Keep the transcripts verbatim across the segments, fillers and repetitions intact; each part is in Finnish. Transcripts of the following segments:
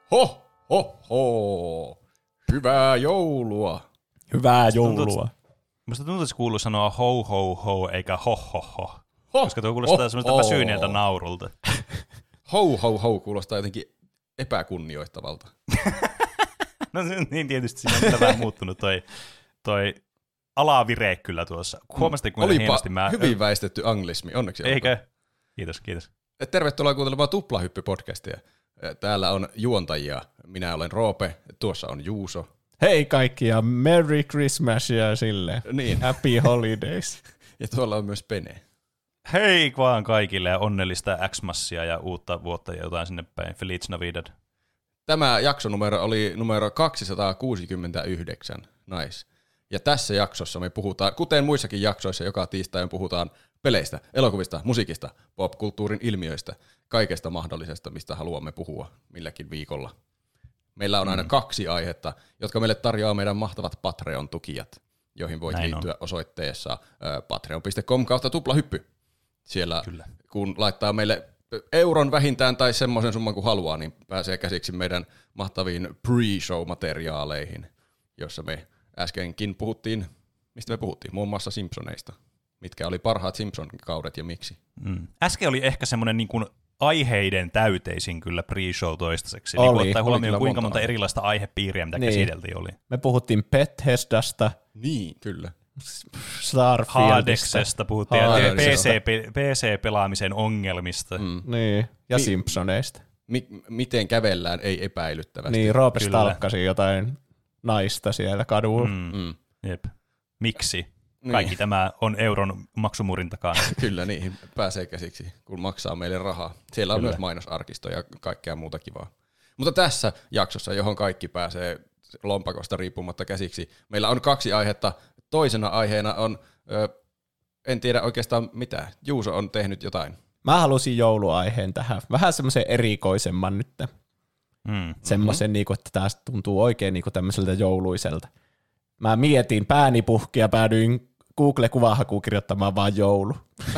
Ho, ho, ho. Hyvää joulua. Hyvää joulua. Musta tuntuu, että se kuuluu sanoa ho, ho, ho, eikä ho, ho, ho. Ho, koska tuo kuulostaa ho, semmoista ho. väsyneeltä naurulta. Ho, ho, ho kuulostaa jotenkin epäkunnioittavalta. No niin tietysti siinä on vähän muuttunut toi, toi alavire kyllä tuossa. Huomasit, kuinka Olipa hienosti mä... hyvin väistetty anglismi, onneksi. Eikö? Kiitos, kiitos. Tervetuloa kuuntelemaan Tuplahyppy-podcastia. Täällä on juontajia. Minä olen Roope, tuossa on Juuso. Hei kaikki ja Merry Christmas ja silleen. Niin. Happy Holidays. Ja tuolla on myös Pene. Hei vaan kaikille ja onnellista Xmassia ja uutta vuotta ja jotain sinne päin. Feliz Navidad. Tämä jaksonumero oli numero kaksisataakuusikymmentäyhdeksän. Nice. Ja tässä jaksossa me puhutaan, kuten muissakin jaksoissa, joka tiistai puhutaan peleistä, elokuvista, musiikista, popkulttuurin ilmiöistä, kaikesta mahdollisesta, mistä haluamme puhua milläkin viikolla. Meillä on aina mm. kaksi aihetta, jotka meille tarjoaa meidän mahtavat Patreon-tukijat, joihin voit Näin liittyä on. osoitteessa patreon piste com kautta tuplahyppy. Siellä Kyllä. kun laittaa meille euron vähintään tai semmoisen summan kuin haluaa, niin pääsee käsiksi meidän mahtaviin pre-show-materiaaleihin, jossa me äskenkin puhuttiin, mistä me puhuttiin, muun muassa Simpsoneista. Mitkä oli parhaat Simpson-kaudet ja miksi? Mm. Äsken oli ehkä semmoinen niin kuin aiheiden täyteisin kyllä pre-show toistaiseksi. Oli. Niin kuin ottaa huomioon, Oli kuinka monta monta aihetta. erilaista aihepiiriä, mitä Niin. käsiteltiin oli. Me puhuttiin Bethesdasta, Niin, kyllä. Starfieldista. Hadeksesta puhuttiin ja Hadesesta. P C, P C-pelaamisen ongelmista. Mm. Niin, ja Mi- Simpsoneista. Mi- miten kävellään ei epäilyttävästi. Niin, Roope Kyllä. stalkkasi jotain naista siellä kadulla. Mm. Mm. Jep. Miksi? Niin. Kaikki tämä on euron maksumurin takana. Kyllä, niihin pääsee käsiksi, kun maksaa meille rahaa. Siellä on Kyllä. myös mainosarkisto ja kaikkea muuta kivaa. Mutta tässä jaksossa, johon kaikki pääsee lompakosta riippumatta käsiksi, meillä on kaksi aihetta. Toisena aiheena on, ö, en tiedä oikeastaan mitä, Juuso on tehnyt jotain. Mä halusin jouluaiheen tähän. Vähän semmoisen erikoisemman nyt. Mm. Semmoisen, niinku, että tää tuntuu oikein niinku tämmöiseltä jouluiselta. Mä mietin, pääni puhki ja päädyin Google-kuvahakuun kirjoittamaan vaan joulu.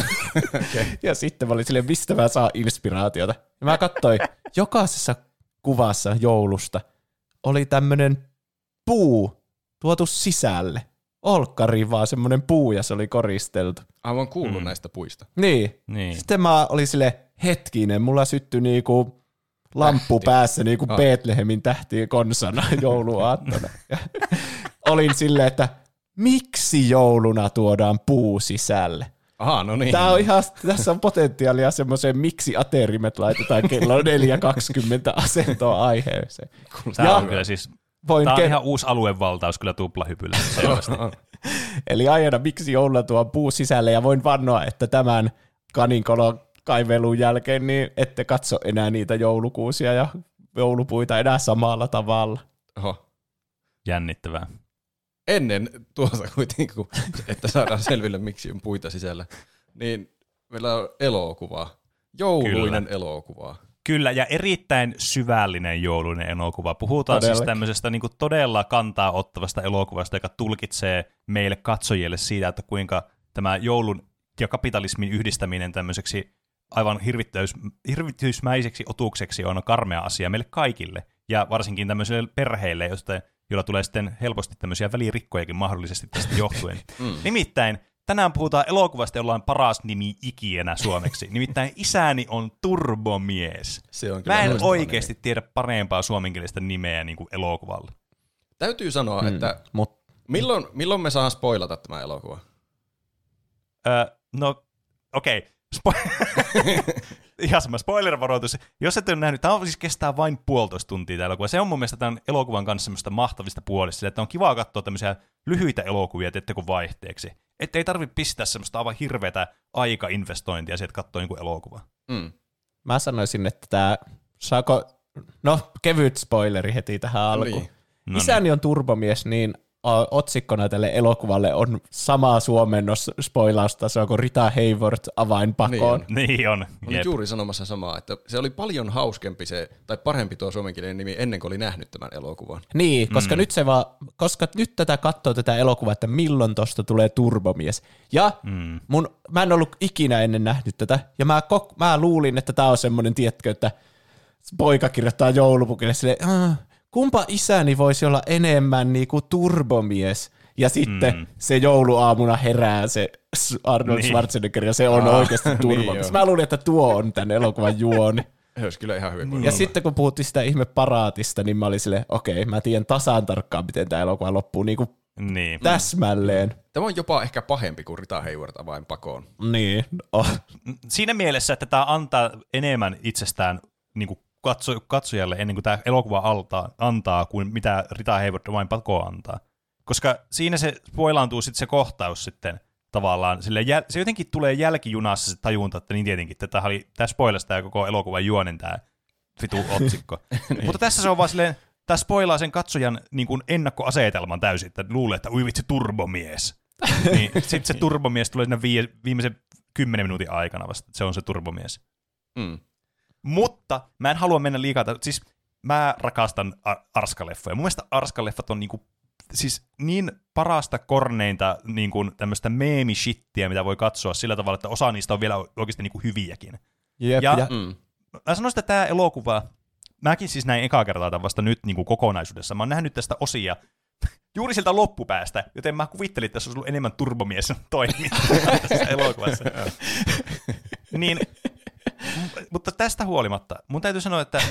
Okay. Ja sitten mä olin silleen, mistä mä saan inspiraatiota. Ja mä katsoin, jokaisessa kuvassa joulusta oli tämmönen puu tuotu sisälle. Olkkari vaan semmonen puu ja se oli koristeltu. Aivan kuullut Mm. näistä puista. Niin. Niin. Sitten mä olin silleen, hetkinen, mulla syttyi niinku lamppu Tähti. päässä niinku Ah. Betlehemin tähtien konsana jouluaattona. Ja olin silleen, että miksi jouluna tuodaan puu sisälle? Aha, no niin. Tää on ihan, tässä on potentiaalia semmoiseen, miksi aterimet laitetaan kello neljä kaksikymmentä asentoa aiheeseen. Tämä Ja on kyllä siis, voin tämä on ke- ihan uusi aluevaltaus kyllä tuplahypyllä selvästi. Eli aiheena, miksi jouluna tuo puu sisälle, ja voin vannoa, että tämän kaninkolon kaivelun jälkeen niin ette katso enää niitä joulukuusia ja joulupuita enää samalla tavalla. Oho. Jännittävää. Ennen tuota kuitenkin, kun- että saadaan selville, miksi on puita sisällä, niin meillä on elokuva. Jouluinen Kyllä. elokuva. Kyllä, ja erittäin syvällinen jouluinen elokuva. Puhutaan Todellakin. siis tämmöisestä niin kuin todella kantaa ottavasta elokuvasta, joka tulkitsee meille katsojille siitä, että kuinka tämä joulun ja kapitalismin yhdistäminen tämmöiseksi aivan hirvittäys, hirvitysmäiseksi otukseksi on karmea asia meille kaikille, ja varsinkin tämmöisille perheille, josta, joilla tulee sitten helposti tämmöisiä välirikkojakin mahdollisesti tästä johtuen. Mm. Nimittäin tänään puhutaan elokuvasta, jolla on paras nimi ikinä suomeksi. Nimittäin Isäni on turbomies. Se on kyllä Mä en loistava oikeasti nimi. tiedä parempaa suomenkielistä nimeä niin kuin elokuvalle. Täytyy sanoa, että Mut milloin, milloin me saadaan spoilata tämä elokuva? Öö, no, okei. Okay. Spo- Ihan sama spoiler-varoitus. Jos et ole nähnyt, tämä on siis kestää vain puolitoista tuntia tämä elokuva. Se on mun mielestä tämän elokuvan kanssa semmoista mahtavista puolista, että on kivaa katsoa tämmöisiä lyhyitä elokuvia, teettekö vaihteeksi. Että ei tarvitse pistää semmoista aivan hirveätä aikainvestointia sieltä katsoa jonkun elokuva. Mm. mä sanoisin, että tää saako, no kevyt spoileri heti tähän alkuun. Niin. No Isäni on turbomies, niin o- otsikkona tälle elokuvalle on samaa suomennos spoilaustasoa kuin Rita Hayworth avainpakoon. Niin Niin on. Olin Jep. juuri sanomassa samaa, että se oli paljon hauskempi se, tai parempi tuo suomenkielinen nimi ennen kuin oli nähnyt tämän elokuvan. Niin, koska, mm. nyt se vaan, koska nyt tätä katsoo tätä elokuvaa, että milloin tosta tulee turbomies. Ja Mm. mun, mä en ollut ikinä ennen nähnyt tätä, ja mä, kok, mä luulin, että tää on semmonen, tiedätkö, että poika kirjoittaa joulupukille silleen, ah, kumpa isäni voisi olla enemmän niinku turbomies. Ja sitten mm. se jouluaamuna herää se Arnold niin. Schwarzenegger, ja se on ah, oikeasti turbomies. Niin mä luulin, että tuo on tämän elokuvan juoni. Se olisi kyllä ihan hyvin. Ja olla. Sitten kun puhuttiin sitä ihme paraatista, niin mä olin silleen, okei, mä tiedän tasan tarkkaan, miten tämä elokuva loppuu niin kuin niin. täsmälleen. Tämä on jopa ehkä pahempi kuin Rita Hayworth avain pakoon. Niin. Oh. Siinä mielessä, että tämä antaa enemmän itsestään niin kuin katso, katsojalle ennen kuin tämä elokuva altaa, antaa, kuin mitä Rita Hayworth avain pakoon antaa. Koska siinä se spoilaantuu sitten se kohtaus sitten tavallaan, sille jäl- se jotenkin tulee jälkijunassa se tajunta, että niin tietenkin, että tämä, oli, tämä spoilasi tämä koko elokuvan juonen tämä vitu otsikko. niin. Mutta tässä se on vaan silleen, tämä spoilaa sen katsojan niin kuin ennakkoasetelman täysin, että luulee, että ui vitsi turbomies. niin, sitten se turbomies tulee siinä vii- viimeisen kymmenen minuutin aikana vasta, että se on se turbomies. Mm. Mutta mä en halua mennä liikaa, siis mä rakastan ar- Arska-leffoja. Mun mielestä Arska-leffat on niinku siis niin parasta korneinta niin kuin tämmöistä meemishittiä, mitä voi katsoa sillä tavalla, että osa niistä on vielä oikeasti niin kuin hyviäkin. Jep, ja ja mm. mä sanoisin, että tämä elokuva, mäkin siis näin ekaa kertaa tämän vasta nyt niin kuin kokonaisuudessa, mä oon nähnyt tästä osia juuri siltä loppupäästä, joten mä kuvittelin, että tässä olisi ollut enemmän turbomies toimintaa tässä elokuvassa. niin, mutta tästä huolimatta, mun täytyy sanoa, että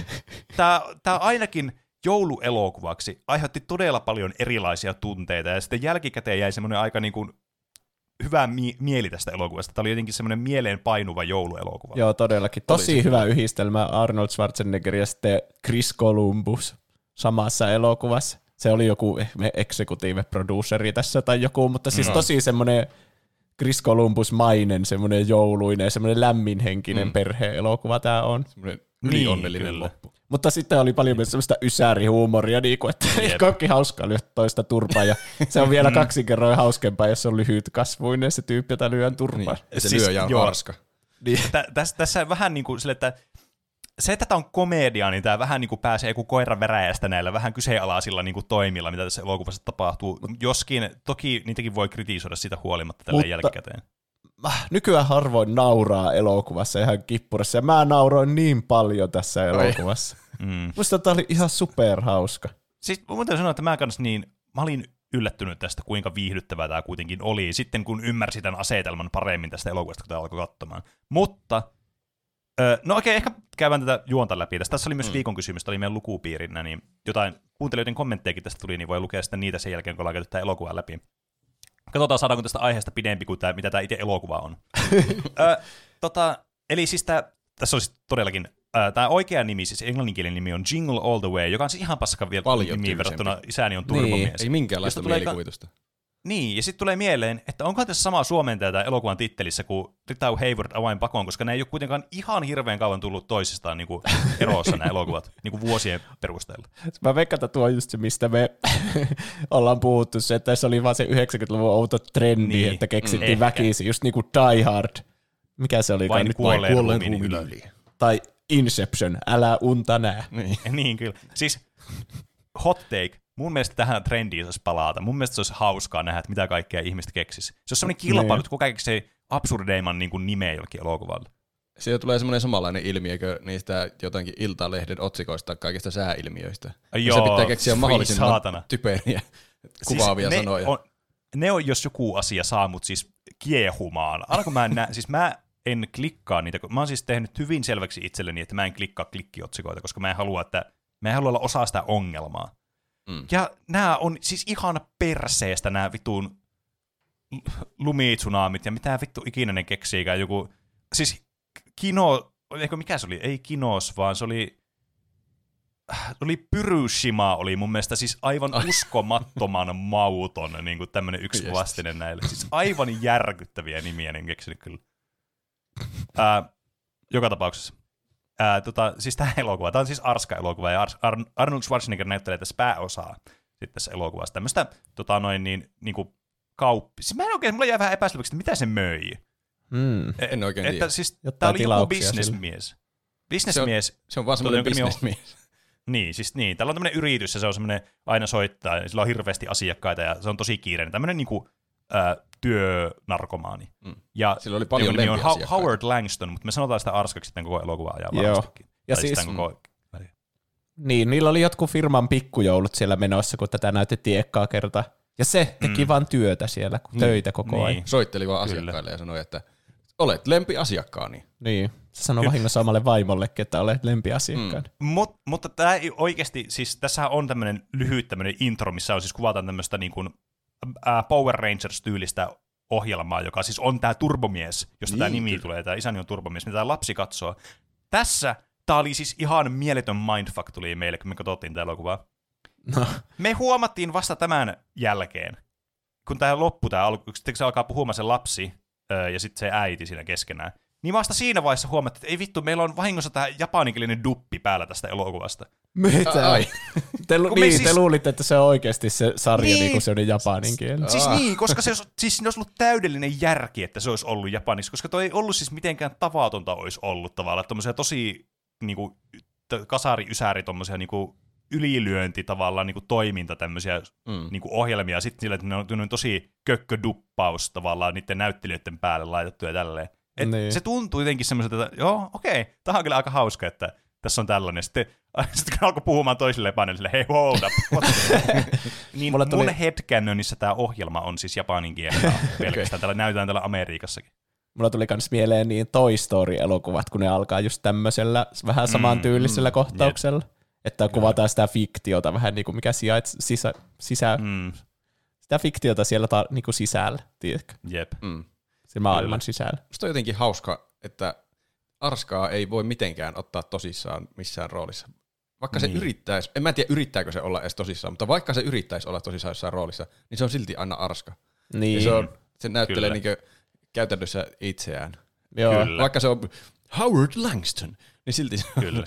tämä ainakin jouluelokuvaksi aiheutti todella paljon erilaisia tunteita, ja sitten jälkikäteen jäi semmoinen aika niin kuin hyvä mi- mieli tästä elokuvasta. Tämä oli jotenkin semmoinen mieleen painuva jouluelokuva. Joo, todellakin. Tosi Olisi hyvä yhdistelmä Arnold Schwarzenegger ja sitten Chris Columbus samassa elokuvassa. Se oli joku executive produceri tässä tai joku, mutta siis no. tosi semmoinen Chris Columbus-mainen, semmoinen jouluinen, semmoinen lämminhenkinen mm. perhe-elokuva tämä on. Semmoinen ylionnellinen niin, loppu. Mutta sitten oli paljon myös semmoista ysärihuumoria, niin kuin, että yep. kaikki hauskaa lyö toista turpaa, ja se on vielä kaksi kerroin hauskempaa, jos se on lyhytkasvuinen se tyyppi, jota lyön turpaa. Niin. Se siis, lyö ja on harska. Niin. Tä, tässä, tässä vähän niin kuin sille, että se, että tämä on komedia, niin tämä vähän niin kuin pääsee joku koiran veräjästä näillä vähän kyseenalaisilla niin kuin toimilla, mitä tässä elokuvassa tapahtuu. Joskin toki niitäkin voi kritisoida sitä huolimatta tällä jälkikäteen. Nykyään harvoin nauraa elokuvassa ihan kippurassa, ja mä nauroin niin paljon tässä elokuvassa. Mm. Musta tää oli ihan superhauska. Siis mun täytyy sanoa, että mä kanssa niin, mä olin yllättynyt tästä, kuinka viihdyttävää tämä kuitenkin oli, sitten kun ymmärsin tämän asetelman paremmin tästä elokuvasta, kun tämä alkoi katsomaan. Mutta, öö, no okei, ehkä käydään tätä juonta läpi. Tässä, tässä oli myös mm. viikon kysymys, tämä oli meidän lukupiirinä, niin jotain kuuntelijoiden kommenttejakin tästä tuli, niin voi lukea sitten niitä sen jälkeen, kun ollaan käyty tämä elokuva läpi. Katsotaan, saadaanko tästä aiheesta pidempi kuin tämä, mitä tämä itse elokuva on. Ö, tota, eli siis tämä, tässä olisi todellakin, ö, tämä oikea nimi, siis englanninkielinen nimi on Jingle All the Way, joka on siis ihan passakan vielä nimiin verrattuna Isäni on turbomies. Niin, ei minkäänlaista mielikuvitusta. Ka- niin, ja sitten tulee mieleen, että onko tässä sama suomentaja tämä elokuvan tittelissä kuin Rita Hayworth avain pakoon, koska ne ei ole kuitenkaan ihan hirveän kauan tullut toisistaan niin kuin erossa nämä elokuvat niin kuin vuosien perusteella. Mä veikkaan, että tuo on just se, mistä me ollaan puhuttu, se, että se oli vaan se yhdeksänkymmentäluvun outo trendi, niin, että keksittiin mm, väkisin, just niin kuin Die Hard. Mikä se oli? Vain kuolleen ruumiin yli. yli. Tai Inception, älä unta nää. Niin. niin kyllä. Siis hot take. Mun mielestä tähän trendiin saisi palata. Mun mielestä se olisi hauskaa nähdä, että mitä kaikkea ihmiset keksisi. Se olisi sellainen kilpailu, että kuka keksii absurdeimman niin kuin nimeä jollekin elokuvalle. Siitä tulee semmoinen samanlainen ilmiö, kuin niistä jotenkin Iltalehden otsikoista kaikista sääilmiöistä. Joo, se pitää keksiä mahdollisimman typeriä kuvaavia siis sanoja. On, ne on, jos joku asia saa mut siis kiehumaan. Aina mä en nä- siis mä en klikkaa niitä. Mä oon siis tehnyt hyvin selväksi itselleni, että mä en klikkaa klikkiotsikoita, koska mä en halua, että mä en halua olla osa sitä ongelmaa. Mm. Ja nämä on siis ihan perseestä nämä vitun lumitsunamit ja mitä vittu ikinä ne keksiikään. Joku, siis Kino, eikö mikä se oli? Ei Kinos, vaan se oli, oli Pyryshima oli mun mielestä siis aivan uskomattoman mauton niin kuin tämmöinen yksi yes. vastine näille. Siis aivan järkyttäviä nimiä ne keksinyt kyllä. Ää, joka tapauksessa. Ää, tota, siis tämä elokuva, tämä on siis Arska-elokuva, ja Ar- Ar- Arnold Schwarzenegger näyttelee tässä pääosaa sitten tässä elokuvassa. Tämmöistä tota, noin niin, niin kuin kauppi. Siis mä en oikein, mulla jäi vähän epäselväksi, että mitä se möi. Mm. En oikein että, tiedä. Siis, tämä oli joku bisnesmies. Bisnesmies. Se on, se on vaan semmoinen bisnesmies. Niin, siis niin. Täällä on tämmöinen yritys, ja se on semmoinen aina soittaa, ja sillä on hirveästi asiakkaita, ja se on tosi kiireinen. Tämmöinen niin kuin, äh, työnarkomaani. Mm. Ja sillä oli paljon nimi on Howard Langston, mutta me sanotaan sitä Arskaksi sitten koko elokuvaa ajan varmastikin. Ja siis, koko... Niin, niillä oli jotkut firman pikkujoulut siellä menossa, kun tätä näytettiin ekkaa kertaa. Ja se teki mm. vaan työtä siellä, kun töitä koko niin. ajan. Soitteli vaan Kyllä. asiakkaille ja sanoi, että olet lempiasiakkaani. Niin, se sanoi vahingossa omalle vaimollekin, että olet lempiasiakkaani. Mm. Mut, mutta tämä ei oikeasti, siis tässä on tämmöinen lyhyt tämmöinen intro, missä on siis kuvataan tämmöistä niin kuin, äh, Power Rangers-tyylistä ohjelmaa, joka siis on tämä Turbomies, josta niin, tämä nimi kyllä. tulee, tämä isäni on Turbomies, mitä tämä lapsi katsoo. Tässä tämä oli siis ihan mieletön mindfuck tuli meille, kun me katsottiin tämä elokuvaa. No. Me huomattiin vasta tämän jälkeen, kun tämä loppu, tämä alku, sitten se alkaa puhumaan se lapsi ja sitten se äiti siinä keskenään, niin vasta siinä vaiheessa huomattiin, että ei vittu, meillä on vahingossa tämä japaninkielinen duppi päällä tästä elokuvasta. Mitä? Ai. Te, lu- niin, siis... te luulitte, että se on oikeasti se sarja, niin, niin kuin se on japaninkielinen. Siis ah. niin, koska se olisi, siis siinä olisi ollut täydellinen järki, että se olisi ollut japaniksi, koska toi ei ollut siis mitenkään tavatonta olisi ollut tavallaan, tommosia tosi niinku, kasari-ysäri, tommosia niinku, ylilyönti tavallaan niinku, toiminta tämmöisiä mm. niinku, ohjelmia, sitten sillä, että ne on tosi kökköduppaus tavallaan niiden näyttelijöiden päälle laitettu ja tälleen. Et niin. Se tuntuu jotenkin semmoiselta, että joo, okei, okay, tämä on kyllä aika hauska, että tässä on tällainen. Sitten, sitten kun alkoi puhumaan toisille paneelille, hei, hold up. niin tuli... mun headcanonissä tämä ohjelma on siis japanin kielellä pelkästään. Täällä näytetään täällä Amerikassakin. Mulla tuli myös mieleen niin Toy Story-elokuvat, kun ne alkaa just tämmöisellä vähän samantyylisellä mm, kohtauksella. Mm, että kuvataan sitä fiktiota vähän niin kuin mikä sijaitsee sisä, sisä, mm. sitä fiktiota siellä ta, niin kuin sisällä, tiedätkö? Jep. Mm. Se maailman Kyllä. sisällä. Musta on jotenkin hauska, että Arskaa ei voi mitenkään ottaa tosissaan missään roolissa. Vaikka niin. se yrittäisi, en mä tiedä yrittääkö se olla edes tosissaan, mutta vaikka se yrittäisi olla tosissaan jossain roolissa, niin se on silti aina Arska. Niin. Ja se, on, se näyttelee niin käytännössä itseään. Joo. Vaikka se on Howard Langston, niin silti se on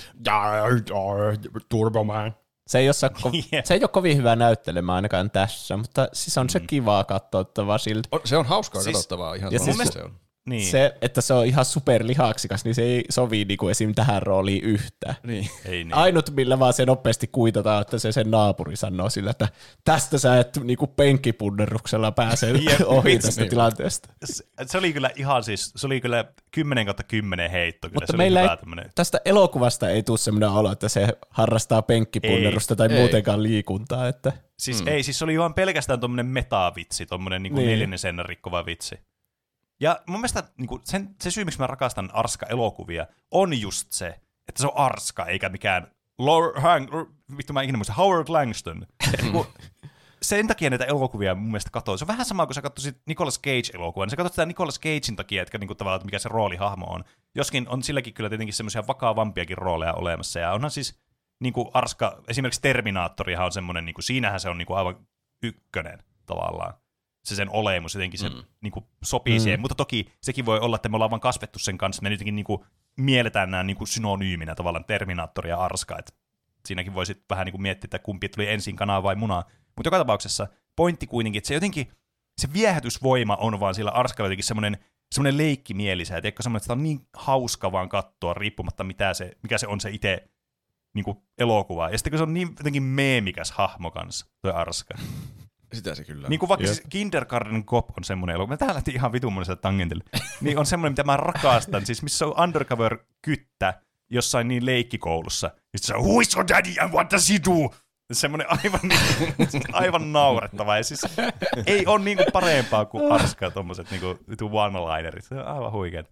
Turboman. Se ei, ko- yeah. se ei ole kovin hyvä näyttelemään ainakaan tässä, mutta siis on mm. se kivaa katsottavaa silti. On, se on hauskaa siis, katsottavaa ihan siis siis se on. Niin. Se, että se on ihan superlihaksikas, niin se ei sovi niinku esim. Tähän rooliin yhtään. Niin. Ei niin. Ainut, millä vaan se nopeasti kuitataan, että se sen naapuri sanoo sillä, että tästä sä et niinku penkkipunneruksella pääse ohi tästä niin. tilanteesta. Se, se oli kyllä ihan siis, se oli kyllä kymmenen kautta kymmenen heitto. Kyllä. Mutta se meillä oli ei, hyvä, tästä elokuvasta ei tule sellainen olo, että se harrastaa penkkipunnerusta ei, tai ei. muutenkaan liikuntaa. Että. Siis mm. ei, siis se oli vaan pelkästään tuommoinen metavitsi, tuommoinen niinku niin. neljännen seinän rikkova vitsi. Ja mun mielestä niin kuin sen, se syy, miksi mä rakastan Arska-elokuvia, on just se, että se on Arska, eikä mikään Lord Hang, vittu mä ikinä muista, Howard Langston. niin sen takia näitä elokuvia mun mielestä katsoo. Se on vähän sama kuin sä katsoisit Nicolas Cage-elokuvaa, niin sä katsot sitä Nicolas Cagein takia, että niin kuin, tavallaan, että mikä se roolihahmo on. Joskin on silläkin kyllä tietenkin semmoisia vakavampiakin rooleja olemassa, ja onhan siis niin kuin Arska, esimerkiksi Terminaattorihan on semmoinen, niin kuin, siinähän se on niin kuin aivan ykkönen tavallaan. Se sen olemus jotenkin se mm. niinku, sopii mm. siihen, mutta toki sekin voi olla, että me ollaan vaan kasvettu sen kanssa, me jotenkin niinku, mielletään nämä niinku, synonyyminä tavallaan Terminaattori ja Arska, että siinäkin voi sitten vähän niinku, miettiä, että kumpi tuli ensin kanaa vai munaa, mutta joka tapauksessa pointti kuitenkin, että se jotenkin, se viehätysvoima on vaan sillä Arskalla jotenkin semmoinen, semmoinen leikkimielisä, että semmoinen, että sitä on niin hauska vaan katsoa, riippumatta mitä se, mikä se on se itse niinku, elokuva, ja sitten kun se on niin jotenkin meemikäs hahmo kanssa, toi Arska. Sitä se kyllä. Niin kuin vaikka siis Kindergarten Cop on semmoinen elokuva, tää lähti ihan vitummoiselle tangentille, niin on semmoinen, mitä mä rakastan, siis missä on undercover-kyttä jossain niin leikkikoulussa, ja sitten se on, who is your daddy and what does he do? Semmoinen aivan, niin, aivan naurettava, ja siis ei ole niinku parempaa kuin Arskaa tommoset niinku one-linerit, se on aivan huikeet.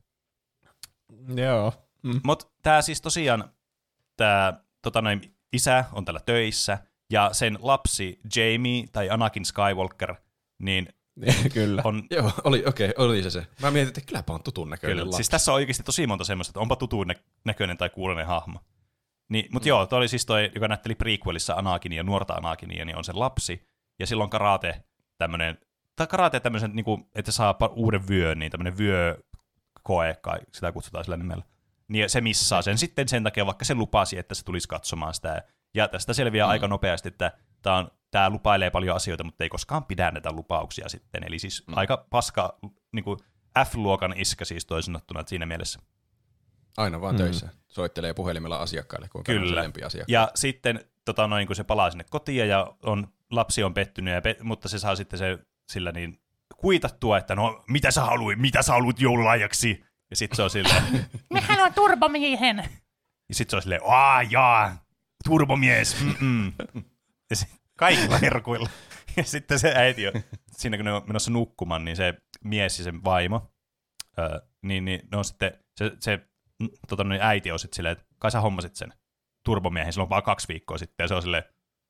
Joo. Mm. Mut tää siis tosiaan, tää tota noin, isä on täällä töissä, ja sen lapsi Jamie tai Anakin Skywalker, niin kyllä. on... Joo, oli, okei, okay, oli se se. Mä mietin, että kylläpä on tutun näköinen kyllä. lapsi. Siis tässä on oikeasti tosi monta semmoista, että onpa tutun näköinen tai kuuloinen hahmo. Niin, mutta mm. joo, toi oli siis toi, joka näytteli prequelissa Anakinia, nuorta Anakinia, niin on se lapsi, ja silloin karate tämmönen, tai karate tämmöisen, niin kuin, että saa uuden vyön, niin tämmönen vyökoe, kai sitä kutsutaan sillä nimellä. Niin se missaa sen sitten sen takia, vaikka se lupasi, että se tulisi katsomaan sitä. Ja tästä selviää mm. aika nopeasti, että tämä, on, tämä lupailee paljon asioita, mutta ei koskaan pidä näitä lupauksia sitten. Eli siis mm. aika paska niin kuin F-luokan iskä siis toisin sanottuna siinä mielessä. Aina vaan mm. töissä. Soittelee puhelimella asiakkaille, kun on se lempiasiakkaille. Ja sitten tota, noin, kun se palaa sinne kotiin ja on, lapsi on pettynyt, ja pe- mutta se saa sitten se sillä niin kuitattua, että no mitä sä haluit, mitä sä haluat joululahjaksi? Ja sitten se on silleen... Mä haluan turbomiehen. Ja sitten se on silleen, aah jaa. turbomies. Mm-mm. Ja sit kaikilla herkuilla. Ja sitten se äiti on, siinä kun ne on menossa nukkumaan, niin se mies ja sen vaimo, öö, niin, niin ne on sitten, se, se tota, niin äiti on sitten silleen, että kai sä hommasit sen turbomiehen, silloin vaan kaksi viikkoa sitten, ja se on silleen,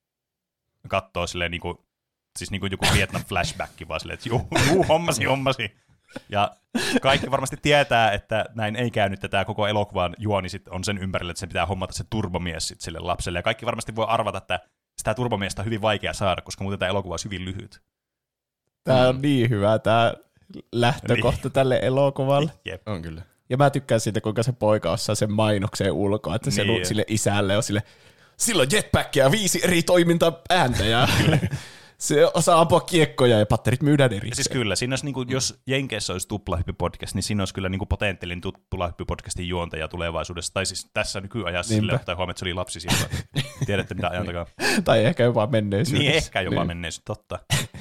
kattoo silleen niin kuin, siis niin kuin joku Vietnam flashback, vaan silleen, että juu, juu, hommasi, hommasi. Ja kaikki varmasti tietää, että näin ei käynyt, että tämä koko elokuvan juoni sit on sen ympärillä, että sen pitää hommata se turbomies sit sille lapselle. Ja kaikki varmasti voi arvata, että sitä turbomiestä on hyvin vaikea saada, koska muuten tämä elokuva on hyvin lyhyt. Tämä on niin hyvä, tämä lähtökohta niin. tälle elokuvalle. Jep. On kyllä. Ja mä tykkään siitä, kuinka se poika osaa sen mainokseen ulkoa, että se niin. sille isälle on sille, sillä on jetpackia, viisi eri toimintaa ääntä ja se osaa ampua kiekkoja ja patterit myydään erikseen. Siis kyllä, siinä olisi, niin kuin, jos Jenkeissä olisi tuplahyppy-podcast, niin siinä olisi kyllä niin potentiaalinen tuplahyppy-podcastin juontaja tulevaisuudessa. Tai siis tässä nykyajassa sille, tai huomioon, että se oli lapsi silloin. Tiedätte, mitä ajan takaa. Tai ehkä jopa menneisyydessä. Niin, ehkä jopa niin. menneisyydessä, totta.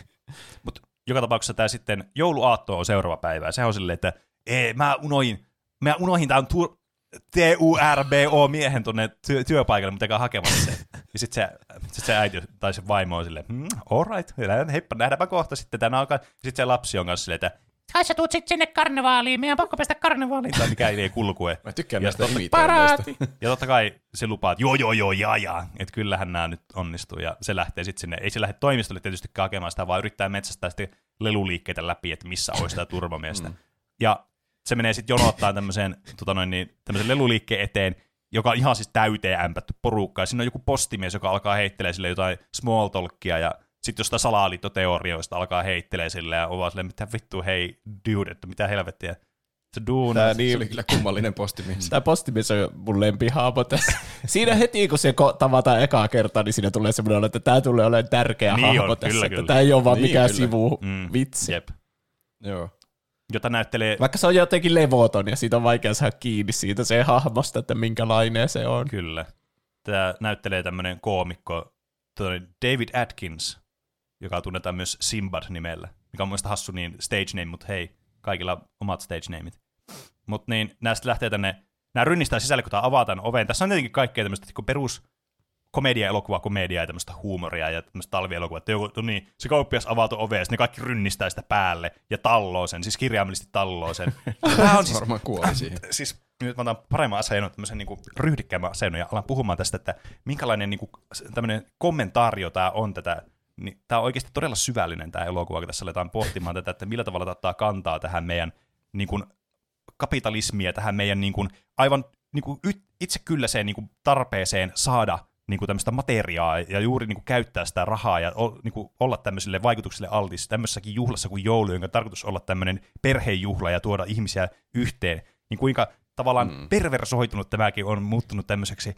Mutta joka tapauksessa tämä sitten jouluaatto on seuraava päivä. Ja se on silleen, että ee, mä unohin, mä unohin tämän tur- T U R B O-miehen tuonne työ- työpaikalle, mutta eikä hakemassa sen. Ja sitten se, sit se äiti tai se vaimo on silleen, mm, all right, heippa, nähdäänpä kohta sitten tänä alkaa. Ja sitten se lapsi on kanssa silleen, että kai sä tuut sitten sinne karnevaaliin, meidän on pakko päästä karnevaaliin. Tai mikä ei kulkue. Mä tykkään näistä imitoinneista. Ja totta kai se lupaa, että joo, joo, joo, jaa, jaa. Että kyllähän nämä nyt onnistuu. Ja se lähtee sitten sinne. Ei se lähde toimistolle tietysti hakemaan sitä, vaan yrittää metsästää sitten leluliikkeitä läpi, että missä olisi sitä turvamiestä. Mm. Ja se menee sitten jonottaa tämmöiseen, tota noin, niin, tämmöisen leluliikkeen eteen, joka on ihan siis täyteen ämpätty porukkaa. Siinä on joku postimies, joka alkaa heittelee sille jotain small talkia ja sitten jostain salaliittoteorioista alkaa heittelee sille ja ovat silleen, mitä vittu, hei dude, että mitä helvettiä. Se duunat. Niin, se oli kyllä kummallinen postimies. Tämä postimies on mun lempihaamo tässä. Siinä heti, kun se tavataan ekaa kertaa, niin siinä tulee semmoinen, että tämä tulee olemaan tärkeä niin hahmo on, tässä. Kyllä, että kyllä. Tämä ei ole vaan niin, mikään kyllä. sivu mm. vitsi. Jep. Joo. Jota näyttelee... Vaikka se on jotenkin levoton ja siitä on vaikea saada kiinni siitä se hahmosta, että minkälainen se on. Kyllä. Tämä näyttelee tämmöinen koomikko David Atkins, joka tunnetaan myös Simbad-nimellä, mikä on mun mielestä hassu niin stage name, mutta hei, kaikilla on omat stage nameit. Mutta niin, näistä lähtee tänne, nämä rynnistää sisälle, kun tämä avataan oven. Tässä on tietenkin kaikkea tämmöistä niin perus komedia, elokuva, komedia ja tämmöistä huumoria ja tämmöistä talvielokuvaa. Että joku, niin, se kauppias avautuu oveen ja ne kaikki rynnistää sitä päälle ja talloo sen, siis kirjaimellisesti talloo sen. Tämä on siis, varmaan kuoli siihen. Siis nyt mä otan paremman asennon, tämmöisen niin ryhdikkäämmän asennon ja alan puhumaan tästä, että minkälainen niin kuin, tämmöinen kommentaario tämä on tätä. Niin, tämä on oikeasti todella syvällinen tämä elokuva, kun tässä aletaan pohtimaan tätä, että millä tavalla tämä ottaa kantaa tähän meidän niin kuin, kapitalismia, tähän meidän niin kuin, aivan niin kuin, itse kyllä se niin kuin, tarpeeseen saada niin kuin, tämmöistä materiaa ja juuri niin kuin, käyttää sitä rahaa ja o, niin kuin, olla tämmöisille vaikutuksille altis tämmöisessäkin juhlassa kuin joulu, jonka tarkoitus olla tämmöinen perhejuhla ja tuoda ihmisiä yhteen. Niin kuinka tavallaan mm. perversoitunut tämäkin on muuttunut tämmöiseksi,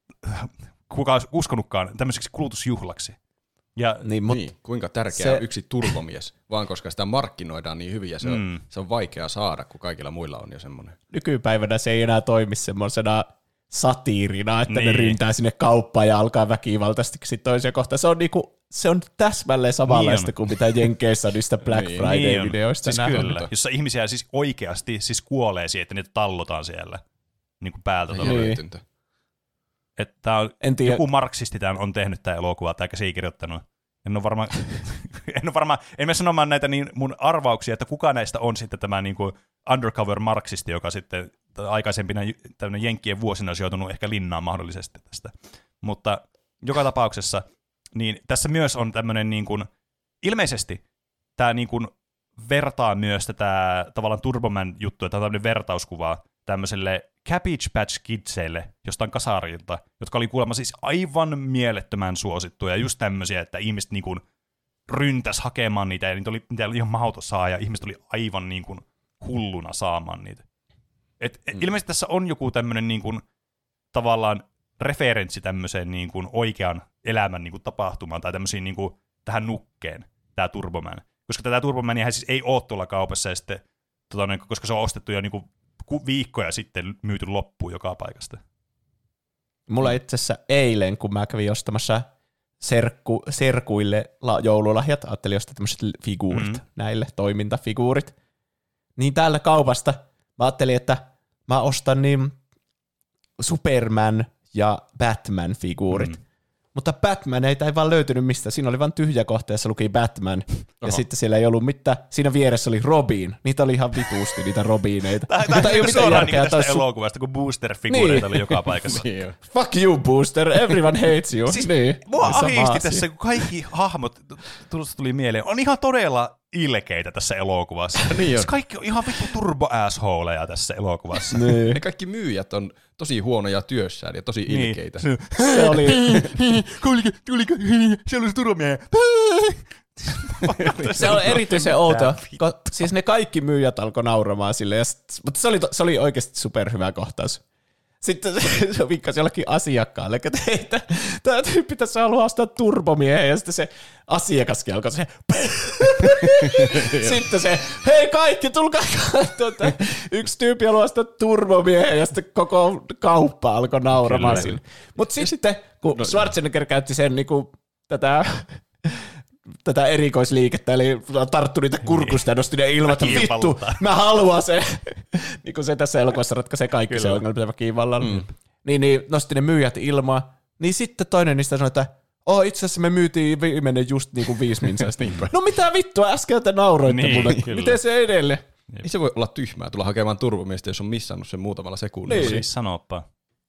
kuka olisi uskonutkaan, tämmöiseksi kulutusjuhlaksi. Ja, niin, mut niin, kuinka tärkeä se on yksi turvomies, vaan koska sitä markkinoidaan niin hyvin ja se, mm. on, se on vaikea saada, kun kaikilla muilla on jo semmoinen. Nykypäivänä se ei enää toimi semmoisena satiirina, että niin. ne ryntää sinne kauppaan ja alkaa väkivaltaisesti toisia kohtaan. Se on, niinku, se on täsmälleen samanlaista niin kuin mitä Jenkeissä on niistä Black niin, Friday-videoista. Niin siis kyllä, jossa ihmisiä siis oikeasti siis kuolee siihen, että niitä tallotaan siellä niin kuin päältä. Niin. Että on, joku marksisti tämän on tehnyt tämä elokuva, tai käsikirjoittanut. En ole varmaan, en ole varmaan, en mä sanomaan näitä niin mun arvauksia, että kuka näistä on sitten tämä niin kuin undercover marksisti, joka sitten aikaisempina tämmöinen jenkkien vuosina olisi joutunut ehkä linnaan mahdollisesti tästä. Mutta joka tapauksessa, niin tässä myös on tämmöinen niin kuin, ilmeisesti tämä niin kuin vertaa myös tätä tavallaan Turboman juttua, että tämä on tämmöinen vertauskuva tämmöiselle Cabbage Patch Kidsille jostain kasarilta, jotka oli kuulemma siis aivan mielettömän suosittuja, just tämmöisiä, että ihmiset niin kuin ryntäs hakemaan niitä, ja niitä oli, niitä oli ihan mahdoton saa, ja ihmiset oli aivan niin kuin hulluna saamaan niitä. Et, mm. Ilmeisesti tässä on joku tämmöinen niin kuin, tavallaan referenssi tämmöiseen niin kuin oikean elämän niin kuin tapahtumaan, tai tämmöisiin niin kuin tähän nukkeen, tämä Turboman. Koska tätä Turbomania siis ei ole tuolla kaupassa, ja sitten, tota, koska se on ostettu jo niin kuin viikkoja sitten myyty loppuun joka paikasta. Mulla itse asiassa eilen, kun mä kävin ostamassa serkku, serkuille la, joululahjat, ajattelin ostaa tämmöiset figuurit, mm-hmm. näille toimintafiguurit, niin täällä kaupasta mä ajattelin, että mä ostan niin Superman ja Batman-figuurit. Mm. Mutta Batman ei, ei vaan löytynyt mistään. Siinä oli vain tyhjä kohta, jossa luki Batman. Oho. Ja sitten siellä ei ollut mitään. Siinä vieressä oli Robin. Niitä oli ihan vituusti, niitä Robineita. Tämä on niin suoraan niin tästä su- elokuvasta, kun Booster-figuureita niin. oli joka paikassa. Fuck you, Booster. Everyone hates you. Siis niin. Mua ahisti tässä, kun kaikki hahmot, tuosta tuli mieleen, on ihan todella ilkeitä tässä elokuvassa. niin siis kaikki on ihan vittu turbo-assholeja tässä elokuvassa. Niin. Ne kaikki myyjät on tosi huonoja työssään ja tosi niin. ilkeitä. Se oli... Kuuliko, tuliko, siellä oli se turvamiehiä. Se on erityisen outo. Siis ne kaikki myyjät alkoi nauramaan sille, ja sit, mutta se oli, se oli oikeasti superhyvä kohtaus. Sitten se, se vikkasi jollekin asiakkaalle, että hei, tämä tyyppi tässä haluaa ostaa turbomiehen, ja sitten se asiakaskin alkoi se, sitten se, hei kaikki, tulkaa katsomaan, yksi tyyppi haluaa ostaa turbomiehen, ja sitten koko kauppa alkoi nauramaan sille. Mutta sitten, kun no, Schwarzenegger käytti sen niin kuin, tätä... tätä erikoisliikettä, eli tarttu niitä kurkusta ja nosti ne ilmat, vittu, mä haluan se. Niin kuin se tässä elokuvassa ratkaisee kaikki Kyllä. se ongelma väkivallalla. Mm. Niin, niin nosti ne myyjät ilmaa. Niin sitten toinen niistä sanoi, että oh, itse asiassa me myytiin viimeinen just niin kuin viisi minsästä. No mitä vittua, äsken te nauroitte niin, mulle. Kyllä. Miten se edelleen? Ei se voi olla tyhmää tulla hakemaan turvamiestä, jos on missannut sen muutamalla sekunnilla. Niin. Siis sanoppa.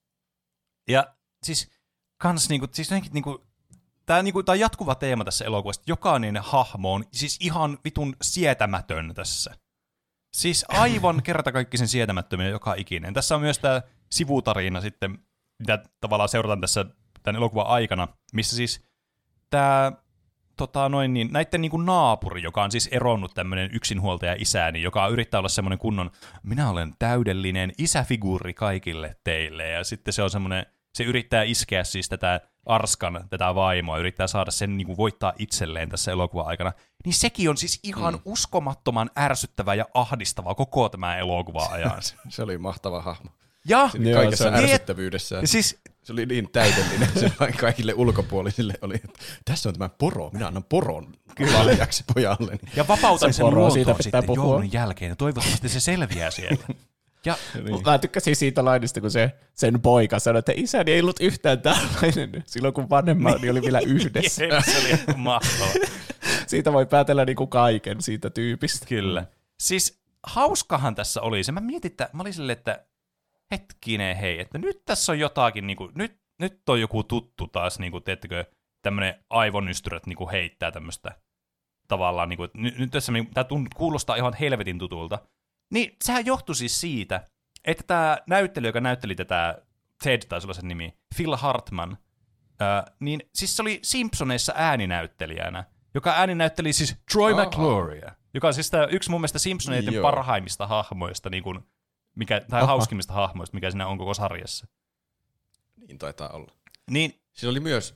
Ja siis kans niinku, siis niinku Tämä, niinku, tämä on jatkuva teema tässä elokuvassa. Jokainen hahmo on siis ihan vitun sietämätön tässä. Siis aivan kertakaikkisen sietämättömiä joka ikinen. Tässä on myös tämä sivutarina sitten, mitä tavallaan seurataan tässä tämän elokuvan aikana, missä siis tämä tota, noin, niin, näiden niin kuin naapuri, joka on siis eronnut tämmöinen yksinhuoltaja isääni, joka yrittää olla semmoinen kunnon, minä olen täydellinen isäfiguuri kaikille teille. Ja sitten se on semmoinen, se yrittää iskeä siis tätä Arskan, tätä vaimoa, yrittää saada sen niin kuin voittaa itselleen tässä elokuvan aikana, niin sekin on siis ihan mm. uskomattoman ärsyttävä ja ahdistava koko tämä elokuva ajan. Se oli mahtava hahmo. Ja kaikessa joo, ärsyttävyydessään. Siis, se oli niin täydellinen, se vain kaikille ulkopuolisille oli, että tässä on tämä poro, minä annan poron lahjaksi pojalle. Ja vapautan sen luontoon sitten joulun jälkeen, ja toivottavasti se selviää siellä. Ja, niin. Mä tykkäsin siitä lainista, kun se, sen poika sanoi, että isäni ei ollut yhtään tällainen silloin, kun vanhemmani niin. oli vielä yhdessä. Jep, se oli mahtava. Siitä voi päätellä niinku kaiken siitä tyypistä. Kyllä. Siis hauskahan tässä oli se. Mä mietin, että mä olin silleen, että hetkinen hei, että nyt tässä on jotakin, niinku, nyt, nyt on joku tuttu taas, niinku, teettekö, tämmönen aivonystyrät niinku heittää tämmöistä tavallaan, niinku, nyt, nyt tässä tämä kuulostaa ihan helvetin tutulta. Niin sehän johtui siis siitä, että tämä näyttelijä, joka näytteli tätä, Ted taisi olla sen nimi, Phil Hartman, ää, niin siis se oli Simpsoneissa ääninäyttelijänä, joka ääninäytteli siis Troy Aha. McClurea, joka on siis yksi mun mielestä Simpsoneiden Joo. parhaimmista hahmoista, niin kuin, mikä, tai Aha. hauskimmista hahmoista, mikä siinä on koko sarjassa. Niin taitaa olla. Niin, siinä oli myös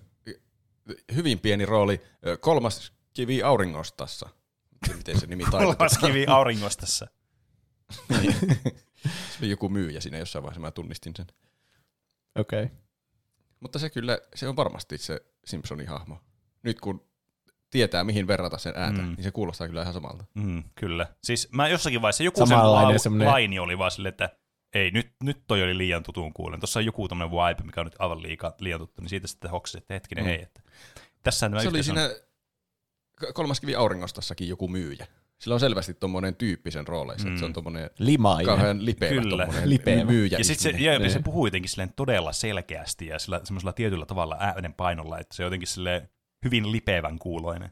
hyvin pieni rooli Kolmas kivi auringostassa. Miten se nimi taitaa? Kolmas kivi auringostassa. Niin. Se oli joku myyjä siinä jossain vaiheessa, mä tunnistin sen. Okei. Okay. Mutta se kyllä, se on varmasti se Simpsonin hahmo. Nyt kun tietää, mihin verrata sen ääntä, mm. niin se kuulostaa kyllä ihan samalta. Mm, kyllä. Siis mä jossakin vaiheessa joku sen lau- semmoinen... laini oli vaan silleen, että ei, nyt, nyt toi oli liian tutun kuulen. Tuossa on joku tämmöinen vibe, mikä on nyt aivan liikaa, liian tuttu, niin siitä sitten hoksasi, että hetkinen, mm. hei, että tässä tämä se oli siinä on... Kolmas kivi auringostassakin joku myyjä. Sillä on selvästi tommonen tyyppisen rooleissa, mm. että se on tommonen Limainen. Kauhean lipeä, tommonen myyjä. Ja sitten se, ja se puhuu jotenkin silleen todella selkeästi ja sillä, semmoisella tietyllä tavalla äänen painolla, että se on jotenkin silleen hyvin lipeävän kuuloinen.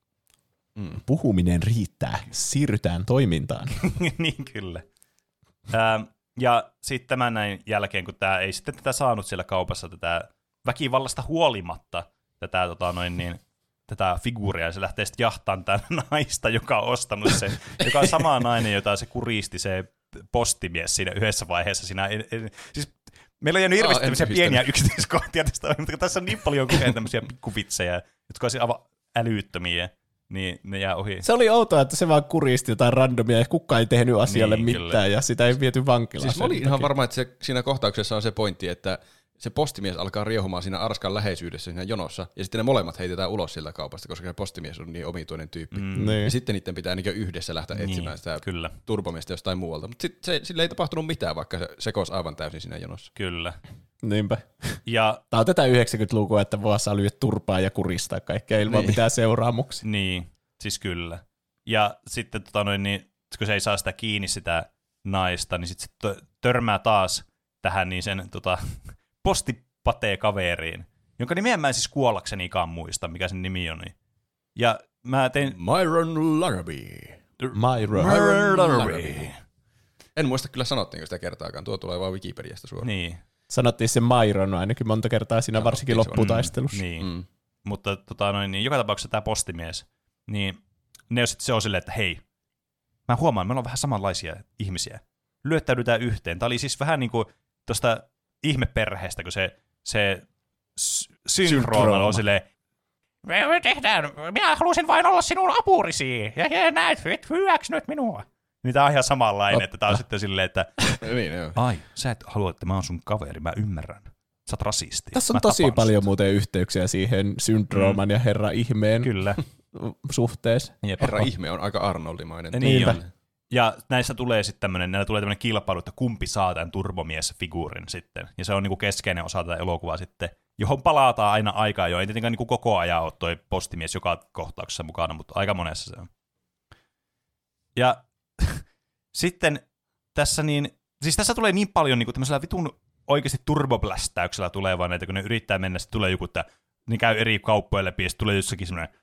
Mm. Puhuminen riittää, siirrytään toimintaan. Niin kyllä. Ähm, ja sitten tämän näin jälkeen, kun tämä ei sitten tätä saanut siellä kaupassa, tätä väkivallasta huolimatta, tätä tota noin niin, tätä figuuria, ja se lähtee sitten jahtaan tätä naista, joka on ostanut sen, joka on sama nainen, jota se kuristi se postimies siinä yhdessä vaiheessa. Siinä, en, en, siis meillä on jäänyt hirveästi tämmöisiä pieniä yksityiskohtia tästä, mutta tässä on niin paljon kokeen tämmöisiä pikkuvitsejä, jotka olisi aivan älyttömiä, niin ne jää ohi. Se oli outoa, että se vaan kuristi jotain randomia, ja kukaan ei tehnyt asialle niin, mitään, kyllä. Ja sitä ei viety vankilaan. Siis mä olin ihan varma, että se, siinä kohtauksessa on se pointti, että se postimies alkaa riehumaan siinä Arskan läheisyydessä siinä jonossa, ja sitten ne molemmat heitetään ulos siltä kaupasta, koska se postimies on niin omituinen tyyppi. Mm. Ja sitten niiden pitää niin yhdessä lähteä niin, etsimään sitä kyllä. turbomiestä jostain muualta. Mutta sille ei tapahtunut mitään, vaikka se sekosi aivan täysin siinä jonossa. Kyllä. Niinpä. Ja, Tämä on tätä yhdeksänkymmentälukua, että voi saa lyödä turpaa ja kuristaa kaikkea ilman niin. mitään seuraamuksia. niin, siis kyllä. Ja sitten tota noin, niin, kun se ei saa sitä kiinni sitä naista, niin sitten se tö- törmää taas tähän niin sen tota, postipatee-kaveriin, jonka nimeä mä en siis kuollaksenikaan muista, mikä sen nimi on. Niin. Ja mä tein... Myron Larrabee. Myron. Myron Larrabee. En muista kyllä sanottiinko sitä kertaakaan, tuo tulee vaan Wikipediasta suoraan. Niin. Sanottiin se Myron ainakin monta kertaa siinä, Sanottiin varsinkin se on. lopputaistelussa. Niin. Mm. Mutta tota noin, niin joka tapauksessa tämä postimies, niin ne sitten se on silleen, että hei, mä huomaan, me ollaan vähän samanlaisia ihmisiä. Lyöttäydytään yhteen. Tämä oli siis vähän niin kuin tuosta ihmeperheestä, kun se, se synkrooma on silleen, me, me tehdään, minä halusin vain olla sinun apurisi, ja, ja näet, et hyväksynyt minua. Niin tämä on ihan samanlainen, Totta. että tämä on sitten silleen, että niin, joo. ai, sä et halua, että mä oon sun kaveri, mä ymmärrän. Sä oot rasisti. Tässä on Mä tosi tapan paljon sut. muuten yhteyksiä siihen syndrooman mm. ja herra ihmeen Kyllä. suhteeseen. Jep. Herra ihme on aika Arnoldimainen. Niin Niinpä. on. Ja näissä tulee sitten tämmöinen, näillä tulee tämmöinen kilpailu, että kumpi saa tämän turbomies-figuurin sitten. Ja se on niinku keskeinen osa tätä elokuvaa sitten, johon palataan aina aikaa jo. Ei tietenkään niinku koko ajan ole toi postimies joka kohtauksessa mukana, mutta aika monessa se on. Ja sitten tässä niin, siis tässä tulee niin paljon niinku tämmöisellä vitun oikeasti turboplästäyksellä tulee vaan näitä, kun ne yrittää mennä, sitten tulee joku, että ne käy eri kauppojen läpi, ja sitten tulee jossakin semmoinen,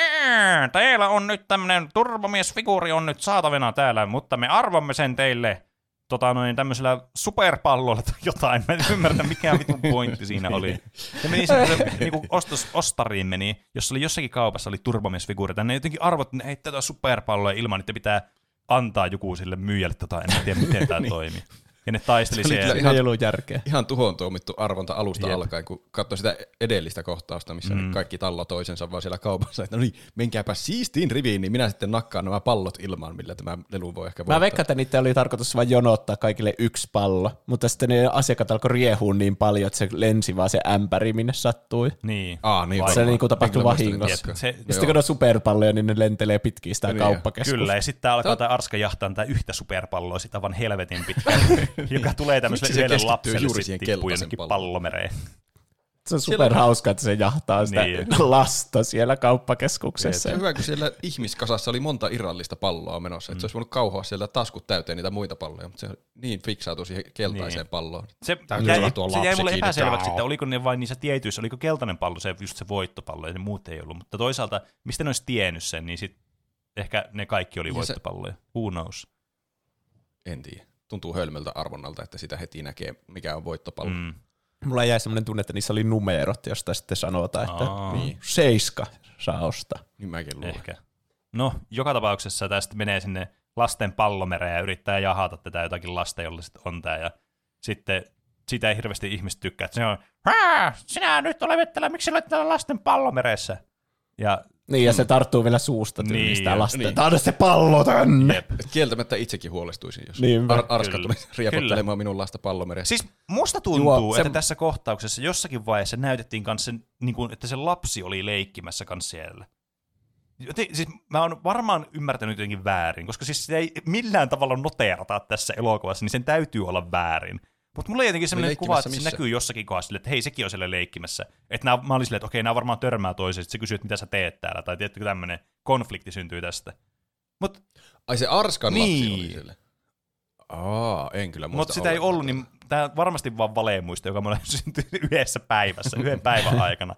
teillä on nyt tämmöinen turbomiesfiguuri on nyt saatavana täällä, mutta me arvomme sen teille tota noin tämmöisellä superpallolla tai jotain. Mä en ymmärrä, mikä vitun pointti siinä oli. Se meni sitten, niinku ostos, ostariin meni, jossa oli jossakin kaupassa oli turbomiesfiguuri, tänne jotenkin arvot, että ne heittää tätä superpalloa ilman, että pitää antaa joku sille myyjälle, tota, en tiedä miten tämä toimii. Ja ne taisteli Se oli siellä. kyllä Ihan ei ollut järkeä. Ihan tuhoon tuomittu arvonta alusta Jep. alkaen, kun katsoi sitä edellistä kohtausta, missä mm. kaikki tallo toisensa vaan siellä kaupassa, että no niin, menkääpä siistiin riviin, niin minä sitten nakkaan nämä pallot ilmaan, millä tämä lelu voi ehkä voittaa. Mä veikkaan, että niitä oli tarkoitus vain jonottaa kaikille yksi pallo, mutta sitten ne asiakkaat alkoi riehua niin paljon, että se lensi vaan se ämpäri, minne sattui. Niin. Aa, niin Vai- Se varmaan. niinku tapahtui En kyllä muista vahingossa. niitä Se- jatkoja. Ja sitten kun ne on superpalloja, niin ne lentelee pitkin sitä Niin, kauppakeskusta. Kyllä, ja sitten tää alkaa Tää- tämä Arska jahtaa tätä yhtä superpalloa, sitä vaan helvetin pitkään, joka tulee tämmöiselle Miksi se yhdelle keskittyy lapselle juuri sitten siihen tippuu keltaisen jonnekin palloon? pallomereen. Se on super hauska, että se jahtaa sitä Niin. lasta siellä kauppakeskuksessa. Se on hyvä, kun siellä ihmiskasassa oli monta irrallista palloa menossa, että se olisi voinut kauhoa sieltä taskut täyteen niitä muita palloja, mutta se on niin fiksaatu siihen keltaiseen Niin. palloon. Se, Täytyy jäi, olla tuo se jäi lapsi mulle kiinni. epäselväksi, Tau. että oliko ne vain niissä tietyissä, oliko keltainen pallo se just se voittopallo, ja ne muut ei ollut. Mutta toisaalta, mistä ne olisi tiennyt sen, niin sit ehkä ne kaikki oli Ja se- voittopalloja. Who knows? En tiedä. Tuntuu hölmöltä arvonnalta, että sitä heti näkee, mikä on voittopallo. Mm. Mulla jäi semmoinen tunne, että niissä oli numerot, josta sitten sanotaan, että Aa. niin, seiska saa ostaa. Niin mäkin luulen. Ehkä. No, joka tapauksessa tästä menee sinne lasten pallomereen ja yrittää jahata tätä jotakin lasta, jolla sitten on tää. Ja sitten siitä ei hirveästi ihmiset tykkää, että se on, Hää, sinä nyt olet täällä, miksi olet täällä lasten pallomeressä? Ja Niin, ja se tarttuu vielä suusta tyyliin Niin, sitä lasta. niin. Tää on se pallo tänne! jep. Et kieltämättä itsekin huolestuisin, jos Niin, Ar- Arska kyllä. tulisi riepottelemaan minun lasta pallomeressä. Siis musta tuntuu, Juo, se- että tässä kohtauksessa jossakin vaiheessa näytettiin kanssa, sen, niin kuin, että se lapsi oli leikkimässä kanssa siellä. Joten, siis mä oon varmaan ymmärtänyt jotenkin väärin, koska siis se ei millään tavalla noteerata tässä elokuvassa, niin sen täytyy olla väärin. Mutta mulla ei jotenkin sellainen kuva, että se missä? näkyy jossakin kohdassa sille, että hei, sekin on siellä leikkimässä. Että nää, mä olin silleen, että okei, nämä varmaan törmää toiseen, se kysyy, että mitä sä teet täällä, tai tiedätkö, tämmöinen konflikti syntyy tästä. Mut, Ai se Arskan lapsi Niin. oli siellä. Aa, en kyllä muista. mutta sitä ei ollenkaan ollut, niin tämä varmasti vaan valemuisto, joka mulle syntyi yhdessä päivässä, yhden päivän aikana.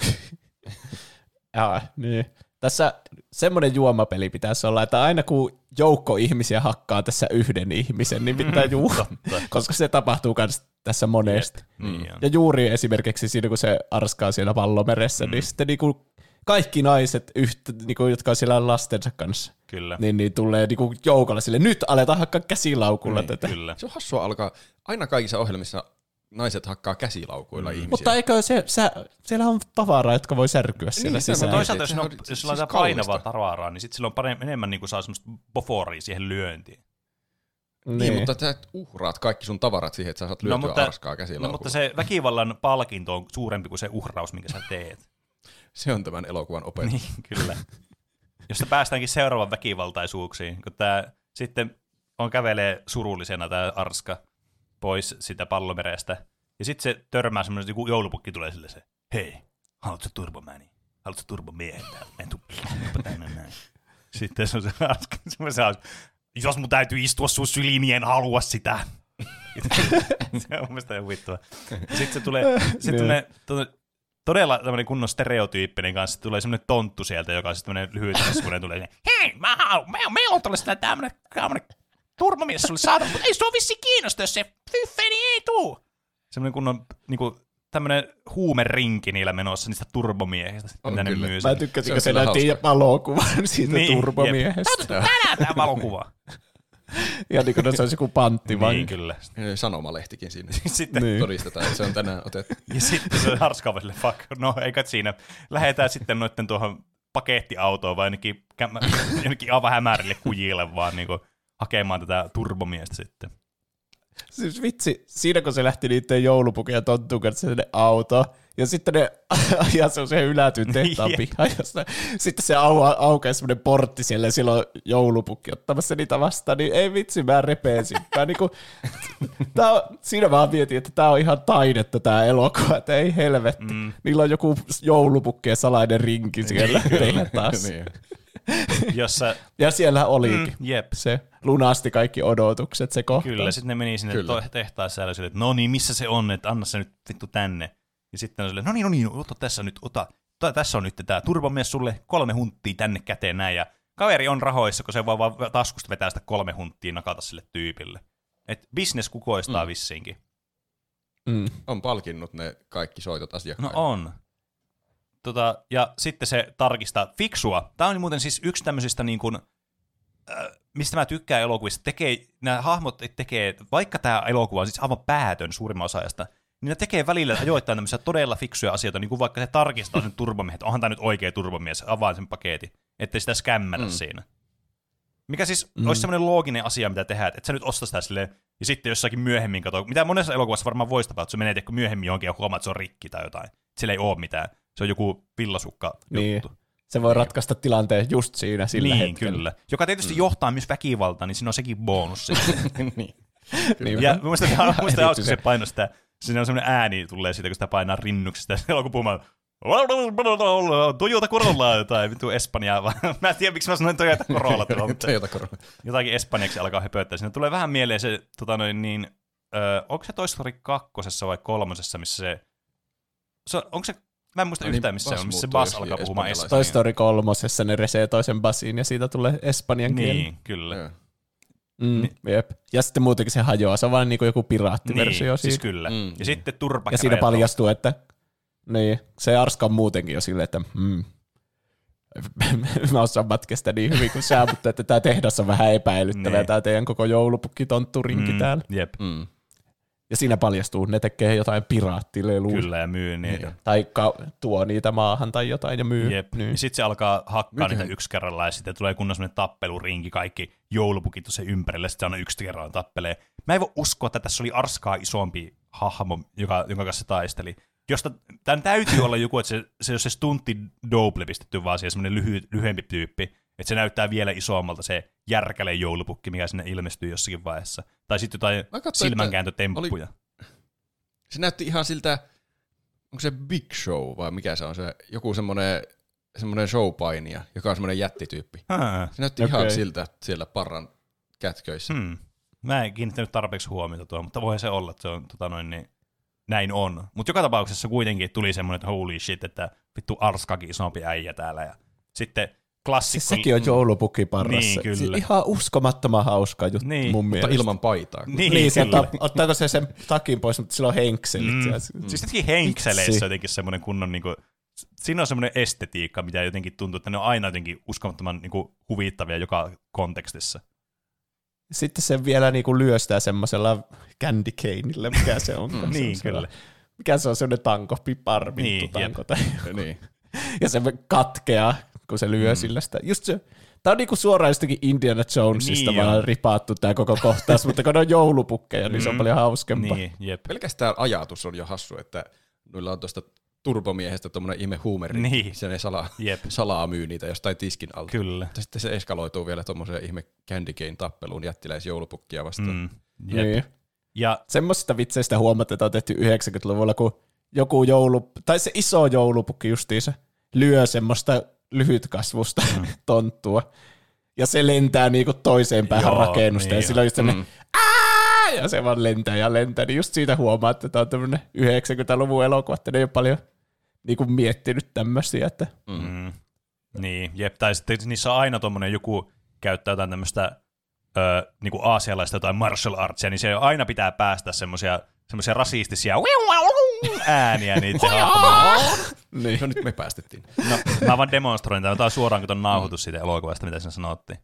Jaa, niin. Tässä semmoinen juomapeli pitäisi olla, että aina kun joukko ihmisiä hakkaa tässä yhden ihmisen, niin pitää juoda, koska se tapahtuu myös tässä monesti. Niin on. Ja juuri esimerkiksi siinä, kun se arskaa siellä pallomeressä, mm. niin sitten niinku kaikki naiset, yhtä, niinku, jotka on siellä lastensa kanssa, Kyllä. niin, niin tulee niinku joukolla sille, nyt aletaan hakkaa käsilaukulla Niin, tätä. kyllä. Se on hassua alkaa, aina kaikissa ohjelmissa naiset hakkaa käsilaukuilla mm. ihmisiä. Mutta eikö se, sä, siellä on tavaraa, jotka voi särkyä siellä Niin, se sisällä. on Toisaalta jos, Sehän on, on jos siis sillä on siis kallista. painavaa tavaraa, niin sitten sillä on paremmin, enemmän niin kuin saa semmoista boforia siihen lyöntiin. Niin, niin, mutta sä uhraat kaikki sun tavarat siihen, että sä saat lyötyä mutta, arskaa käsilaukulla. no, mutta se väkivallan palkinto on suurempi kuin se uhraus, minkä sä teet. Se on tämän elokuvan opetus. Niin, kyllä. Josta päästäänkin seuraavan väkivaltaisuuksiin, kun tää sitten on kävelee surullisena tää Arska pois sitä pallomerestä, Ja sitten se törmää semmoinen, joku joulupukki tulee sille se, hei, haluatko turbomäni? Haluatko turbomiehen täällä? En tuu tänne näin. Sitten se on se hauska, se hauska. Jos mun täytyy istua sun syliin, niin en halua sitä. Se on mun mielestä ihan vittua. Sitten se tulee, se tulee todella tämmöinen kunnon stereotyyppinen kanssa, tulee semmoinen tonttu sieltä, joka on sitten tämmöinen lyhyt, tulee hei, mä haluan, meillä on tällaista tämmöinen, tämmöinen turbomies sulle saatava, mutta ei sua vissi kiinnosta, jos se fyffeni ei tuu. Semmoinen kunnon niinku, tämmöinen huumerinki niillä menossa niistä turbomiehistä. On mitä ne kyllä. myy Mä tykkäsin, kun se näytti valokuvan siitä niin, turbomiehestä. Otettu tänään tämä valokuva. Ja niin kuin se olisi joku pantti vaan. Niin, kyllä. Sanomalehtikin siinä. Sitten niin. Todistetaan, että se on tänään otettu. Ja sitten se on harskaava sille, fuck, no eikä siinä. Lähdetään sitten noitten tuohon pakettiautoon vai jonnekin, jonnekin aivan hämärille kujille vaan niin kuin hakemaan tätä turbomiestä sitten. Siis vitsi, siinä kun se lähti niiden joulupukin ja tonttuun kanssa sinne autoon, ja sitten ne ajaa semmoisen ylätyn tehtaan pihaan, jossa sitten se au, aukeaa semmoinen portti siellä, ja silloin joulupukki ottamassa niitä vastaan, niin ei vitsi, mä repeesin. Mä niinku, tää on, siinä vaan mietin, että tää on ihan taidetta tää elokuva, että ei helvetti. Mm. Niillä on joku joulupukki ja salainen rinki siellä tehtaassa. Niin. Jossa, ja siellä olikin. Mm, jep. Se lunasti kaikki odotukset, se kohta. Kyllä, sitten ne meni sinne tehtaassa ja sille, että no niin, missä se on, että anna se nyt vittu tänne. Ja sitten on silleen, no niin, no niin, ota tässä nyt, ota, tässä on nyt tämä turbomies sulle, kolme hunttia tänne käteen näin. Ja kaveri on rahoissa, kun se voi vaan taskusta vetää sitä kolme hunttia nakata sille tyypille. Että business kukoistaa mm. vissiinkin. Mm. On palkinnut ne kaikki soitot asiakkaille. No on. Tota, ja sitten se tarkistaa fiksua. Tämä on muuten siis yksi tämmöisistä, niin kuin, äh, mistä mä tykkään elokuvista. Tekee, nämä hahmot tekee, vaikka tämä elokuva on siis aivan päätön suurimman osaajasta, niin ne tekee välillä ajoittain tämmöisiä todella fiksuja asioita, niin kuin vaikka se tarkistaa sen turbomies, että onhan tämä nyt oikea turbomies, avaa sen paketin, ettei sitä skämmätä mm. siinä. Mikä siis mm. olisi semmoinen looginen asia, mitä tehdään, että sä nyt ostaa sitä silleen, ja sitten jossakin myöhemmin kato, mitä monessa elokuvassa varmaan voisi tapahtua, että se menee tehkö myöhemmin johonkin ja huomaa, että se on rikki tai jotain. Sillä ei ole mitään. Se on joku villasukka niin. juttu. Se voi ratkaista tilanteen just siinä sillä niin, hetkellä. Kyllä. Joka tietysti mm. johtaa myös väkivaltaan, niin siinä on sekin bonus. niin. Ja muistan, muistan hauska, se paino sitä, siinä on semmoinen ääni tulee siitä, kun sitä painaa rinnuksista, ja se alkoi puhumaan Toyota Corolla tai vittu Espanjaa, vaan mä en tiedä, miksi mä sanoin Toyota Corolla. Toyota Corolla. Jotakin espanjaksi alkaa höpöttää. Siinä tulee vähän mieleen se, tota noin, niin, ö, onko se Toy Story kakkosessa vai kolmosessa, missä se, se onko se, mä en muista no, yhtään, missä niin, se on, missä se Buzz alkaa puhumaan espanjaa. Toy Story kolmosessa ne resee toisen Buzzin ja siitä tulee espanjan kieli. Niin, kyllä. Yeah. Mm, niin. Jep. Ja sitten muutenkin se hajoaa, se on vaan niinku joku piraattiversio niin, siitä. Siis kyllä. Mm. Ja sitten turpakäreet. Ja siinä paljastuu, että niin, se Arska on muutenkin jo silleen, että mm, mä osaan matkestä niin hyvin kuin sä, mutta että tämä tehdas on vähän epäilyttävä niin. Tämä teidän koko joulupukkitontturinki mm, täällä. Jep. Mm. Ja siinä paljastuu, ne tekee jotain piraattileluja. Kyllä, ja myy niitä. Tai ka- tuo niitä maahan tai jotain ja myy. Jep. Niin. Ja sitten se alkaa hakkaa Mikä? niitä yksi kerralla, ja sitten tulee kunnon semmoinen tappelurinki, kaikki joulupukit tuossa ympärille, sitten se aina yksi kerralla tappelee. Mä en voi uskoa, että tässä oli Arskaa isompi hahmo, joka, jonka kanssa se taisteli. Josta tämän täytyy olla joku, että se, se jos se stuntti double pistetty vaan siihen semmoinen lyhy, lyhyempi tyyppi, että se näyttää vielä isommalta se järkäle joulupukki, mikä sinne ilmestyy jossakin vaiheessa. Tai sitten jotain silmänkääntötemppuja. Oli, se näytti ihan siltä, onko se Big Show vai mikä se on, se joku semmoinen, semmoinen showpainija, joka on semmoinen jättityyppi. Haa. Se näytti okay. ihan siltä siellä parran kätköissä. Hmm. Mä en kiinnittänyt tarpeeksi huomiota tuohon, mutta voi se olla, että se on tota noin niin näin on. Mutta joka tapauksessa kuitenkin tuli semmoinen, että holy shit, että vittu Arskakin isompi äijä täällä. Ja sitten klassikko. Siis sekin on joulupukki parrassa. Niin, kyllä. Siis ihan uskomattoman hauska juttu niin. mun mielestä. Mutta ilman paitaa. Niin, niin se ottaa, ottaako se sen takin pois, mutta sillä on henkselit. Mm. Mm. Siis jotenkin henkseleissä jotenkin semmoinen kunnon, niin kuin, siinä on semmoinen estetiikka, mitä jotenkin tuntuu, että ne on aina jotenkin uskomattoman niin kuin, huvittavia joka kontekstissa. Sitten se vielä niinku lyöstää semmoisella candy caneillä, mikä se on. niin, se kyllä. Mikä se on semmoinen tanko, pipar, niin, tanko. Tai niin. Ja se katkeaa, kun se lyö mm. sillä sitä. Just se, tää on niinku suoraan jostakin Indiana Jonesista niin, vaan jo. ripaattu tää koko kohtaus, mutta kun ne on joulupukkeja, niin mm. se on paljon hauskempaa. Niin, jep. Pelkästään ajatus on jo hassu, että noilla on tuosta turbomiehestä tommonen ihme huumeri. Niin. Se ne salaa, salaa myy niitä jostain tiskin alta. Kyllä. Mutta sitten se eskaloituu vielä tommoseen ihme candy cane tappeluun jättiläisjoulupukkia vastaan. Mm. Jep. Niin. Ja semmoisista vitseistä huomataan, että on tehty yhdeksänkymmentäluvulla, kun joku joulu, tai se iso joulupukki justiinsa, lyö semmoista lyhytkasvusta mm. tonttua. Ja se lentää niinku toiseen päähän Joo, rakennusta. Niin ja sillä on just semmoinen, mm. ja se vaan lentää ja lentää. Niin just siitä huomaa, että tämä on tämmöinen yhdeksänkymmentäluvun elokuva, että ne ei ole paljon niinku miettinyt tämmöisiä. Että... Mm. Niin, jep. Tai sitten niissä on aina tommoinen joku käyttää jotain tämmöistä öö, niinku aasialaista jotain martial artsia, niin se aina pitää päästä semmoisia semmoisia rasistisia ääniä niitä hahmoja. Niin, no nyt me päästettiin. No, mä vaan demonstroin tämän, tämä suoraan kun ton nauhoitus siitä elokuvasta, mitä sen sanottiin.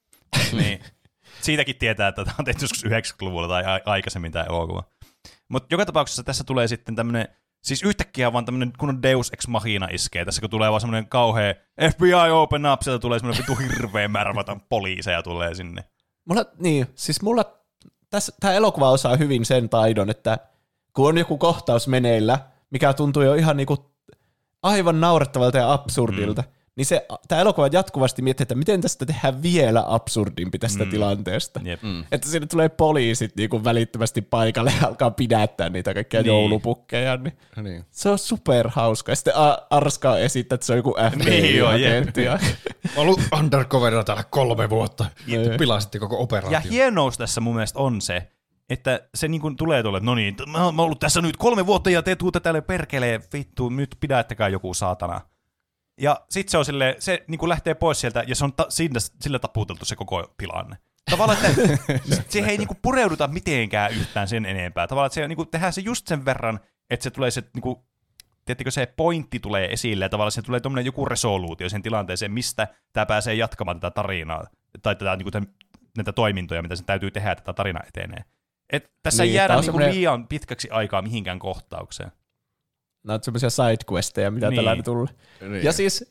Niin, siitäkin tietää, että tämä on tehty joskus yhdeksänkymmentäluvulla tai a- aikaisemmin tämä elokuva. Mutta joka tapauksessa tässä tulee sitten tämmöinen, siis yhtäkkiä vaan tämmöinen kunnon Deus Ex Machina iskee, tässä kun tulee vaan semmoinen kauhea F B I open up, sieltä tulee semmoinen vitu hirveä märvätä poliiseja tulee sinne. Mulla, niin, siis mulla tässä, tämä elokuva osaa hyvin sen taidon, että kun on joku kohtaus meneillä, mikä tuntuu jo ihan niinku aivan naurettavalta ja absurdilta, mm. niin se, tämä elokuva jatkuvasti miettii, että miten tästä tehdään vielä absurdimpi tästä mm. tilanteesta. Yep. Mm. Että sinne tulee poliisit niinku välittömästi paikalle ja alkaa pidättää niitä kaikkia niin. joulupukkeja. Niin niin. Se on superhauska. Ja sitten Arska esittää, että se on joku F B I-agentti. Niin, on ollut undercoverilla täällä kolme vuotta. Pilasitte koko operaatio. Ja hienous tässä mun mielestä on se, että se niin kuin tulee tuolle, että no niin, mä oon ollut tässä nyt kolme vuotta ja te tuutte täällä perkeleen, vittu, nyt pidättäkää joku saatana. Ja sit se on silleen, se niin kuin lähtee pois sieltä ja se on ta- sillä, sillä taputeltu se koko tilanne. Tavallaan, että siihen ei niin kuin pureuduta mitenkään yhtään sen enempää. Tavallaan, että se niin kuin tehdään se just sen verran, että se tulee se, niin kuin, tiedättekö, se pointti tulee esille ja tavallaan se tulee tommoinen joku resoluutio sen tilanteeseen, mistä tämä pääsee jatkamaan tätä tarinaa tai tätä, niin kuin tämän, näitä toimintoja, mitä sen täytyy tehdä, että tämä tarina etenee. Et tässä niin, ei jäädä niinku semmoinen liian pitkäksi aikaa mihinkään kohtaukseen. Nämä on semmoisia sidequesteja, mitä niin. tällä tulee. Niin. Ja siis,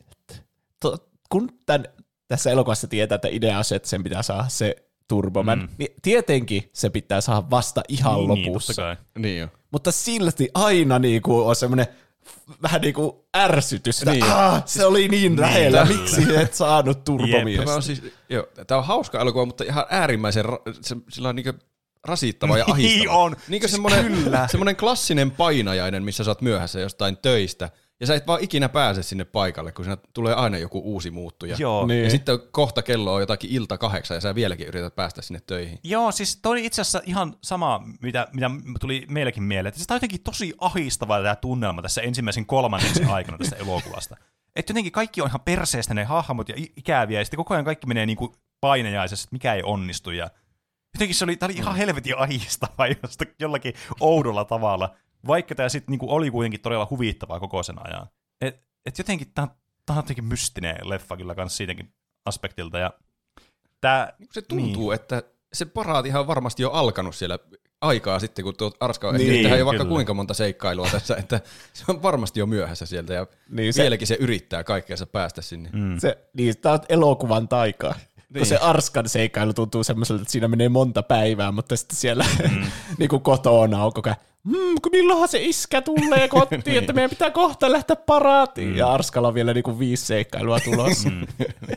to, kun tämän, tässä elokuvassa tietää, että idea on se, että sen pitää saada se Turboman, mm. niin tietenkin se pitää saada vasta ihan niin, lopussa. Niin, niin jo. Mutta silti aina niinku on semmoinen vähän niinku ärsytys. Niin. Ah, se oli niin lähellä, niin. Miksi et saanut Turbomiestä? Tämä on, siis, on hauska elokuva, mutta ihan äärimmäisen, se, sillä on niinku rasittava ja ahistava. Niin on, niin kuin semmoinen, semmoinen klassinen painajainen, missä sä oot myöhässä jostain töistä, ja sä et vaan ikinä pääse sinne paikalle, kun siinä tulee aina joku uusi muuttuja. Joo. Niin. Niin. Ja sitten kohta kello on jotakin ilta kahdeksan, ja sä vieläkin yrität päästä sinne töihin. Joo, siis toi itse asiassa ihan sama, mitä, mitä tuli meillekin mieleen. Että tämä on jotenkin tosi ahistava tämä tunnelma tässä ensimmäisen kolmanneksen aikana tästä elokuvasta. Että jotenkin kaikki on ihan perseestä ne hahmot ja ikäviä, ja sitten koko ajan kaikki menee niin kuin painajaisessa, että mikä ei onnistu, ja jotenkin se oli, tämä oli ihan helvetin ahistava jollakin oudolla tavalla, vaikka tämä sitten niinku oli kuitenkin todella huvittavaa koko sen ajan. Et, et jotenkin tämä on jotenkin mystinen leffa kyllä kans siitäkin aspektilta. Ja tää, se tuntuu, niin. että se paraatihan on varmasti jo alkanut siellä aikaa sitten, kun tuo Arska on niin, ehtinyt tehdä jo vaikka kuinka monta seikkailua tässä, että se on varmasti jo myöhässä sieltä ja niin se, vieläkin se yrittää kaikkeensa päästä sinne. Mm. Se, niin, tämä on elokuvan taikaa. Niin. Kun se Arskan seikkailu tuntuu semmoiselta, että siinä menee monta päivää, mutta sitten siellä mm. niin kuin kotona on koko ajan, mmm, milloinhan se iskä tulee kotiin, niin. että meidän pitää kohta lähteä paraatiin. Mm. Ja Arskalla on vielä niin kuin viisi seikkailua tulossa. Mm.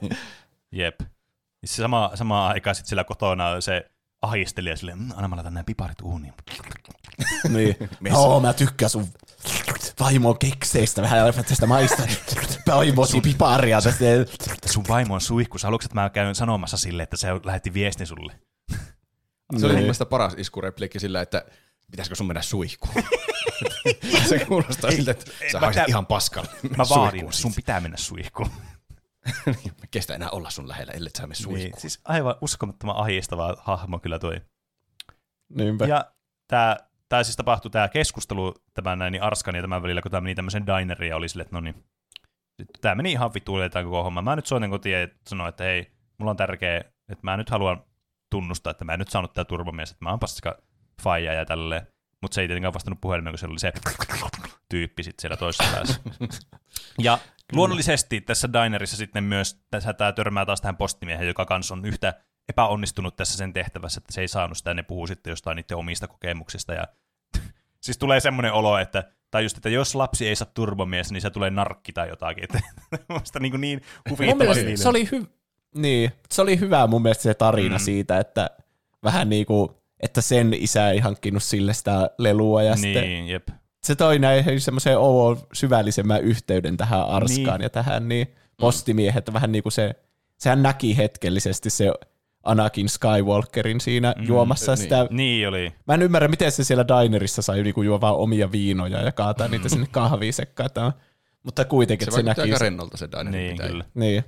Jep. Sama, samaan aikaan sitten siellä kotona se ahistelija silleen, mmm, anna mä laitan nämä piparit uuniin. Niin. Joo, mä tykkään sun vaimon kekseistä vähän tästä maista. Vaimosi piparia tästä. Sun vaimo on suihkus. Haluatko, että mä käyn sanomassa sille, että se lähetti viestin sulle? Se oli mun mielestä paras iskurepliikki sillä, että pitäisikö sun mennä suihkuun? Se kuulostaa siltä, että sä haisit ihan paskalle. Mä vaadin, sun pitää mennä suihkuun. Mä kestä enää olla sun lähellä, ellei sä mene suihkuun. Niin, siis aivan uskomattoman ahistava hahmo kyllä toi. Niinpä. Ja tää, tää siis tapahtui tää keskustelu tämän näin niin Arskan ja tämän välillä, kun tää meni tämmöisen dineriin ja oli silleen, että no niin, tää meni ihan vittuille tämän koko homma. Mä nyt soitin kotiin ja sanoin, että hei, mulla on tärkeä, että mä nyt haluan tunnustaa, että mä en nyt saanut tää turvamies, että mä oon paska faija ja tälleen. Mutta se ei tietenkään vastannut puhelimeen, kun siellä oli se tyyppi sitten siellä toisessa päässä. Ja luonnollisesti tässä dinerissa sitten myös, tässä tämä törmää taas tähän postimiehen, joka kanssa on yhtä epäonnistunut tässä sen tehtävässä, että se ei saanut sitä, ja ne puhuu sitten jostain niiden omista kokemuksista. Ja siis tulee semmoinen olo, että, tai just, että jos lapsi ei saa turbomies, niin se tulee narkki tai jotakin. Että niin, niin huvittavasti. Se oli, hy- niin, se oli hyvä mun mielestä se tarina mm. siitä, että vähän niin kuin että sen isä ei hankkinut sille sitä lelua. Ja niin, sitten jep. se toi näin semmoisen O syvällisemmän yhteyden tähän Arskaan niin. ja tähän niin postimiehet. Vähän niin kuin se, sehän näki hetkellisesti se Anakin Skywalkerin siinä mm, juomassa niin. sitä. Niin oli. Mä en ymmärrä, miten se siellä dinerissa sai niinku juovaa omia viinoja ja kaataa mm. niitä sinne kahviin sekkaan. Mutta kuitenkin, se, se näki. Se aika rennolta se diner. Niin, kyllä. Niin.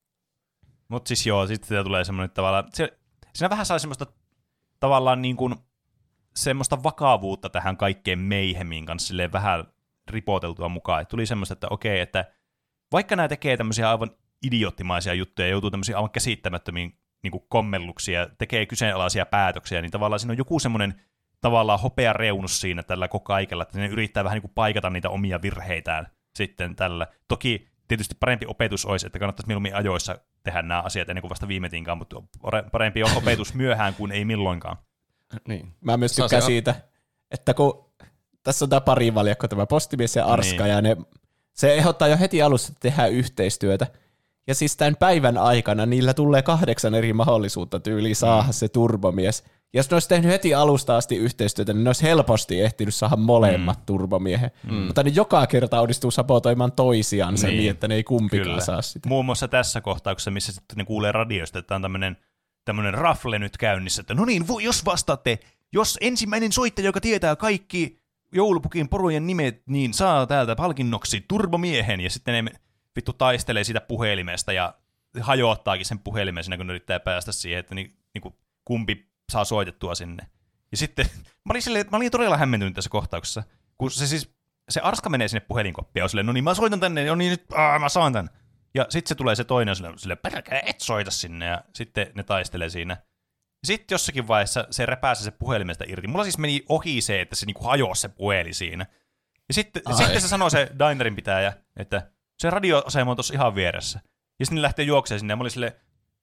Mutta siis joo, sitten sitä tulee semmoinen tavallaan, se, siinä vähän sai semmoista tavallaan niin kuin, semmoista vakavuutta tähän kaikkeen meihemiin kanssa silleen vähän ripoteltua mukaan. Et tuli semmoista, että okei, että vaikka nämä tekee tämmöisiä aivan idioottimaisia juttuja ja joutuu tämmöisiä aivan käsittämättömiin niin kuin kommelluksia, tekee kyseenalaisia päätöksiä, niin tavallaan siinä on joku semmoinen tavallaan hopea reunus siinä tällä koko aikella, että ne yrittää vähän niin kuin paikata niitä omia virheitään sitten tällä. Toki tietysti parempi opetus olisi, että kannattaisi mieluummin ajoissa tehdä nämä asiat ennen kuin vasta viimetiinkaan, mutta parempi on opetus myöhään kuin ei milloinkaan. Niin. Mä myös tykkään siitä, että kun tässä on tämä parivaljakko, tämä postimies ja Arska, niin. ja ne, se ehdottaa jo heti alussa, että tehdään yhteistyötä. Ja siis tämän päivän aikana niillä tulee kahdeksan eri mahdollisuutta tyyliin saada mm. se turbomies. Ja jos ne olisi tehnyt heti alusta asti yhteistyötä, niin ne olisi helposti ehtinyt saada molemmat mm. turbomiehen. Mm. Mutta ne joka kerta onnistuu sabotoimaan toisiansa niin, niin että ne ei kumpikaan Kyllä. saa sitä. Muun muassa tässä kohtauksessa, missä sitten ne kuulee radiosta, että on tämmöinen tämmöinen rafle nyt käynnissä, että no niin, jos vastaatte, jos ensimmäinen soittaja, joka tietää kaikki joulupukin porujen nimet, niin saa täältä palkinnoksi turbomiehen, ja sitten ne vittu taistelee siitä puhelimesta ja hajoattaakin sen puhelimen siinä, kun ne yrittää päästä siihen, että ni, niin kumpi saa soitettua sinne. Ja sitten mä olin, silleen, mä olin todella hämmentynyt tässä kohtauksessa, kun se siis, se Arska menee sinne puhelinkoppiin ja on silleen, no niin mä soitan tänne, no niin nyt, aah, mä saan tän. Ja sitten se tulee se toinen silleen, silleen pärkää, et soita sinne, ja sitten ne taistelee siinä. Ja sitten jossakin vaiheessa se repääsee se puhelimesta irti. Mulla siis meni ohi se, että se niinku hajosi se puhelin siinä. Ja sitten, sitten se sanoo se dinerin pitäjä, että se radioasema on tuossa ihan vieressä. Ja sitten ne lähtee juoksemaan sinne, ja mä olin silleen,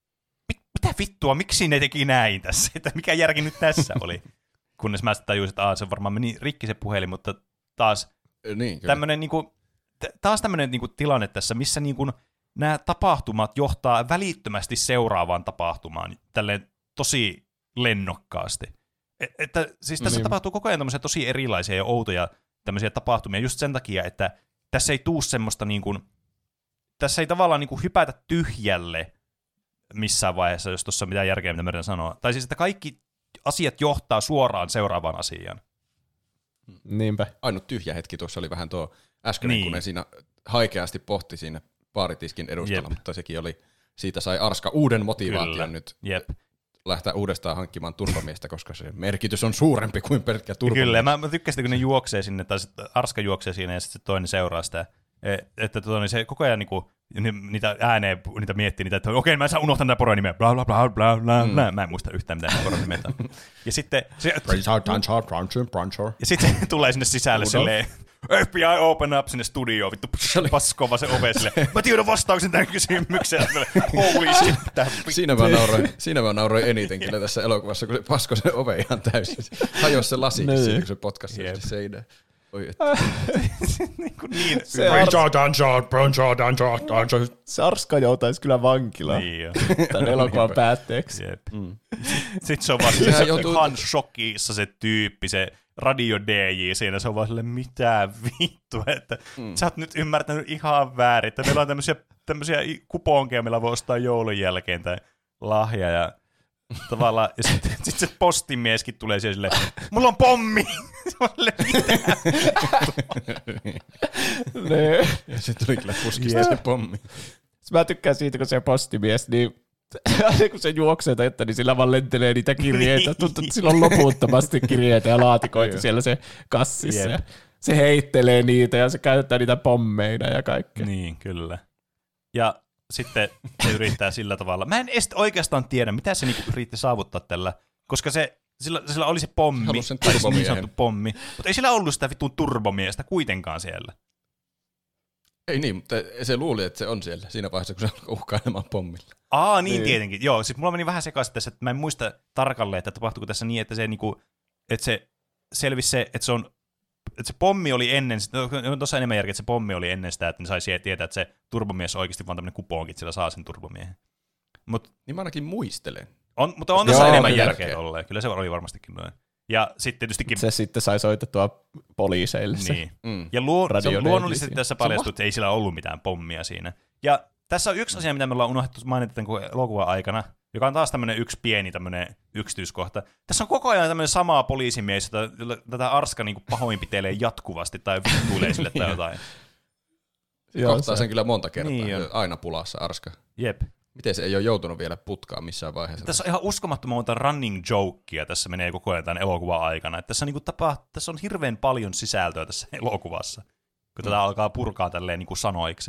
mitä vittua, miksi ne teki näin tässä? Että mikä järki nyt tässä oli? Kunnes mä sitten tajusin, että aah, se varmaan meni rikki se puhelin, mutta taas niin, tämmöinen niinku, taas tämmöinen niinku tilanne tässä, missä niinku nämä tapahtumat johtaa välittömästi seuraavaan tapahtumaan, tälleen tosi lennokkaasti. Et, että, siis tässä niin. tapahtuu koko ajan tämmöisiä tosi erilaisia ja outoja tämmöisiä tapahtumia just sen takia, että tässä ei tuu semmoista niin kuin, tässä ei tavallaan niin kuin hypätä tyhjälle missään vaiheessa, jos tuossa on mitään järkeä, mitä mä yritän sanoa. Tai siis, että kaikki asiat johtaa suoraan seuraavaan asiaan. Niinpä. Ainut tyhjä hetki tuossa oli vähän tuo äskeinen, niin. kun ne siinä haikeasti pohti siinä baaritiskin edustalla, Jep. mutta sekin oli, siitä sai Arska uuden motivaation Kyllä. nyt. Jep. lähteä uudestaan hankkimaan turvamiestä, koska se merkitys on suurempi kuin pelkkä turvamies. Kyllä, mä, mä tykkäsin, kun ne juoksee sinne, tai sitten Arska juoksee siinä ja sitten toinen seuraa sitä. Että tuota, niin se koko ajan niinku, niitä ääneen, niitä miettii niitä, että okei, mä en saa unohtaa näitä porojen nimeä, bla bla bla bla bla, mm. mä en muista yhtään mitään poron nimeä. Ja sitten se, ja sitten se tulee sinne sisälle silleen, F B I open up sinne studioon, vittu paskova se ove silleen, mä tiedän vastauksen tähän kysymykseen, holy shit. Siinä mä nauroin, siinä mä nauroin eniten kyllä tässä elokuvassa, kun se paskoi se ove ihan täysin. Hajosi se lasikin siinä, kun se potkasi yep. seinään. Oi, niin, se, se Arska joutaisi kyllä vankilaan niin tämän elokuvan päätteeksi. Mm. Sitten se on vaan se joutuu... ihan shokissa se tyyppi, se radio D J siinä, se on vaan silleen, mitä vittua, että mm. sä oot nyt ymmärtänyt ihan väärin, että meillä on tämmöisiä, tämmöisiä kuponkeja, millä voi ostaa joulun jälkeen tai lahja ja tavallaan, ja sitten sit se postimieskin tulee siihen silleen, mulla on pommi! Se on silleen, mitä? Ne. Ja se tuli kyllä puskista se pommi. Mä tykkään siitä, kun se postimies, niin kun se juoksee että niin sillä vaan lentelee niitä kirjeitä. Tuntuu, että sillä on loputtomasti kirjeitä ja laatikoita siellä se kassissa. Yep. Se heittelee niitä ja se käyttää niitä pommeina ja kaikkea. Niin, kyllä. Ja sitten se yrittää sillä tavalla. Mä en edes oikeastaan tiedä, mitä se niinku yritti saavuttaa tällä, koska se, sillä, sillä oli se pommi, niin sanottu pommi, mutta ei sillä ollut sitä vitun turbomiestä kuitenkaan siellä. Ei niin, mutta se luuli, että se on siellä siinä vaiheessa, kun se alkoi uhkailemaan pommilla. Aa, niin, niin tietenkin. Joo, siis mulla meni vähän sekaisin tässä, että mä en muista tarkalleen, että tapahtuiko tässä niin, että se, niinku, että se selvisi se, että se on että se pommi oli ennen, on tuossa enemmän järkeä, että se pommi oli ennen sitä, että ne saisi tietää, että se turbomies on oikeasti vaan tämmöinen kuponki, että sillä saa sen turbomiehen. Mut, niin mä ainakin muistelen. On, mutta on tässä Joo, enemmän kyllä. järkeä tolleen. Kyllä se oli varmastikin noin. Ja sitten tietystikin... Se sitten sai soitettua poliiseille se. Niin. Mm. Ja luo, se on radioneiti luonnollisesti siinä. tässä paljastui, että ei sillä ollut mitään pommia siinä. Ja tässä on yksi asia, mitä me ollaan unohdettu mainita tämän elokuvan aikana, joka on taas tämmöinen yksi pieni tämmöinen yksityiskohta. Tässä on koko ajan tämmöinen sama poliisimies, jota tätä Arska niin kuin pahoinpitelee jatkuvasti tai vittuilee sille tai jotain. Joo, Kohtaa se- sen kyllä monta kertaa. Niin on. Aina pulassa Arska. Jep. Miten se ei ole joutunut vielä putkaan missään vaiheessa? Tässä on ihan uskomattoman monta running jokea tässä menee koko ajan tämän elokuvan aikana. Että tässä, niin kuin tapa, tässä on hirveän paljon sisältöä tässä elokuvassa, kun tätä alkaa purkaa tälleen niin kuin sanoiksi.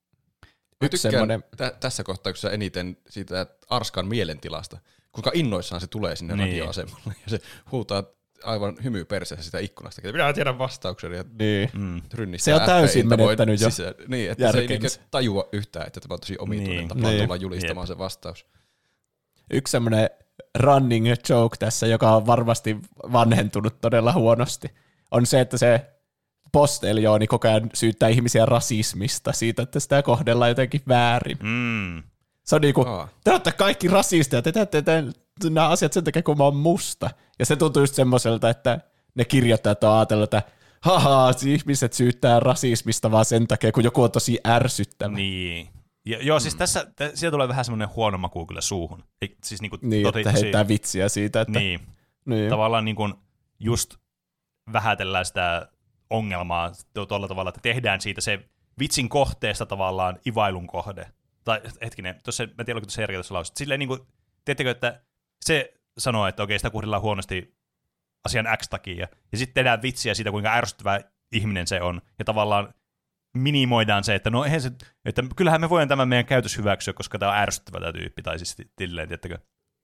Mä Yksi tykkään semmoinen- tä- tässä kohtauksessa eniten siitä Arskan mielentilasta, kuinka innoissaan se tulee sinne Niin. radioasemalle. Ja se huutaa aivan hymy perseessä sitä ikkunasta, että minä tiedän vastauksen. Ja Niin. Mm. rynnistää Se on täysin ähtäin tavoin menettänyt jo sisään. Niin, että se ei järkensä. niinku tajua yhtään, että tämä on tosi omituinen Niin. tapa Niin. tulla julistamaan se vastaus. Yksi semmoinen running joke tässä, joka on varmasti vanhentunut todella huonosti, on se, että se posteljooni koko ajan syyttää ihmisiä rasismista siitä, että sitä kohdellaan jotenkin väärin. Mm. Se on niinku, Aa. te olette kaikki rasisteja, te teette te, nämä asiat sen takia, kun mä oon musta. Ja se tuntuu just semmoiselta, että ne kirjoittajat on ajatellut, että haha, ihmiset syyttää rasismista vaan sen takia, kun joku on tosi ärsyttävä. Niin. Ja, joo, siis tässä, t- siellä tulee vähän semmoinen huono maku kyllä suuhun. Ei, siis niinku Niin, toti, että heittää vitsiä siitä, että Niin. niin. Tavallaan niin kuin just vähätellään sitä ongelmaa tu- tuolla tavalla, että tehdään siitä se vitsin kohteesta tavallaan ivailun kohde. Tai hetkinen, tuossa, mä en tiedä, oliko tuossa järkeä tuossa lausussa. Silleen niin kuin, tiedättekö, että se sanoo, että okei, sitä kohdellaan huonosti asian X takia, ja sitten tehdään vitsiä siitä, kuinka ärsyttävä ihminen se on, ja tavallaan minimoidaan se, että no eihän se, että kyllähän me voidaan tämän meidän käytös hyväksyä, koska tämä on ärsyttävä tämä tyyppi, tai siis tilleen, tiedättekö.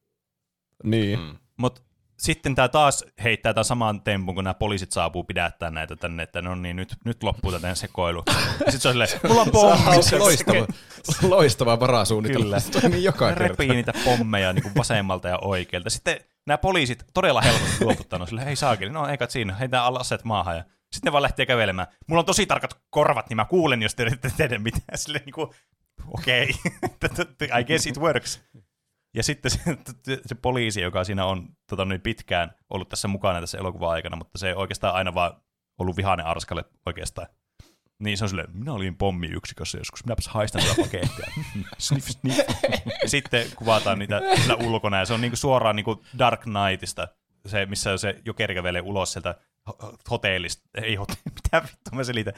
niin. Mm. Mutta sitten tämä taas heittää tämän saman tempun, kun nämä poliisit saapuu pidättää näitä tänne, että no niin, nyt, nyt loppuu tätä sekoilu. Ja sitten se on silleen, mulla on pommi. Se loistava, loistava varasuunnitelma. Kyllä. Se toimii joka kerta. Repii niitä pommeja niin kuin vasemmalta ja oikealta. Sitten nämä poliisit todella helposti luovuttanut sille, hei saakeli, no eikä siinä, heitään aseet maahan. Ja sitten ne vaan lähtee kävelemään. Mulla on tosi tarkat korvat, niin mä kuulen, jos te yritätte tehdä mitään. Silleen niin kuin, okei, okay. I guess it works. Ja sitten se, se poliisi, joka siinä on tota, niin pitkään ollut tässä mukana tässä elokuvan aikana, mutta se ei oikeastaan aina vaan ollut vihainen Arskalle oikeastaan. Niin se on silleen, minä olin pommiyksikössä joskus, minäpäs haistan tätä pakettia. Sniff, sniff. Ja sitten kuvataan niitä sillä ulkona, ja se on niinku suoraan niinku Dark Knightista, se, missä se Jokeri kävelee ulos sieltä hotellista, ei hotelli, mitä vittu mä selitän.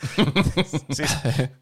Siis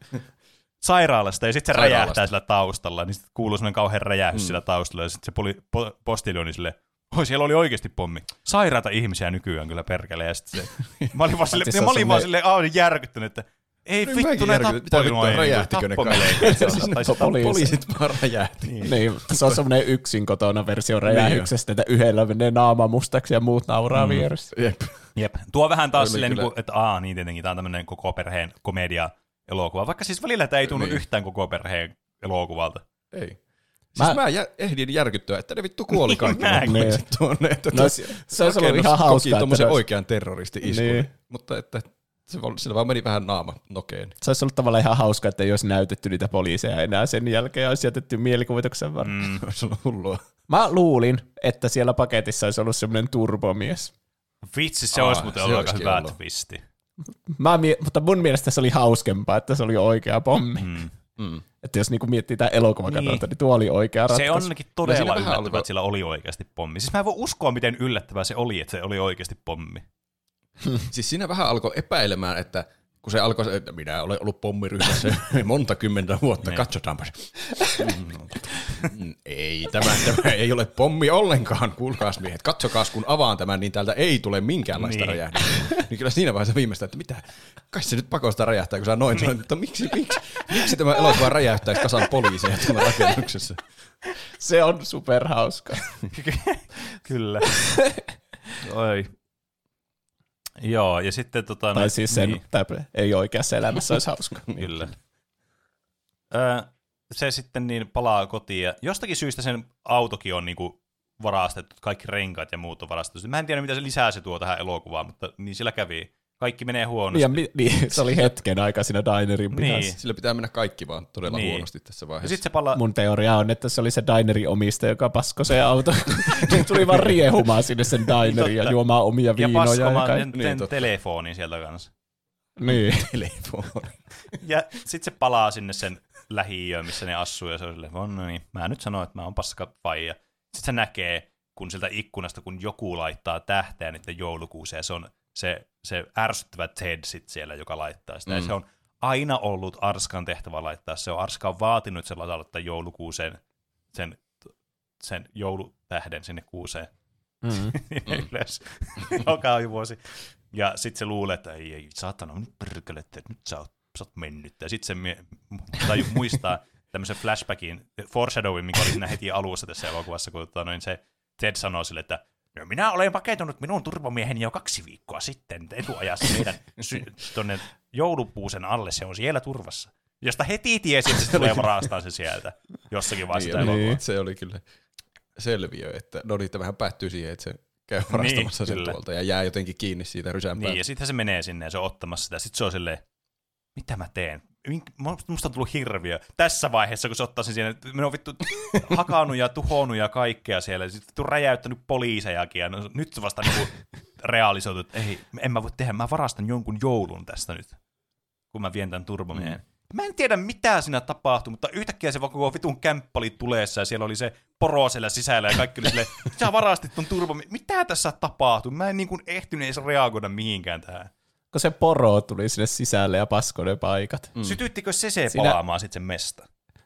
sairaalasta, ja sitten se Sairaalasta. räjähtää sillä taustalla, niin sitten kuuluu semmoinen kauhean räjähys mm. sillä taustalla, ja sitten se poli, po, postiljoni silleen, oi siellä oli oikeasti pommi. Sairaita ihmisiä nykyään kyllä perkele, ja sitten se, mä olin vaan silleen, Siis mä on olin vaan semmoinen- silleen, aah, järkyttynyt, että ei Niin vittu, mäkin ne järkytyin. Mitä vittua, tappoi räjähtikö ne tappomeleikeissä. Tai Po- poliisi. Poliisit vaan räjähti. Niin, se on semmoinen yksin kotona versio räjähyksestä, että yhdellä menee naama mustaksi ja muut nauraa mm. vieressä. Jep. Jep. Tuo vähän taas Oli silleen, kyllä- niin kuin, että aa, niin tietenkin, tämä on tämmöinen koko perheen komedia-elokuva. Vaikka siis välillä tämä ei tunnu Niin. yhtään koko perheen elokuvalta. Ei. Siis Mä- mä, mä jä, ehdin järkyttyä, että ne vittu kuoli kaikki Mäkin. mahdollisesti tuonne. Että No, tuossa se olisi ollut rakennus ihan hauskaa, koki että tommosen se olisi- oikean terroristi-iskun. Niin. Mutta että se, vaan- sillä vaan meni vähän naama nokeen. Se olisi ollut tavallaan ihan hauska, että ei olisi näytetty niitä poliiseja enää sen jälkeen ja olisi jätetty mielikuvituksen varmaan. Mm. Se on hullua. Mä luulin, että siellä paketissa olisi ollut semmoinen turbomies. Vitsi, se Aa, olisi muuten se ollut aika olisikin hyvä ollut. twisti. Mä mie- mutta mun mielestä se oli hauskempaa, että se oli oikea pommi. Mm. Mm. Että jos niinku miettii tämän elokuvan Niin. kannalta, niin tuo oli oikea ratkaisu. Se onkin No todella siinä vähän yllättävää, alkoi- että sillä oli oikeasti pommi. Siis mä en voi uskoa, miten yllättävää se oli, että se oli oikeasti pommi. Siis siinä vähän alkoi epäilemään, että kun se alkoi, se, että minä olen ollut pommiryhmässä monta kymmentä vuotta, Niin. katsotaanpas. Mm, ei, tämä, tämä ei ole pommi ollenkaan, kuulkaas miehet. Katsokaas, kun avaan tämän, niin täältä ei tule minkäänlaista Niin. räjähdystä. Niin kyllä siinä vaiheessa viimeistä, että mitä, kai se nyt pakosta räjähtää, kun sä noin sanoit, että miksi, miksi, miksi tämä elokuva räjähtäisi kasan poliiseja tuolla rakennuksessa. Se on superhauska. Kyllä. Oi. Joo, ja sitten tota... Tai no- siis sen, niin. tai ei oikeassa elämässä olisi hauska. Kyllä. Öö, se sitten niin palaa kotiin, ja jostakin syystä sen autokin on niinku varastettu, kaikki renkaat ja muut on varastettu. Mä en tiedä, mitä se lisää se tuo tähän elokuvaan, mutta niin sillä kävi. kaikki menee huonosti. Ja mi- niin, se oli hetken aika siinä dinerin pihassa. Niin. Sillä pitää mennä kaikki vaan todella Niin. huonosti tässä Ja vaiheessa. sit se pala... Mun teoria on, että se oli se dinerin omistaja, joka paskoi se auto. Tuli vaan riehumaan sinne sen dinerin ja Totta. juomaan omia Ja viinoja. paskomaan Ja sen, Niin, sen totta. telefonin sieltä kanssa. niin. Telefoni. Ja sit se palaa sinne sen lähiöön, missä ne asuu, ja se on silleen, no niin, mä nyt sanon, että mä oon paska faija. Sitten se näkee, kun sieltä ikkunasta, kun joku laittaa tähteä niiden joulukuuseen, ja se on se, se ärsyttävä Ted sit siellä, joka laittaa sitä. Mm. Ja se on aina ollut Arskan tehtävä laittaa. Se on Arska on vaatinut, että se laittaa joulukuuseen sen, sen joulutähden sinne kuuseen. Mm. Ylös. Joka vuosi. Ja sitten se luulee, että ei, ei saatana, nyt perkele, että nyt sä oot, sä oot mennyt. Ja sitten se mie- tai muistaa tämmöisen flashbackin, foreshadowin, mikä oli siinä heti alussa tässä elokuvassa, kun tota, noin se Ted sanoo sille, että no, minä olen pakeutunut minun turvamieheni jo kaksi viikkoa sitten etuajassa meidän sy- tuonne joulupuusen alle, se on siellä turvassa. Josta heti tiesi, että se tulee varastaan se sieltä jossakin vaiheessa Niin, elokuvaa. niin. Se oli kyllä selviö, että no niin, tämähän päättyy siihen, että se käy varastamassa Niin, sen kyllä. tuolta ja jää jotenkin kiinni siitä rysän Niin, päältä. ja sitten se menee sinne ja se on ottamassa sitä. Sitten se on silleen, mitä mä teen? Mink- Musta on tullut hirviö. Tässä vaiheessa, kun se ottaa sen siihen, minä on vittu hakannut ja tuhonnut ja kaikkea siellä. Sitten vittu räjäyttänyt poliisejakin. Ja no, nyt se vasta niinku realisoitu, että ei, en mä voi tehdä. Mä varastan jonkun joulun tästä nyt, kun mä vien tämän turbomiehen. Mm. Mä en tiedä, mitä siinä tapahtui, mutta yhtäkkiä se vaan koko vitun kämppä oli tuleessa ja siellä oli se poro siellä sisällä ja kaikki oli silleen, sä varastit ton turbomiehen. Mitä tässä tapahtui? Mä en niin kuin ehtinyt edes reagoida mihinkään tähän. Kun se poro tuli sinne sisälle ja paskoi ne paikat. Mm. Sytyttikö se se Siinä- palaamaan sitten sen mesta?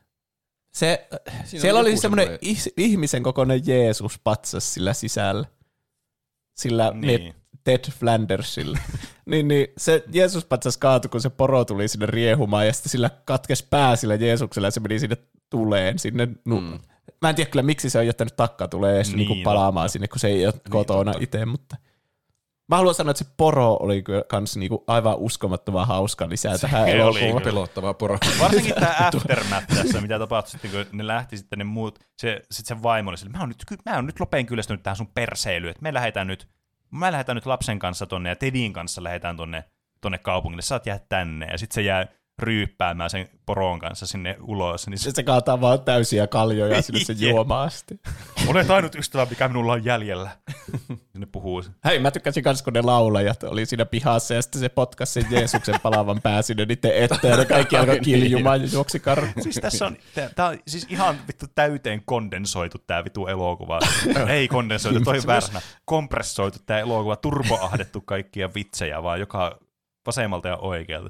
Se, Siinä siellä oli oli joku semmoinen semmoinen- is, ihmisen kokoinen Jeesus patsas sillä sisällä. Sillä Niin. niin. Ted Flandersilla. niin, niin se Jeesus patsas kaatui, kun se poro tuli sinne riehumaan ja sitten sillä katkesi pää sillä Jeesuksella ja se meni sinne tuleen. Sinne nu- mm. Mä en tiedä kyllä, miksi se on jättänyt takka tulee edes Niin, niin, niinku palaamaan totta. sinne, kun se ei ole kotona totta. itse, mutta mä haluan sanoa, että se poro oli kyllä kans niinku aivan uskomattoman hauska lisää tähän oli elokuvaan. kyllä. Pelottavaa poro. Varsinkin tämä Aftermath tässä, mitä tapahtui sitten, kun ne lähti sitten ne muut, se, sitten se vaimo oli sille, mä oon nyt, ky- mä oon nyt lopeen kyllästynyt tähän sun perseilyyn, että me lähdetään nyt, me lähdetään nyt lapsen kanssa tonne ja Tedin kanssa lähdetään tonne, tonne kaupungille, sä saat jää tänne, ja sitten se jää ryyppäämään sen poron kanssa sinne ulos, niin se, Se kaataa vaan täysiä kaljoja sinne se Jep. juomaan asti. olet ainut ystävä, mikä minulla on jäljellä. Ne puhuu. Hei, mä tykkäsin kans, kun ne laulajat oli siinä pihassa ja sitten se potkasi sen Jeesuksen palavan pää sinne niiden eteen ja ne kaikki alkoi kiljumaan ja juoksi karkuun. Siis tässä on, tää, tää on siis ihan vittu täyteen kondensoitu tää vittu elokuva. Ei kondensoitu, toi vääränä. Kompressoitu tää elokuva, turboahdettu kaikkia vitsejä, vaan joka vasemmalta ja oikealta.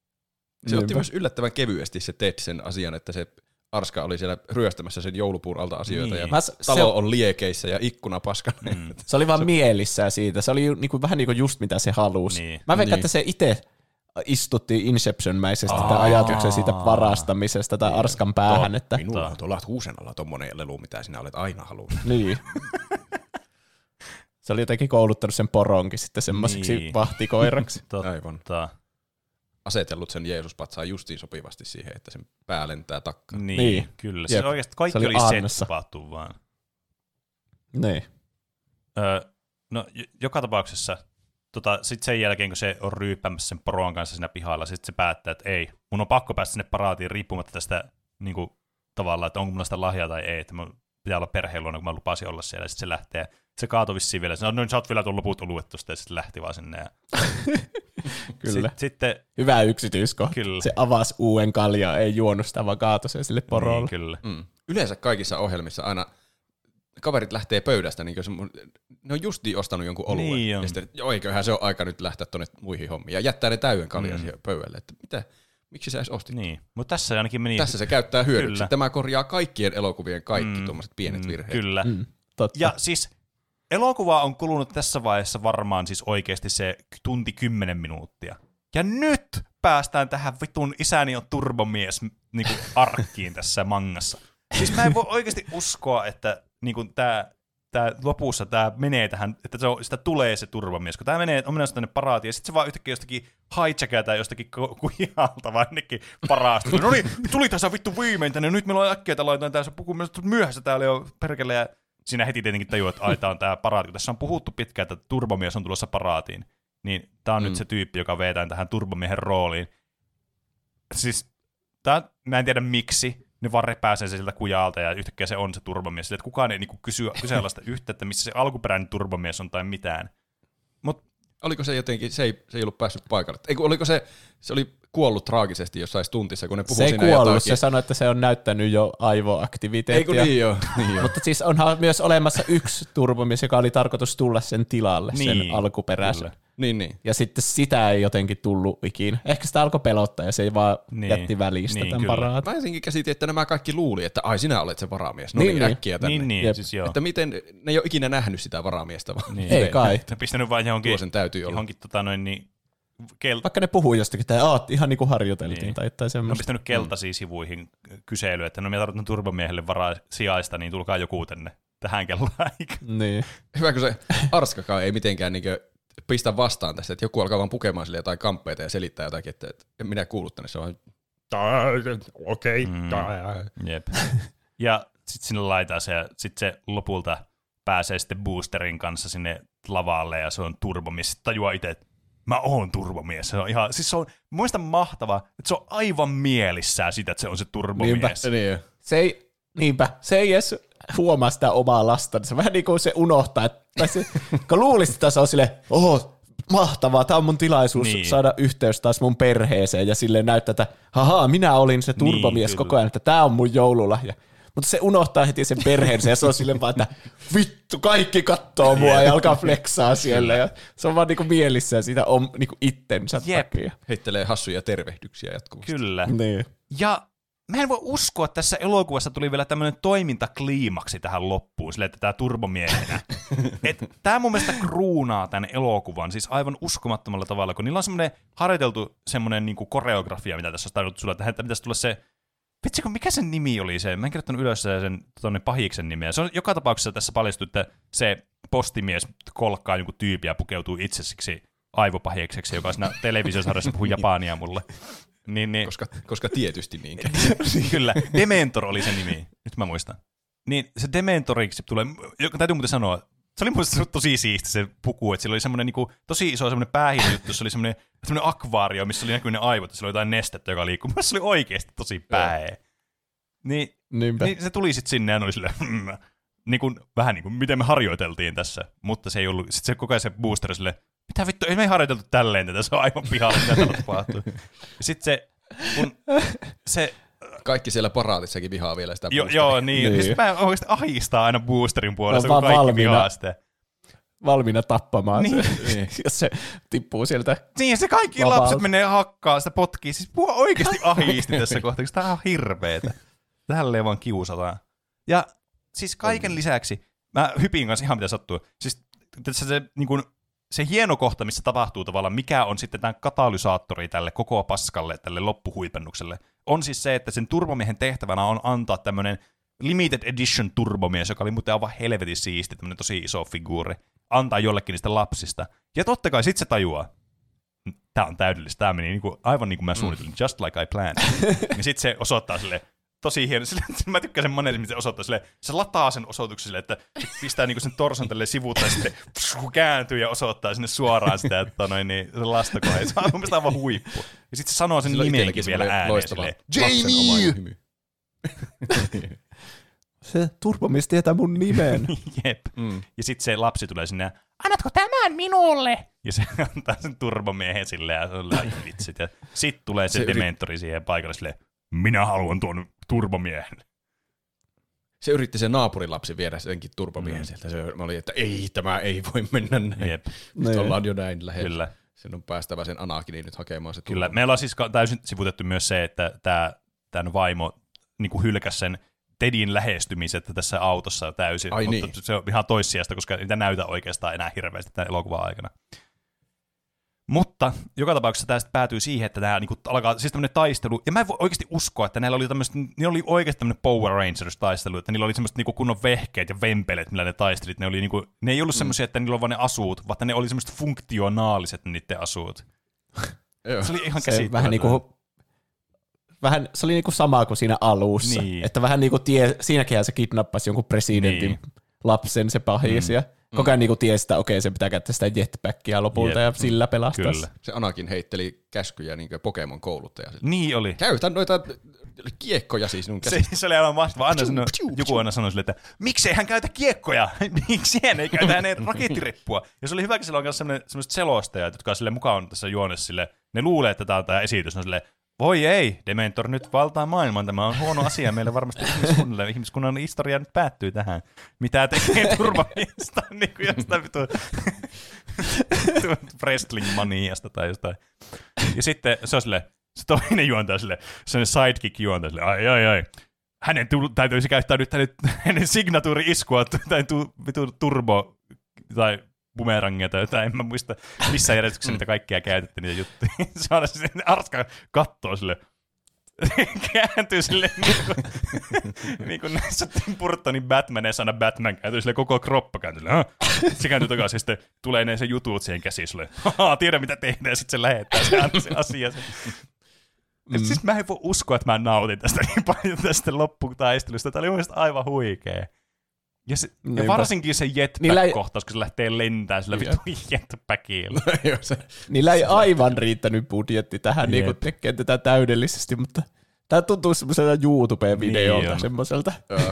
Se otti Niinpä. myös yllättävän kevyesti se Ted sen asian, että se Arska oli siellä ryöstämässä sen joulupuun alta asioita Niin. ja Mä s- talo se- on liekeissä ja ikkuna paskana. Mm. Se oli vaan mielissään siitä. Se oli ju- niinku, vähän niin kuin just mitä se halusi. Niin. Mä veikkaan, Niin. että se itse istutti Inception-mäisesti Aa. tämän ajatuksen siitä varastamisesta tai Arskan päähän. Että, Minulla on tuolla huusen alla tommonen lelu, mitä sinä olet aina halunnut. niin. Se oli jotenkin kouluttanut sen poronkin sitten semmoiseksi Niin. vahtikoiraksi. Aivan. Totta. Asetellut sen Jeesus-patsaan justiin sopivasti siihen, että sen pää lentää takkaan. Niin, Niin. kyllä. Jep. Se oikeasti kaikki Se oli oli, Annassa. set tapahtuu vaan. Niin. Öö, no, j- joka tapauksessa tota, sitten sen jälkeen, kun se on ryyppäämässä sen poron kanssa siinä pihalla, sitten se päättää, että ei, mun on pakko päästä sinne paraatiin riippumatta tästä niin kuin, tavallaan, että onko mulla sitä lahjaa tai ei, että mun pitää olla perheen luona, kun mä lupasin olla siellä, ja sitten se lähtee. Se kaatui vissiin vielä, no niin sä oot vielä tuon loput oluet tuosta, ja sitten lähti vaan sinne. Ja Kyllä. Sit, sitten, Hyvä yksityiskohta. Kyllä. Se avasi uuden kaljaa, ei juonut sitä, vaan kaatoi sen sille porolle. niin, kyllä. Mm. Yleensä kaikissa ohjelmissa aina kaverit lähtee pöydästä, niin kuin se, ne on justiin ostanut jonkun oluen. Niin on. Ja sitten, joo, eiköhän se ole aika nyt lähteä tuonne muihin hommiin. Ja jättää ne täyden kaljan Mm. siihen pöydälle. Että mitä, miksi sä edes ostit? Niin, mutta tässä ainakin meni... Tässä se käyttää hyödyksi. Kyllä. Tämä korjaa kaikkien elokuvien kaikki Mm, tuommoiset pienet mm, virheet. Kyllä. Mm, totta. Ja siis elokuva on kulunut tässä vaiheessa varmaan siis oikeasti se tunti kymmenen minuuttia. Ja nyt päästään tähän vitun isäni on turbomies niin kuin arkkiin tässä mangassa. Siis mä en voi oikeasti uskoa, että niin kuin tää, tää lopussa tää menee tähän, että se on, sitä tulee se turbomies. Kun tää menee, on menossa tänne paraatiin, ja sitten se vaan yhtäkkiä jostakin hijackatään jostakin kujalta vai jonnekin parasta. No niin, tuli tässä vittu viimein tänne, nyt meillä on äkkiä, että laitetaan tässä puku myöhässä täällä jo perkele, ja siinä heti tietenkin tajuu, että ai, tää on tää paraati, kun tässä on puhuttu pitkään, että turbomies on tulossa paraatiin. niin tää on mm. nyt se tyyppi, joka vetää tähän turbomiehen rooliin. Siis tää, mä en tiedä miksi, ne vaan repääsee se siltä kujalta ja yhtäkkiä se on se turbomies. Sille, että kukaan ei niinku kysy kyseenalaista yhtä, että missä se alkuperäinen turbomies on tai mitään. Mut oliko se jotenkin, se ei, se ei ollut päässyt paikalle. Eiku, oliko se, se oli kuollut traagisesti jossain tuntissa, kun ne puhuu siinä jotakin. Se ei kuollut, jotakin. se sanoi, että se on näyttänyt jo aivoaktiviteettia. Eiku niin joo. Niin Mutta siis onhan myös olemassa yksi turbomies, joka oli tarkoitus tulla sen tilalle, niin, sen alkuperäisen. Kyllä. Niin, niin. Ja sitten sitä ei jotenkin tullut ikinä. Ehkä sitä alkoi pelottaa ja se ei vaan niin. jätti välistä niin, tämän kyllä. paraat. Mä ensinkin käsitin, että nämä kaikki luuli, että ai sinä olet se varamies. No niin, niin äkkiä tänne. Niin, niin, siis joo. Että miten, ne ei ole ikinä nähnyt sitä varamiestä vaan. Niin. Ei kai. Ne pistänyt vaan johonkin, Tuo sen täytyy olla. johonkin tota noin niin, kel- Vaikka ne puhuu jostakin, että aat, ihan niin kuin harjoiteltiin Niin. tai, tai ne on semmoista. pistänyt keltaisiin mm. sivuihin kyselyä, että no minä tarvitsen turbomiehelle varaa sijaista, niin tulkaa joku tänne tähän kellaan. Niin. Hyvä, kun se Arskakaan ei mitenkään niinkö pistä vastaan tässä, että joku alkaa vaan pukemaan sille jotain kamppeita ja selittää jotakin, että, että en minä kuullut tänne, se on okei. Mm. Jep. Ja sitten sinne laitaa se, ja sitten se lopulta pääsee sitten boosterin kanssa sinne lavalle, ja se on turbomies. Sitten tajuaa itse, että mä oon turbomies. Se on ihan, siis se on muista mahtavaa, että se on aivan mielissään sitä, että se on se turbomies. Niin. Se ei, niinpä, se ei edes huomaa sitä omaa lasta. Se vähän niin kuin se unohtaa, että se, kun luulisi, että se on silleen, oho, mahtavaa, tämä on mun tilaisuus niin. saada yhteys taas mun perheeseen ja silleen näyttää, että haha, minä olin se turbomies niin, koko ajan, että tämä on mun joululahja. Mutta se unohtaa heti sen perheensä ja se on silleen vaan, että vittu, kaikki kattoo mua ja alkaa flexaa siellä. Ja se on vaan niinku mielissään siitä om, niinku itsensä Jep. takia. Heittelee hassuja tervehdyksiä jatkuvasti. Kyllä. Niin. Ja mä en voi uskoa, että tässä elokuvassa tuli vielä tämmöinen toimintakliimaksi tähän loppuun, silleen, että tämä turbomiehenä. Että tämä mun mielestä kruunaa tämän elokuvan, siis aivan uskomattomalla tavalla, kun niillä on semmoinen harjoiteltu semmoinen niinku koreografia, mitä tässä on tarjottu sulle, että pitäisi tulla se, vitsikö, mikä sen nimi oli se, mä en kirjoittanut ylös sen tonne pahiksen nimeä. Se on joka tapauksessa tässä paljastui, että se postimies kolkkaa jonkun tyypin ja pukeutuu itse siksi aivopahikseksi, joka siinä televisiosarjassa puhuu japania mulle. Niin, niin. Koska, koska tietysti niinkään. Kyllä, Dementor oli se nimi, nyt mä muistan. Niin se Dementoriksi tulee, joka täytyy muuten sanoa, se oli muista tosi siisti se puku, että sillä oli semmoinen niinku, tosi iso semmoinen päähiinijuttu, se oli semmoinen, semmoinen akvaario, missä oli näkyy ne aivot, ja sillä oli jotain nestettä, joka liikkuu. Mun se oli oikeasti tosi päähe. Niin, niin se tuli sitten sinne ja oli silleen, niin kuin, vähän niin kuin miten me harjoiteltiin tässä, mutta se ei ollut, sitten se koko ajan se boosteri silleen, mitä vittu, ei me ei harjoiteltu tälleen tätä, se on aivan pihalla, mitä täällä tapahtuu. Ja sitten se, kun se... Kaikki siellä paraatissakin vihaa vielä sitä jo, joo, niin. niin. Siis mä oikeasti ahistaa aina boosterin puolesta, no, kun kaikki valmiina, vihaa sitä. Valmiina tappamaan niin. se, jos se tippuu sieltä. Niin, se kaikki vavalta. Lapset menee hakkaa, sitä potkii. Siis mua oikeasti ahisti tässä kohtaa, koska tää on hirveetä. Tälleen vaan kiusataan. Ja siis kaiken lisäksi, mä hypin kanssa ihan mitä sattuu. Siis tässä se niin kun, se hieno kohta, missä tapahtuu tavallaan, mikä on sitten tämä katalysaattori tälle koko paskalle, tälle loppuhuipennukselle, on siis se, että sen turbomiehen tehtävänä on antaa tämmöinen limited edition turbomies, joka oli muuten aivan helvetin siisti, tämmöinen tosi iso figuuri, antaa jollekin niistä lapsista. Ja totta kai sit se tajuaa, tää on täydellistä, tää meni niinku, aivan niin kuin mä suunnittelin, mm. just like I planned. Ja sit se osoittaa silleen, tosi hieno. Sille, mä tykkään sen maneerin, miten se osoittaa silleen, se lataa sen osoituksen silleen, että pistää niinku sen torson tälleen sivuutta ja sitten pshu, kääntyy ja osoittaa sinne suoraan sitä, että noin, niin, se lastakoe. Se on mun mielestä aivan huippu. Ja sitten se sanoo sen nimenkin vielä ääneen silleen, Jamie! Se turbomies tietää mun nimen. Jep. Mm. Ja sitten se lapsi tulee sinne, annatko tämän minulle? Ja se antaa sen turbomiehen silleen, ja se on vitsit. Ja sitten tulee se, se dementori yrit... siihen paikalle silleen, minä haluan tuon turbomiehen. Se yritti se naapurilapsi viedä senkin turbomiehen mm. sieltä. Se oli, että ei, tämä ei voi mennä näin. Jep. Nyt ollaan jo näin lähellä. Kyllä. Sen on päästävä sen Anakinin nyt hakemaan se Kyllä. Meillä on siis täysin sivutettu myös se, että tämä, tämän vaimo niin kuin hylkäsi sen Tedin lähestymiset tässä autossa täysin. Ai mutta niin. Se on ihan toissijasta, koska niitä näytä oikeastaan enää hirveästi tämän elokuvan aikana. Mutta joka tapauksessa tämä päätyy siihen, että tämä niinku alkaa siis tämmöinen taistelu, ja mä en voi oikeasti uskoa, että näillä oli tämmöistä, niillä oli oikeasti tämmöinen Power Rangers-taistelu, että niillä oli semmoista niinku kunnon vehkeet ja vempeleet, millä ne taistelit. Ne, oli niinku, ne ei ollut mm. semmoisia, että niillä on vaan ne asuut, vaan ne oli semmoista funktionaaliset niiden asuut. Se oli ihan käsittämätöntä. Vähän niinku, vähän, se oli niinku sama kuin siinä alussa, niin. Että vähän niinku tie, siinäkin se kidnappasi jonkun presidentin niin. lapsen se pahis mm. ja koko ajan niinku tiesi, että okei, se pitää käyttää sitä jetpackia lopulta Jep. ja sillä pelastaa. Kyllä. Se Anakin heitteli käskyjä niin kuin Pokemon kouluttaja. Niin oli. Käytä noita kiekkoja siis sinun käsistä. Se, se oli aivan mahtavaa. Aina sano, joku aina sanoi sille, että miksei hän käytä kiekkoja? Miksi hän ei käytä hänen rakettireppua? Ja se oli hyvä, kun sillä on myös sellaiset selostajat, jotka on sille mukaan tässä juonessa sille, ne luulee, että tämä on tämä esitys. Ne on silleen, voi ei, Dementor nyt valtaa maailman, tämä on huono asia meille varmasti ihmiskunnalle. Ihmiskunnan historia nyt päättyy tähän. Mitä tekee turvamiestä, niin kuin jostain vitu wrestling-maniasta tai jostain. Ja sitten se on silleen, se toinen juontaa silleen, sellainen sidekick juontaa silleen, ai ai ai. Hänen tu- täytyisi käyttää nyt hänen signatuuri-iskua, tai tu- vitu turbo, tai bumerangia tai jotain, en mä muista missään järjestyksessä niitä kaikkia käytetty niitä juttuja. Se on se, Arska kattoo sille, kääntyy sille niin kuin, niin kuin näissä Tim Burtonin Batmaneissa aina Batman kääntyy sille koko kroppa kääntyy sille, se kääntyy takaisin, sitten tulee ne se jutut siihen käsiin sille, tiedä mitä tehdään, ja sitten se lähettää se, se asia. Mm. Siis mä en voi uskoa, että mä nautin tästä niin paljon tästä lopputaistelusta, tämä oli mun mielestä aivan huikea. Ja, se, ja varsinkin se jetpack-kohtaus, kun se lähtee lentämään sillä vittu jetpackilla. Niillä ei aivan riittänyt budjetti tähän niin tekemään tätä täydellisesti, mutta tämä tuntuu semmoiselta YouTube-videolta, niin semmoiselta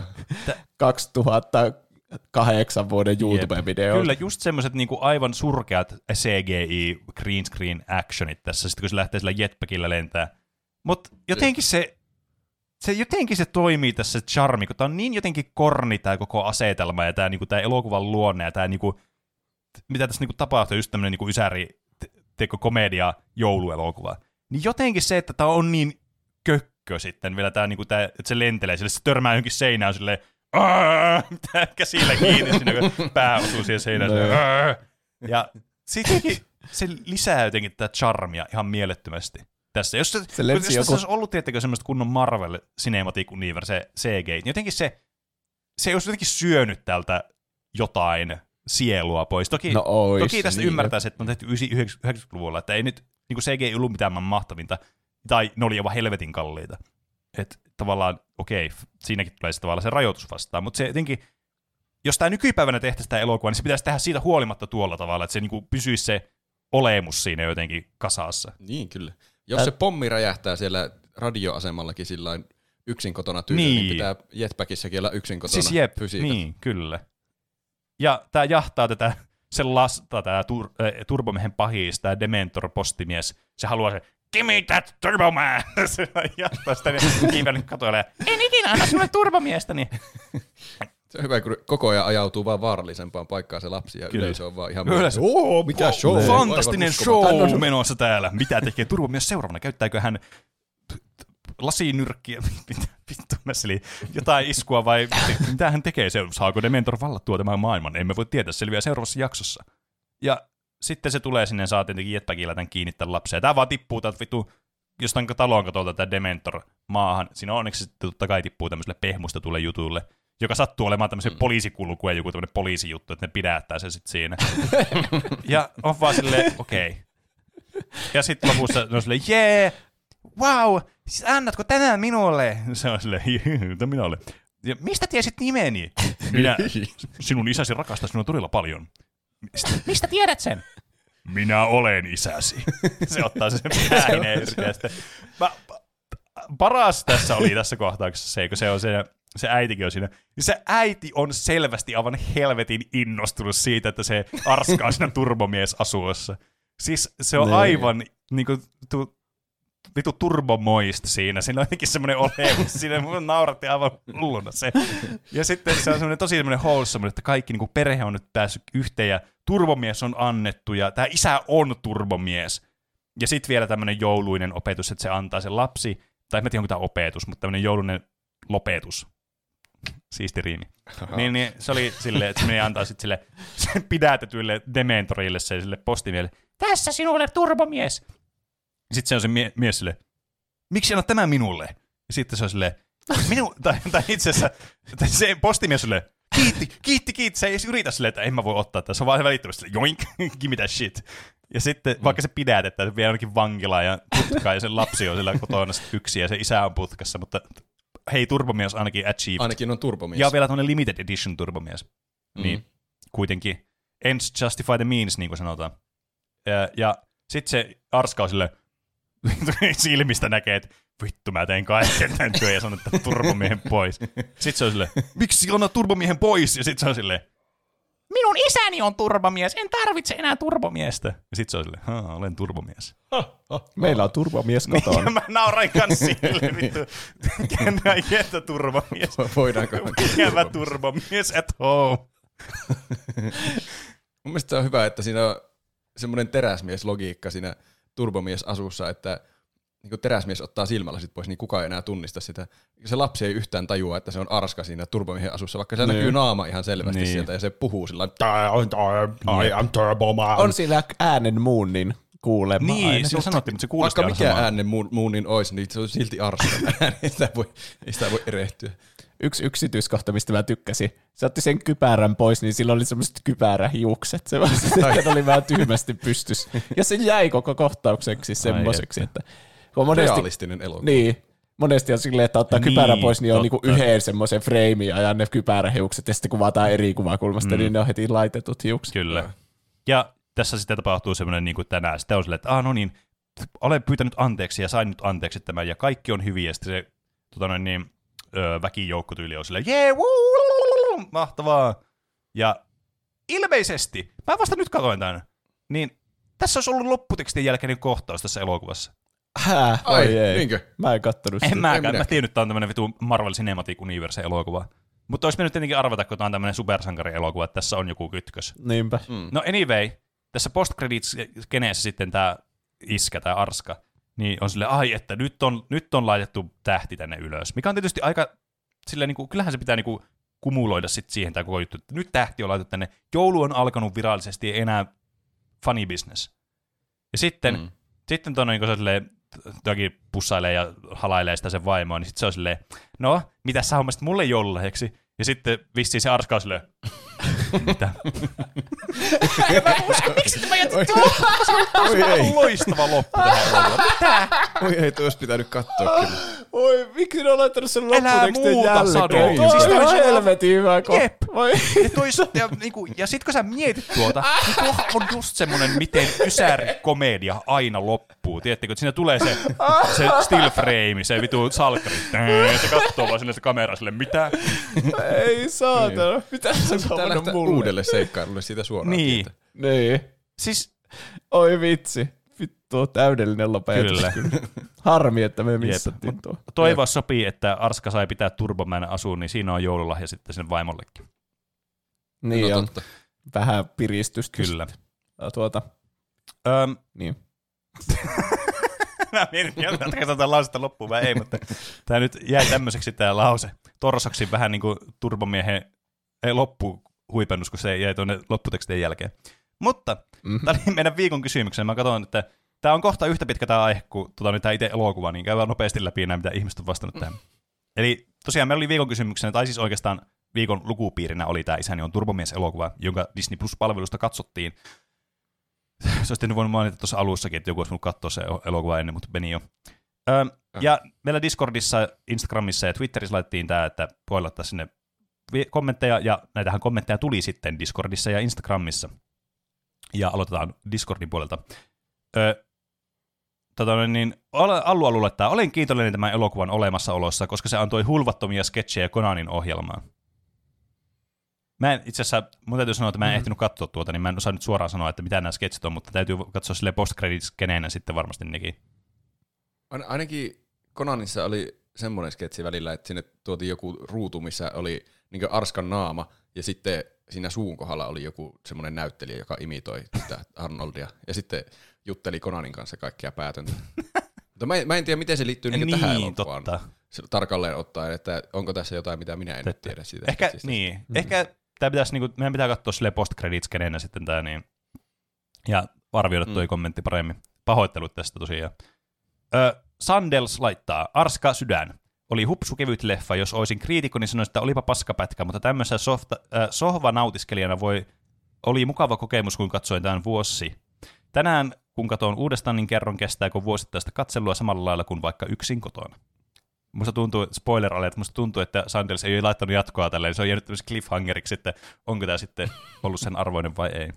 kaksituhattakahdeksan vuoden YouTube-videolta. Kyllä, just semmoiset niinku aivan surkeat C G I, green screen actionit tässä, sitten kun se lähtee sillä jetpackilla lentää. Mutta jotenkin se... Se jotenkin se toimii tässä se charmi, kun tämä on niin jotenkin korni tämä koko asetelma ja tämä niinku, elokuvan luonne ja tämä niinku, mitä tässä niinku, tapahtuu, just tämmöinen niinku, ysäri, teko komedia jouluelokuva. Niin jotenkin se, että tämä on niin kökkö sitten vielä, tämä, niinku, tämä, että se lentelee sille, se törmää johonkin seinään silleen, tämä käsillä kiinni sinne, kun pää osuu siihen seinään. Ja sittenkin se lisää jotenkin tätä charmia ihan mielettömästi. Tässä. Jos se, se jos joku... tässä olisi ollut tietenkin semmoista kunnon Marvel Cinematic Universe C G I, niin jotenkin se, se olisi jotenkin syönyt tältä jotain sielua pois. Toki, no ois, toki tästä niin ymmärtäisi, että on tehty yhdeksänkymmentäluvulla, että ei nyt niin kuin C G I ollut mitään mahtavinta, tai ne oli jopa helvetin kalliita. Että tavallaan, okei, siinäkin tulee se tavallaan se rajoitus vastaan, mutta se jotenkin, jos tämä nykypäivänä tehtäisiin tämä elokuva, niin se pitäisi tehdä siitä huolimatta tuolla tavalla, että se niin kuin pysyisi se olemus siinä jotenkin kasassa. Niin, kyllä. Jos Ä... se pommi räjähtää siellä radioasemallakin sillain yksin kotona tyyliin, niin. niin pitää jetpackissakin olla yksin kotona siis jep, fysiikassa. Niin, kyllä. Ja tämä jahtaa tätä, se lastaa tämä tur, äh, Turbomiehen pahis, tämä Dementor-postimies, se haluaa se, give me that Turboman! Se jahtaa sitä kiipeänyt katoille ja en ikinä anna sulle Turbomiestä, niin... Se on hyvä, kun koko ajan ajautuu vaan vaarallisempaan paikkaan se lapsi ja kyllä. Yleisö on vaan ihan... Oo, mikä oh, show! Fantastinen show on menossa täällä. Mitä tekee Turbomies seuraavana? Käyttääkö hän lasinyrkkiä? Vittu, jotain iskua vai mitä hän tekee? Saako Dementor vallattua tämän maailman? Emme voi tietää, selviää seuraavassa jaksossa. Ja sitten se tulee sinne, saa tietenkin jetpackilla tämän kiinni tämän lapsen. Ja tämä vaan tippuu täältä vittu jostain talon katolta tämä Dementor maahan. Siinä onneksi sitten totta kai tippuu tämmöiselle pehmustetulle jutulle, joka sattuu olemaan tämmöisen mm. poliisikulku ja joku tämmöinen poliisijuttu, että ne pidättää sen sitten siinä. Ja on vaan silleen, okei. Okay. Ja sitten lopussa ne on silleen, jee, wow, siis annatko tänään minulle? Se on silleen, mitä minä olen. Ja mistä tiesit nimeni? Minä, sinun isäsi rakastaa sinua todella paljon. Mistä, mistä tiedät sen? Minä olen isäsi. Se ottaa sen päähineen. Paras tässä oli tässä kohtauksessa se, kun se on se... Se äitikin on siinä. Se äiti on selvästi aivan helvetin innostunut siitä, että se arskaa siinä turbomiesasuossa. Siis se on ne. aivan niinku tu, vitu turbomoista siinä. Siinä on jotenkin semmoinen olemus. Siinä mun nauratti aivan hulluna se. Ja sitten se on semmoinen tosi semmoinen wholesome, että kaikki niinku perhe on nyt päässyt yhteen ja turbomies on annettu ja tämä isä on turbomies. Ja sitten vielä tämmöinen jouluinen opetus, että se antaa sen lapsi, tai en tiedä onko tämä opetus, mutta tämmöinen jouluinen lopetus. Siisti riimi. Niin, niin se oli silleen, että se meni antaa sitten sille sen pidätetyille Dementorille se sille postimielle. Tässä sinulle turbomies! Sitten se on se mie- mies silleen, miksi annat tämän minulle? Ja sitten se on silleen, minu, tai, tai itse asiassa se postimies silleen, kiitti, kiitti, kiitti. Se ei edes yritä silleen, että en mä voi ottaa tätä. Se on vaan välittömästi silleen, joink, give me that shit. Ja sitten mm. vaikka se pidätetään, se vie ainakin vankilaan ja putkaan ja sen lapsi on sillä kotona yksi ja se isä on putkassa, mutta hei, turbomies ainakin achieved. Ainakin on turbomies. Ja vielä tämmöinen limited edition turbomies. mm. niin kuitenkin ends justify the means, niin kuin sanotaan. Ja, ja sitten se Arska on silleen, silmistä näkee, että vittu mä tein kaiken tämän työn ja sanon, että turbomiehen pois. Sitten se on silleen, miksi anna turbomiehen pois? Ja sitten se on silleen, minun isäni on turbomies, en tarvitse enää turbomiestä. Ja sitten se on silleen, olen turbomies. Meillä on turbomies kotona. Mä naurain kans sille, vittu. Kennään jättä turbomies. Voidaanko? Ikävä turbomies at home. Mun mielestä se on hyvä, että siinä on semmoinen teräsmieslogiikka siinä turbomiesasussa, että niin teräsmies ottaa silmälasit pois, niin kukaan ei enää tunnista sitä. Se lapsi ei yhtään tajua, että se on Arska siinä turbomiehen asussa, vaikka se niin. näkyy naama ihan selvästi niin. sieltä, ja se puhuu sillä tavalla, I am Turboman. On sillä äänen muunnin kuulemma niin, aina. Niin, sanottiin, mutta se kuulosti vaikka mikä samaa. Äänen muunnin olisi, niin se on silti Arska ääni, ei sitä voi, ei sitä voi erehtyä. Yksi yksityiskohta, mistä mä tykkäsin. Se otti sen kypärän pois, niin sillä oli semmoiset kypärähiukset. Se oli vähän tyhmästi pystys. Ja se jäi koko kohtaukseksi semmoiseksi, että monesti, realistinen elokuva. Niin. Monesti on silleen, että ottaa niin, kypärä pois, niin on niinku yhden semmoisen freimiin ja ajan ne kypärähiukset, ja sitten kuvataan eri kuvakulmasta, mm. niin ne on heti laitetut hiukset. Kyllä. Ja tässä sitten tapahtuu semmoinen niin kuin tänään. Sitten on silleen, että ah, no niin, olen pyytänyt anteeksi ja sain nyt anteeksi tämän, ja kaikki on hyviä. Ja sitten se tota noin, niin, öö, väkijoukkotyyli on silleen, jee, wuu, mahtavaa. Ja ilmeisesti, mä vasta nyt katsoin tämän, niin tässä olisi ollut lopputekstin jälkeinen kohtaus tässä elokuvassa. Hää? Ai, Oi ei. Niinkö? Mä en kattonut sitä. En mäkään. Mä tiedän, että tää on tämmönen vitu Marvel Cinematic Universe-elokuva. Mutta olisi mennyt tietenkin arvata, kun tää on tämmönen supersankari-elokuva, että tässä on joku kytkös. Niinpä. Mm. No anyway, tässä post-credits-keneessä sitten tää iskä, tää Arska, niin on silleen, ai, että nyt on, nyt on laitettu tähti tänne ylös. Mikä on tietysti aika, silleen, niin kuin, kyllähän se pitää niin kuin, kumuloida sitten siihen tää koko juttu, että nyt tähti on laitettu tänne, joulu on alkanut virallisesti, ei enää funny business. Ja sitten, mm. sitten tuonne niin se silleen, toki pussailee ja halailee sitä sen vaimoa, niin sitten se on silleen, no, mitä sä hommasit mulle joululahjaksi? Ja sitten vissiin se Arska on silleen, mitä? Mä en usko, miksi mä jätin tuolla? Se on loistava loppu tähän elokuvaan. Mitä? Oi ei, tuossa pitänyt katsoa kyllä. Oi, miksi ne on laittanut sen lopputekstin jälkeen? Sano. Siis toi on helvetin hyvä kohta. Jep. Ja, tois, ja, niinku, ja sit kun sä mietit tuota, niin tuohan on just semmonen, miten ysärikomedia aina loppuu. Tiedättekö, että siinä tulee se, se still frame, se vitu salkkari. Se katsoo vaan sinne se kamera sille, mitä? Ei saatana. Mitä sä sanonut mulle? Uudelle seikkailulle siitä suoraan. Niin. Niin. Siis, oi vitsi. Vittu, täydellinen lopetus. Kyllä. kyllä. Harmi, että me missattiin tuo. Toivoa sopii, että Arska sai pitää Turboman asuun, niin siinä on joululahja sitten sen vaimollekin. Niin no, on. Totta. Vähän piristystä. Kyllä. Tuota. Öm. Niin. Mä mietin, että katsotaan lausetta loppuun vai ei, mutta tää nyt jäi tämmöiseksi tää lause. Torsoksi vähän niin kuin Turbomiehen ei loppuhuipennus, kun se jäi tuonne lopputekstien jälkeen. Mutta mm-hmm. Tämä oli meidän viikon kysymyksen. Mä katson, että tämä on kohta yhtä pitkä tämä aihe kuin tuota, tämä itse elokuva, niin käydään nopeasti läpi nämä, mitä ihmiset on vastannut tähän. Eli tosiaan meillä oli viikon kysymyksenä, tai siis oikeastaan viikon lukupiirinä oli tämä Isäni on Turbomies-elokuva, jonka Disney Plus-palvelusta katsottiin. Se olisi tehnyt voinut mainita tuossa alussakin, että joku olisi voinut katsoa se elokuva ennen, mutta meni jo. Öö, ja meillä Discordissa, Instagramissa ja Twitterissä laitettiin tämä, että voi laittaa sinne kommentteja, ja näitähän kommentteja tuli sitten Discordissa ja Instagramissa. Ja aloitetaan Discordin puolelta. Öö, tota, niin, Allu Allu laittaa, olen kiitollinen tämän elokuvan olemassaolossa, koska se antoi hulvattomia sketsejä Conanin ohjelmaan. Mä en itse asiassa, mun täytyy sanoa, että mä en mm. ehtinyt katsoa tuota, niin mä en osaa nyt suoraan sanoa, että mitä nämä sketsit on, mutta täytyy katsoa silleen post-credits-keneenä sitten varmasti nekin. Ainakin Conanissa oli semmoinen sketsi välillä, että sinne tuotiin joku ruutu, missä oli niin Arskan naama, ja sitten siinä suun kohdalla oli joku semmoinen näyttelijä, joka imitoi sitä Arnoldia, ja sitten jutteli Conanin kanssa kaikkia päätöntä. Mutta mä en, mä en tiedä, miten se liittyy niin niin, tähän elokuvaan totta. Tarkalleen ottaen, että onko tässä jotain, mitä minä en Tätä. tiedä siitä. Ehkä, niin. Mm-hmm. Ehkä tää pitäisi, niinku, meidän pitää katsoa silleen post-credits-keneenä sitten tää, niin, ja arvioida tuo mm. kommentti paremmin. Pahoittelut tästä tosiaan. Ö, Sandels laittaa, Arska sydän. Oli hupsukevyt leffa, jos olisin kriitikko, niin sanoisin, että olipa paskapätkä, mutta tämmöisessä softa, äh, sohvanautiskelijana voi, oli mukava kokemus, kun katsoin tämän vuosi. Tänään, kun katson uudestaan, niin kerron, kestääkö vuosittaista katselua samalla lailla kuin vaikka yksin kotona. musta tuntuu, spoiler alert, musta tuntuu, että Sanders ei ole laittanut jatkoa tälleen, se on jäänyt tämmöisen cliffhangeriksi, että onko tämä sitten ollut sen arvoinen vai ei.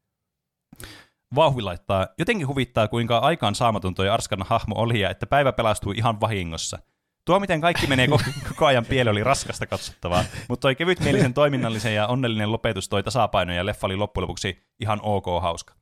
Vauhvi laittaa, jotenkin huvittaa, kuinka aikaan saamaton toi Arskan hahmo oli ja että päivä pelastui ihan vahingossa. Tuo, miten kaikki menee koko ajan pieleen, oli raskasta katsottavaa, mutta toi kevytmielisen toiminnallisen ja onnellinen lopetus toi tasapaino ja leffa oli loppujen lopuksi ihan ok hauska.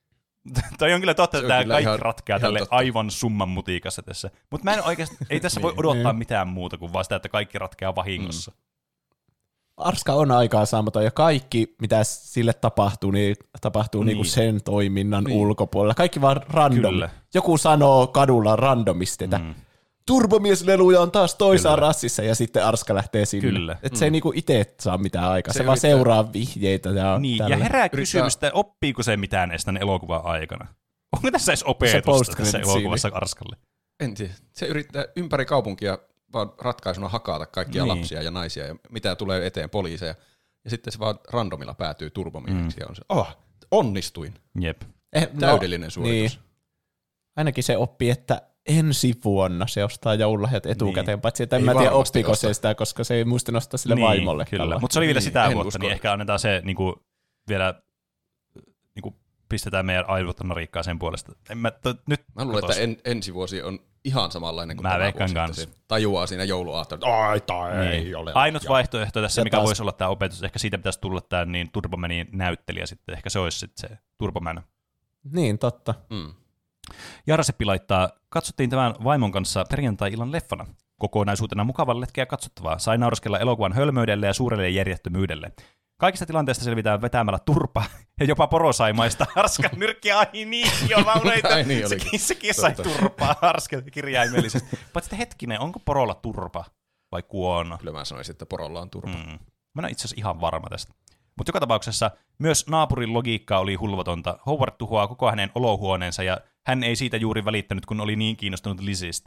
Toi on kyllä totta, että tämä kaikki ihan, ratkeaa ihan tälle totta. Aivan summan mutiikassa tässä. Mutta mä en oikeasti, ei tässä voi odottaa mitään muuta kuin vaan sitä, että kaikki ratkeaa vahingossa. Mm. Arska on aikaa saamaton ja kaikki, mitä sille tapahtuu, niin tapahtuu niin. Niinku sen toiminnan niin. ulkopuolella. Kaikki vaan random. Kyllä. Joku sanoo kadulla randomisti, että mm. turbomiesleluja on taas toisaan Kyllä. rassissa, ja sitten Arska lähtee sinne. Kyllä. Että mm. se ei niinku itse saa mitään aikaa, se, se vaan seuraa vihjeitä. Ja, niin, ja herää kysymystä, oppiiko se mitään edes tämän elokuvan aikana? Onko tässä edes opetusta tässä elokuvassa Arskalle? En tiedä. Se yrittää ympäri kaupunkia vaan ratkaisuna hakata kaikkia niin. lapsia ja naisia, ja mitä tulee eteen poliiseja. Ja sitten se vaan randomilla päätyy turbomieheksi, mm. ja on se, oh, onnistuin. Jep. Eh, Täydellinen no, suoritus. Niin. Ainakin se oppii, että ensi vuonna se ostaa joululahjat etukäteen, niin. paitsi että en ei mä tiedä oppiko se sitä, koska se ei muista nostaa sille niin, vaimolle. Kyllä, mutta se oli vielä niin, sitä vuotta, usko. Niin ehkä annetaan se niinku, vielä, niinku, pistetään meidän aivot narikkaa sen puolesta. En mä, to, nyt mä luulen, että en, ensi vuosi on ihan samanlainen kuin mä tämä vuosi, että se tajuaa siinä jouluaattona, että ai tai niin. ei ole. Ainut vaihtoehto tässä, ja mikä taas voisi olla tämä opetus, ehkä siitä pitäisi tulla tämä niin Turbomanin näyttelijä sitten, ehkä se olisi sitten se Turboman. Niin, totta. Mm. Jaraseppi laittaa, katsottiin tämän vaimon kanssa perjantai-illan leffana. Kokonaisuutena mukava letkeä katsottavaa. Sai nauraskella elokuvan hölmöydelle ja suurelle järjettömyydelle. Kaikista tilanteista selvitään vetämällä turpa ja jopa porosaimaista Arskan nyrkkiä. Ai niin, joo, mä unohdin, niin sekin, sekin sai turpaa Arskan kirjaimellisesti. Paitsi hetkinen, onko porolla turpa vai kuono? Kyllä mä sanoisin, että porolla on turpa. Mm. Mä en ole itse asiassa ihan varma tästä. Mutta joka tapauksessa myös naapurin logiikka oli hulvatonta. Howard tuhoaa koko hänen olohuoneensa ja hän ei siitä juuri välittänyt, kun oli niin kiinnostunut Lizistä.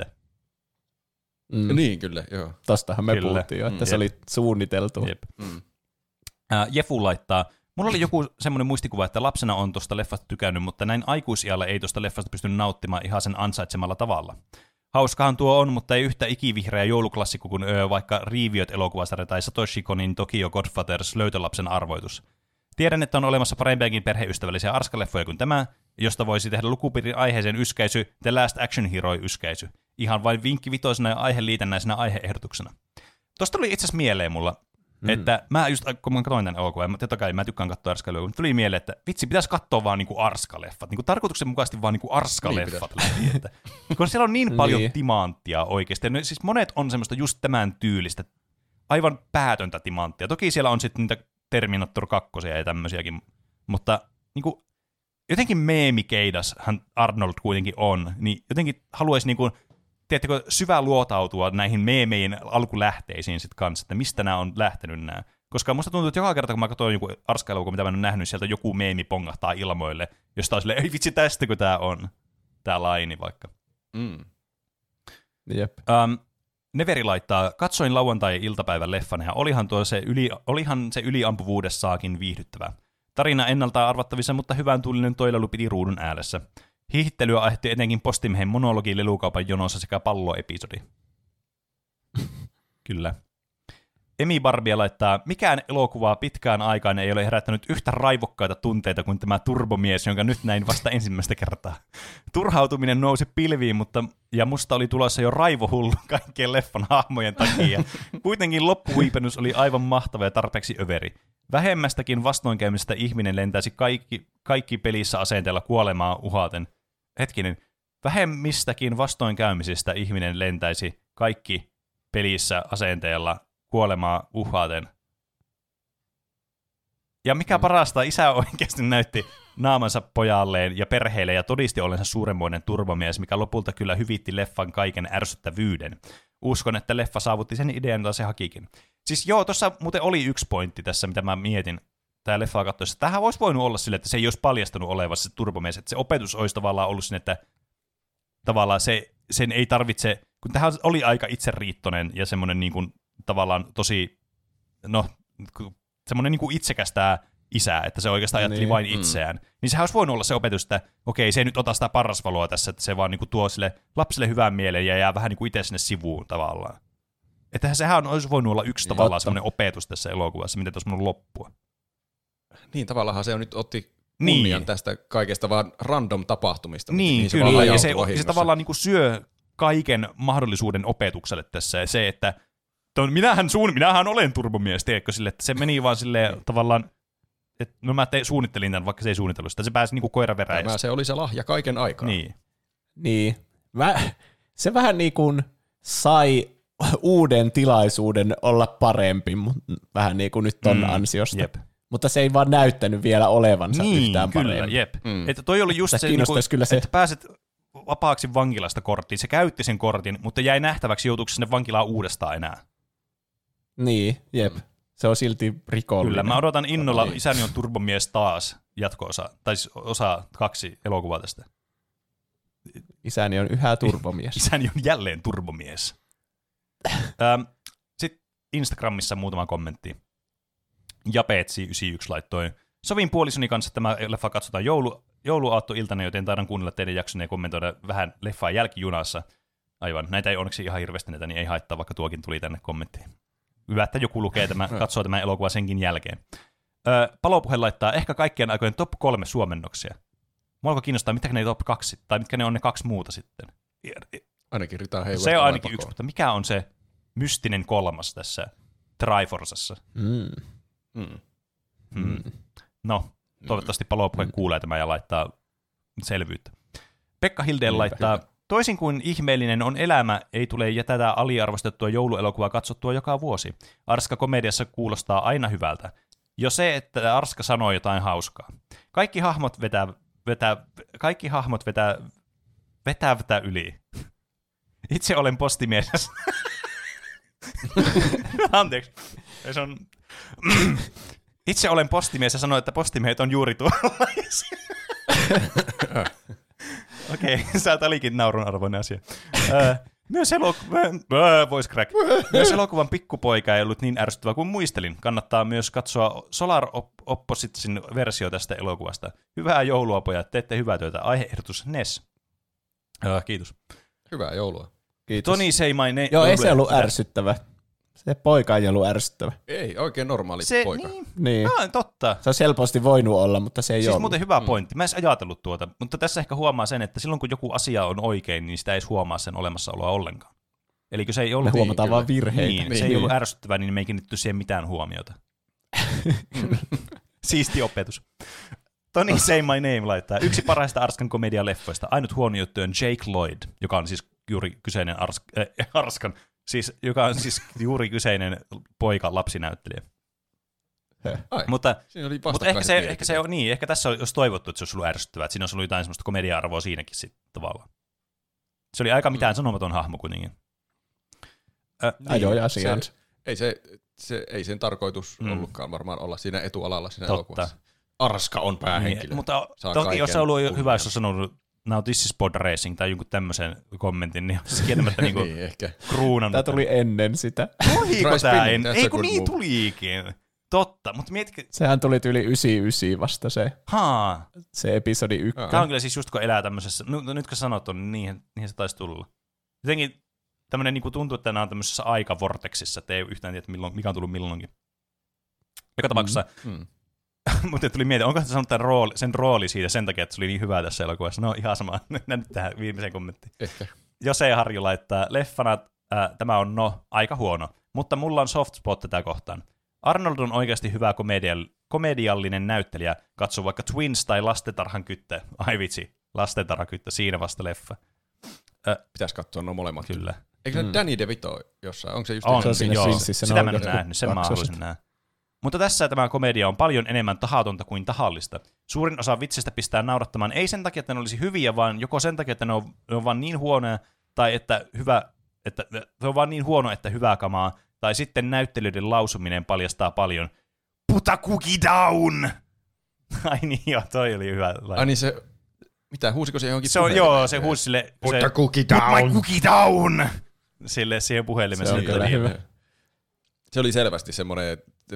Mm. Niin, kyllä, joo. Tostahan me kyllä. puhuttiin jo, että mm. se oli suunniteltu. Jep. Mm. Äh, Jefu laittaa, mulla oli joku semmoinen muistikuva, että lapsena on tuosta leffasta tykännyt, mutta näin aikuisiällä ei tuosta leffasta pystynyt nauttimaan ihan sen ansaitsemalla tavalla. Hauskahan tuo on, mutta ei yhtä ikivihreä jouluklassikko kuin öö, vaikka Riiviöt-elokuvasarja tai Satoshi Konin Tokyo Godfathers löytölapsen arvoitus. Tiedän, että on olemassa parempiakin perheystävällisiä arskaleffoja kuin tämä, josta voisi tehdä lukupiirin aiheeseen yskäisy The Last Action Hero-yskäisy. Ihan vain vinkki vitoisena ja aiheliitännäisenä aiheehdotuksena. Tuosta tuli itse asiassa mieleen mulla, mm. että mä just, kun mä katsoin tämän elokuvan, ja totta kai mä tykkään katsoa arskaleffoja, mutta tuli mieleen, että vitsi, pitäisi katsoa vaan niinku arskaleffat. Niinku tarkoituksenmukaisesti vaan niinku arskaleffat niin läpi, että, kun siellä on niin paljon niin. timanttia oikeasti. Ja siis monet on semmoista just tämän tyylistä, aivan päätöntä timanttia. Toki siellä on sitten niitä Terminator kaksi ja tämmöisiäkin, mutta niinku, jotenkin meemikeidashan Arnold kuitenkin on, niin jotenkin haluaisi niinku, tiedättekö, syvä luotautua näihin meemeihin alkulähteisiin sit kanssa, että mistä nämä on lähtenyt nämä. Koska musta tuntuu, että joka kerta, kun mä katsoin joku arska-elokuva, mitä mä en ole nähnyt, sieltä joku meemi pongahtaa ilmoille, josta on silleen, ei vitsi, tästäkö tää on, tää laini vaikka. Mm. Jep. Um, Neveri laittaa, katsoin lauantai-iltapäivän leffan, ja olihan, tuo se yli, olihan se yliampuvuudessaakin viihdyttävä. Tarina ennalta arvattavissa, mutta hyvän tuulinen toilailu piti ruudun ääressä. Hiihittelyä aiheutti etenkin Postimiehen monologi lelukaupan jonossa sekä palloepisodi. Kyllä. Emi Barbia laittaa, mikään elokuvaa pitkään aikaan ei ole herättänyt yhtä raivokkaita tunteita kuin tämä turbomies, jonka nyt näin vasta ensimmäistä kertaa. Turhautuminen nousi pilviin, mutta ja musta oli tulossa jo raivohullu kaikkien leffan hahmojen takia. Kuitenkin loppuhuipennus oli aivan mahtava ja tarpeeksi överi. Vähemmästäkin vastoinkäymisestä ihminen lentäisi kaikki, kaikki pelissä asenteella kuolemaa uhaten. Hetkinen, vähemmistäkin vastoinkäymisistä ihminen lentäisi kaikki pelissä asenteella kuolemaa uhaten. Ja mikä parasta, isä oikeasti näytti naamansa pojalleen ja perheelle ja todisti ollensa suuremmoinen turbomies, mikä lopulta kyllä hyvitti leffan kaiken ärsyttävyyden. Uskon, että leffa saavutti sen idean, jota se hakikin. Siis joo, tuossa muuten oli yksi pointti tässä, mitä mä mietin tää leffaa katsoessa. Tämähän olisi voinut olla sille, että se ei olisi paljastanut olevassa se turbomies, että se opetus olisi tavallaan ollut sinne, että tavallaan se, sen ei tarvitse, kun tähän oli aika itseriittoinen ja semmoinen niin kuin tavallaan tosi, no, semmoinen niin kuin itsekäs tämä isää, että se oikeastaan ajatteli Niin. vain itseään. Mm. Niin sehän olisi voinut olla se opetus, että okei, se ei nyt ota sitä parrasvaloa tässä, että se vaan niinku tuo sille lapselle hyvän mielen ja jää vähän niinku itse sinne sivuun tavallaan. Että sehän olisi voinut olla yksi Niin, tavallaan semmoinen opetus tässä elokuvassa, miten tuossa mun loppua. Niin, tavallaan se on nyt otti kunnian Niin. tästä kaikesta vaan random tapahtumista. Niin, se kyllä, vaan ja se, ajautui se vahingossa. tavallaan niinku syö kaiken mahdollisuuden opetukselle tässä, ja se, että ton, minähän, suun, minähän olen turbomies, tiedätkö, sille, että se meni vaan silleen tavallaan, että no mä te, suunnittelin tämän, vaikka se ei suunnitellut sitä, se pääsi niinku koiraveräjästä. Tämä se oli se lahja kaiken aikaa. Niin. Niin. Mä, se vähän niin kuin sai uuden tilaisuuden olla parempi, vähän niin kuin nyt ton Mm, ansiosta. jep. Mutta se ei vaan näyttänyt vielä olevansa Niin, yhtään kyllä, parempi. jep. Mm. Että toi oli just Tästä se, niinku, kiinnostaisi kyllä se- että pääset vapaaksi vankilasta korttiin, se käytti sen kortin, mutta jäi nähtäväksi, joutuuko sinne vankilaan uudestaan enää. Niin, jep. Se on silti rikollinen. Kyllä, mä odotan innolla Niin. Isäni on turbomies taas jatko-osa, tai siis osa kaksi elokuvaa tästä. Isäni on yhä turbomies. Isäni on jälleen turbomies. ähm, Sitten Instagramissa muutama kommentti. Japetsi yhdeksänkymmentäyksi laittoi. Sovin puolisoni kanssa, että tämä leffa katsotaan joulu, jouluaattoiltana, joten taidan kuunnella teidän jaksonne ja kommentoida vähän leffaa jälkijunassa. Aivan, näitä ei onneksi ihan hirveästi näitä, niin ei haittaa, vaikka tuokin tuli tänne kommenttiin. Hyvä, että joku lukee tämä, katsoo tämän elokuvan senkin jälkeen. Öö, Palopuhe laittaa ehkä kaikkien aikojen top kolme suomennoksia. Mua alkoi kiinnostaa, mitkä ne top kaksi, tai mitkä ne on ne kaksi muuta sitten. Ainakin Rita Hayward. Se on ainakin pakoon. yksi, mutta mikä on se mystinen kolmas tässä Triforcessa? Mm. Mm. Hmm. No, toivottavasti Palopuhe Mm. kuulee tämä ja laittaa selvyyttä. Pekka Hildeen Niinpä, laittaa, hyvä. toisin kuin ihmeellinen on elämä, ei tule jätätä aliarvostettua jouluelokuvaa katsottua joka vuosi. Arska komediassa kuulostaa aina hyvältä. Jo se, että Arska sanoo jotain hauskaa. Kaikki hahmot vetää, vetää, kaikki hahmot vetää, vetää, vetää yli. Itse olen postimies. Anteeksi. Se on... Itse olen postimies ja sanoin, että postimiehet on juuri tuollaisia. Okei, okay, sä olikin naurun arvoinen asia. Öö, myös, elokuva, öö, voice crack. Myös elokuvan Pikkupoika ei ollut niin ärsyttävä kuin muistelin. Kannattaa myös katsoa Solar Oppositesin versio tästä elokuvasta. Hyvää joulua, pojat. Teette hyvää työtä. Aiheehdotus N E S. Öö, kiitos. Hyvää joulua. Kiitos. Toni say my name. Joo, ei se ollut ärsyttävä. Se poika ei ollut ärsyttävä. Ei, oikein normaali Se, poika. niin, Niin. ah, totta. Se olisi helposti voinut olla, mutta se ei Siis ollut. muuten hyvä pointti. Mä en edes ajatellut tuota, mutta tässä ehkä huomaa sen, että silloin kun joku asia on oikein, niin sitä ei edes huomaa sen olemassaoloa ollenkaan. Eli kun se ei Me ollut, huomataan kyllä. vaan virheitä. niin, Niin. se ei ollut ärsyttävää, niin me ei kiinnitetty siihen mitään huomiota. Siisti opetus. Toni Say My Name laittaa. Yksi parhaista Arskan komedialeffoista. Ainut huono juttu on Jake Lloyd, joka on siis juuri kyseinen Ars- äh, Arskan, siis, joka on siis juuri kyseinen poika lapsinäyttelijä. Ai, Mutta siinä oli Mutta ehkä se, vastakkaiset ehkä se on niin, ehkä tässä olisi toivottu, että se olisi ollut ärsyttävää, että siinä olisi ollut jotain semmoista komedia-arvoa siinäkin sitten tavallaan. Se oli aika mitään sanomaton hahmo kuitenkin. Ö, Ajoi asiansa. Ei, se, se, ei sen tarkoitus Mm. ollutkaan varmaan olla siinä etualalla siinä Totta. elokuvassa. Arska on päähenkilö. niin, mutta Saa toki kaiken jos se on ollut kunnian. hyvä, jos on sanonut Now this is pod racing tai jonkun tämmöisen kommentin, niin olisi kieltämättä niinku niin, ehkä. kruunannut. Tämä tuli ennen sitä. Tuliko Try tämä spinning, en? that's Ei a kun good niin move. tuliikin. Totta, mutta mietitkö, Sehän tuli yli yhdeksänkymmentäyhdeksän vasta se, haa, se episodi ykkönen. tämä on kyllä siis just kun elää tämmöisessä, no, no nyt kun sanot on, niin niihin, niihin se taisi tulla. Jotenkin tämmöinen niin tuntuu, että nämä on tämmöisessä aikavorteksissa, että ei yhtään tiedä, milloin, mikä on tullut milloinkin. Joka tapauksessa, Mm. mutta tuli mieleen, onko se sanonut tämän rooli, sen rooli siitä sen takia, että se oli niin hyvä tässä elokuvassa. No ihan sama, mennään nyt tähän viimeiseen kommenttiin. Ehkä. Jose Harju laittaa, leffana ää, tämä on no, aika huono, mutta mulla on soft spot tätä kohtaan. Arnold on oikeasti hyvä komedial- komediallinen näyttelijä, katso vaikka Twins tai Lastentarhan kyttä. Ai vitsi, Lastentarhan kyttä, siinä vasta leffa. Pitäisi katsoa nuo molemmat. Kyllä. Eikö Mm. se Danny DeVito jossain? Onko se just On, Se on siinä joo. Twinsissä, ne Sitä on mä en ole jotkut nähnyt, sen mä kaksoset. haluaisin nähdä. Mutta tässä tämä komedia on paljon enemmän tahatonta kuin tahallista. Suurin osa vitsistä pistää naurattamaan ei sen takia, että ne olisi hyviä, vaan joko sen takia, että ne on, ne on vaan niin huonoja, tai että hyvä, että se on vaan niin huono, että hyvää kamaa, tai sitten näyttelyiden lausuminen paljastaa paljon. Put a cookie down! Ai niin joo, toi oli hyvä. Ai niin se, mitä, huusiko se johonkin Se on, puhelimeen? joo, se huusi sille, Put se, a cookie Put my down! cookie down! Sille siihen puhelimeen. Se on sille kyllä oli- hyvä. Se oli selvästi semmoinen, että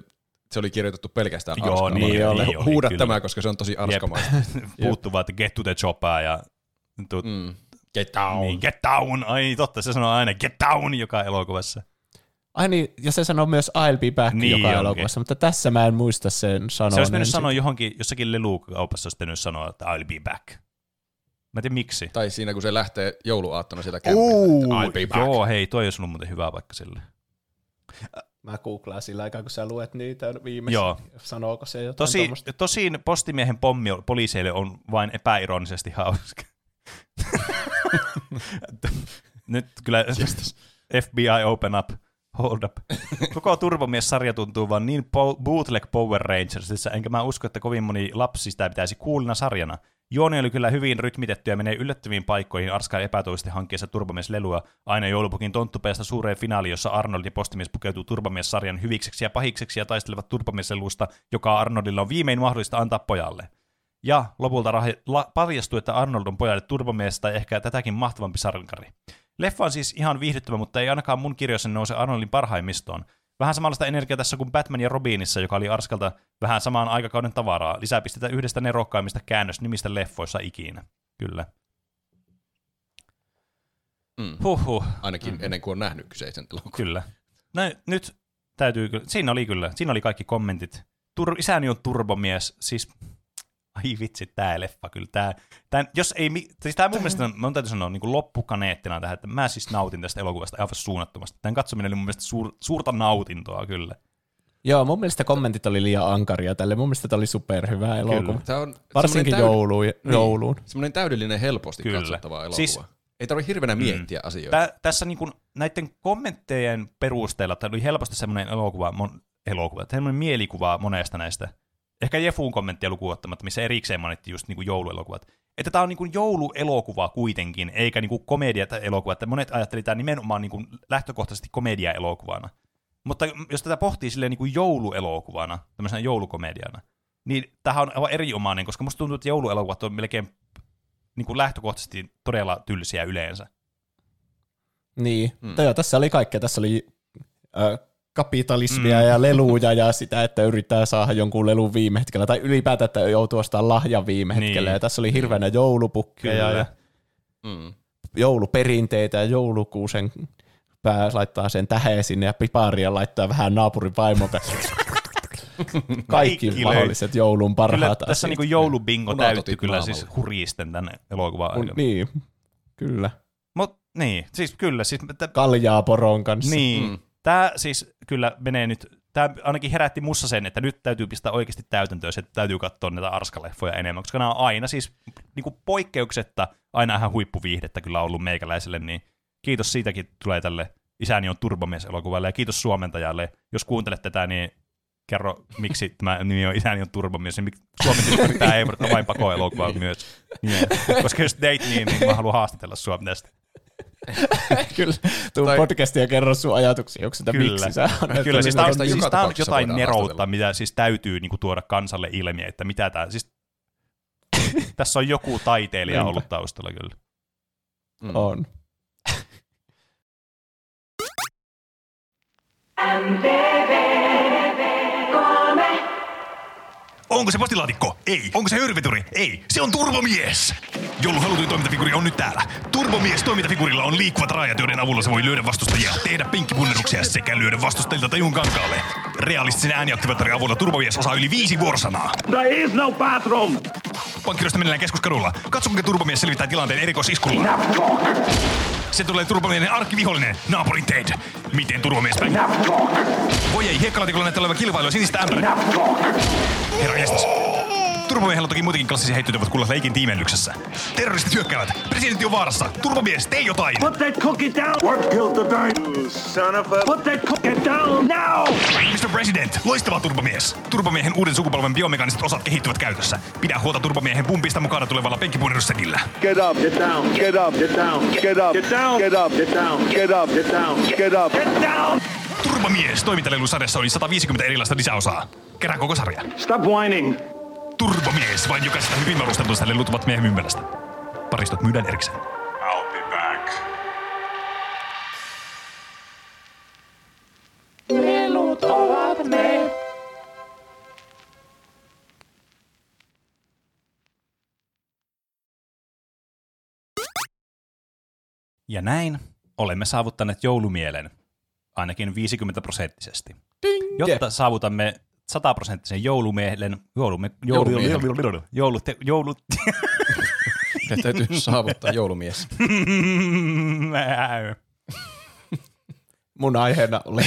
se oli kirjoitettu pelkästään Joo, arskalla. niin oli, niin oli, Huuda kyllä. tämä, koska se on tosi arskamaista. Puuttuu vaan, että get to the chopper ja tu- Mm. Get down. niin, get down. Ai totta, se sanoo aina get down joka elokuvassa. Ai niin, ja se sanoo myös I'll be back Niin joka onkin. elokuvassa, mutta tässä mä en muista sen sanoneen. Se olisi mennyt sanoa johonkin, jossakin lelukaupassa olisi mennyt sanoa, että I'll be back. Mä en tiedä miksi. Tai siinä, kun se lähtee jouluaattona sieltä Uu, kämpillä. I'll be back. Joo, hei, toi olisi ollut muuten hyvä vaikka sille. Mä googlaan sillä aikaa, kun sä luet niitä viimeisiä. Joo. Sanooko se jotain Tosi, tuommoista? tosin postimiehen pommi poliiseille on vain epäironisesti hauska. Nyt kyllä F B I open up, hold up. Koko Turbomies-sarja tuntuu vaan niin po- bootleg Power Rangersissa, enkä mä usko, että kovin moni lapsi sitä pitäisi kuulina sarjana. Juoni oli kyllä hyvin rytmitetty ja menee yllättäviin paikkoihin Arskan epätoisesti hankkeessa Turbomies-lelua aina joulupukin tonttupeesta suureen finaaliin, jossa Arnold ja Postimies pukeutuu Turbomies-sarjan hyvikseksi ja pahikseksi ja taistelevat Turbomies-lelusta, joka Arnoldilla on viimein mahdollista antaa pojalle. Ja lopulta rah- la- paljastuu, että Arnold on pojalle turbomies tai ehkä tätäkin mahtavampi sankari. Leffa on siis ihan viihdyttävä, mutta ei ainakaan mun kirjoissa nouse Arnoldin parhaimmistoon. Vähän samanlaista energiaa tässä kuin Batman ja Robinissa, joka oli Arskalta vähän samaan aikakauden tavaraa. Lisää pistetään yhdestä nerokkaimmista käännösnimistä leffoissa ikinä. Kyllä. Mm. Huhhuh. Ainakin mm-hmm. ennen kuin on nähnyt kyseisen elokuvan. Kyllä. No, nyt täytyy kyllä. Siinä oli kyllä. Siinä oli kaikki kommentit. Tur- isäni on turbomies. Siis, ai vitsi, tää leffa kyllä. Tää, tää, jos ei, siis tää mun mielestä, mun täytyy sanoa niin kuin loppukaneettina tähän, että mä siis nautin tästä elokuvasta aivan suunnattomasti. Tämän katsominen oli mun mielestä suur, suurta nautintoa kyllä. Joo, mun mielestä kommentit oli liian ankaria tälle. Mun mielestä tämä oli superhyvä elokuva. Tämä on varsinkin täyd- jouluun. niin, jouluun. Semmoinen täydellinen helposti Kyllä. katsottava elokuva. Siis- ei tarvitse hirveänä miettiä mm. asioita. Tä, tässä niin kuin, näiden kommenttejen perusteella tämä oli helposti semmoinen elokuva, mon, elokuva, semmoinen mielikuva monesta näistä. Ehkä Jefun kommenttia lukuun ottamatta, missä erikseen mainittiin just niin kuin jouluelokuvat. Että tämä on niin kuin jouluelokuva kuitenkin, eikä niin kuin komedia-elokuva. Että monet ajattelivat tämä nimenomaan niin kuin lähtökohtaisesti komedia-elokuvana. Mutta jos tätä pohtii silleen niin kuin jouluelokuvana, tämmöisenä joulukomediana, niin tämähän on aivan erinomainen, koska musta tuntuu, että jouluelokuvat on melkein niin kuin lähtökohtaisesti todella tylsiä yleensä. Niin, Mm. joo, tässä oli kaikkea. Tässä oli äh, kapitalismia Mm. ja leluja ja sitä, että yrittää saada jonkun lelun viime hetkellä, tai ylipäätään, että joutuu ostamaan lahjan viime hetkellä. Niin. Ja tässä oli hirveänä joulupukkeja Kyllä. ja Mm. jouluperinteitä ja joulukuusen pää laittaa sen täheen sinne ja piparia laittaa vähän naapurin vaimon kanssa. Kaikki Kaikki mahdolliset joulun Kyllä parhaat tässä asiat. niinku joulubingo Unohtotit täyttyi kyllä naamalla. siis hurjisten tänne elokuvan Un- aikana. Niin, kyllä. Mut niin, siis kyllä. Siis, t- Kaljaa poron kanssa. niin, Mm. tää siis kyllä menee nyt, tää ainakin herätti mussa sen, että nyt täytyy pistää oikeasti täytäntöön se, että täytyy katsoa näitä Arska-leffoja enemmän, koska nämä on aina siis niinku poikkeuksetta aina ihan huippuviihdettä kyllä ollut meikäläiselle, niin kiitos siitäkin tulee tälle Isäni on turbomies-elokuvalle ja kiitos suomentajalle. Jos kuuntelet tätä, niin kerro, miksi tämä nimi on Isäni on turbomies, niin suomentajalle tämä ei ole vain pakoelokuva myös. Yeah. Koska jos teit niin, niin mä haluan haastatella sua tästä. Kyllä, tuu Tai- podcastia ja kerro sun ajatuksia, onko sitä Kyllä. miksi sä annat Kyllä, siis tämä on, Joka siis tää on tapauksessa jotain voidaan neroutta, haastatella. mitä siis täytyy niinku tuoda kansalle ilmi, että mitä tämä, siis tässä on joku taiteilija Niinpä. ollut taustalla kyllä. Mm. on. Onko se postilaatikko? Ei. Onko se höyryveturi? Ei. Se on Turbomies! Joulun halutuin toimintafiguuri on nyt täällä. Turbomies toimintafiguurilla on liikkuvat raajat, joiden avulla se voi lyödä vastustajia, tehdä pinkkipunneruksia sekä lyödä vastustajilta tajun kankaalle. Realistisen ääniaktivaattorin avulla Turbomies osaa yli viisi vuorosanaa. There is no bathroom! Pankkiryöstä mennään keskuskadulla. Katso, kuinka Turbomies selvittää tilanteen erikoisiskulla. Se tulee Turbomiehen arkkivihollinen, naapurin Ted. Miten Turbomies päin? Voi ei, hiekkalaatikolla näyttää olevan kilpailua sinistä ämpäriä. Herra jestas. Turbomiehellä on toki muitakin klassisia heittoja, jotka kuulla leikin tiimellyksessä. Terroristit hyökkäävät. Presidentti on vaarassa. Turbomies, tee jotain! Put that cookie down! What killed the guy? Son of a... Put that cookie down now! mister President, loistava Turbomies. Turbomiehen uuden sukupolven biomekaaniset osat kehittyvät käytössä. Pidä huolta Turbomiehen pumpista mukana tulevalla penkkipunnerussetillä. Get up, get down, get up, get down, get up, get down, get up, get down, get up, get down, get up, get down! Turbomies, toimintalelu-sarjassa oli sata viisikymmentä erilaista lisäosaa. Kerää koko sarja. Stop whining! Turbomies, vain jokaisesta hyvin varustetusta lelut ovat meidän mympälästä. Paristot myydään erikseen. I'll be back. Lelut ovat me. Ja näin olemme saavuttaneet joulumielen, ainakin viisikymmentä prosenttisesti. Jotta saavutamme sataprosenttisen joulumielen, joulume, joulu, joulu, joulu, joulu, Ne täytyy saavuttaa joulumies. Mun aiheena oli,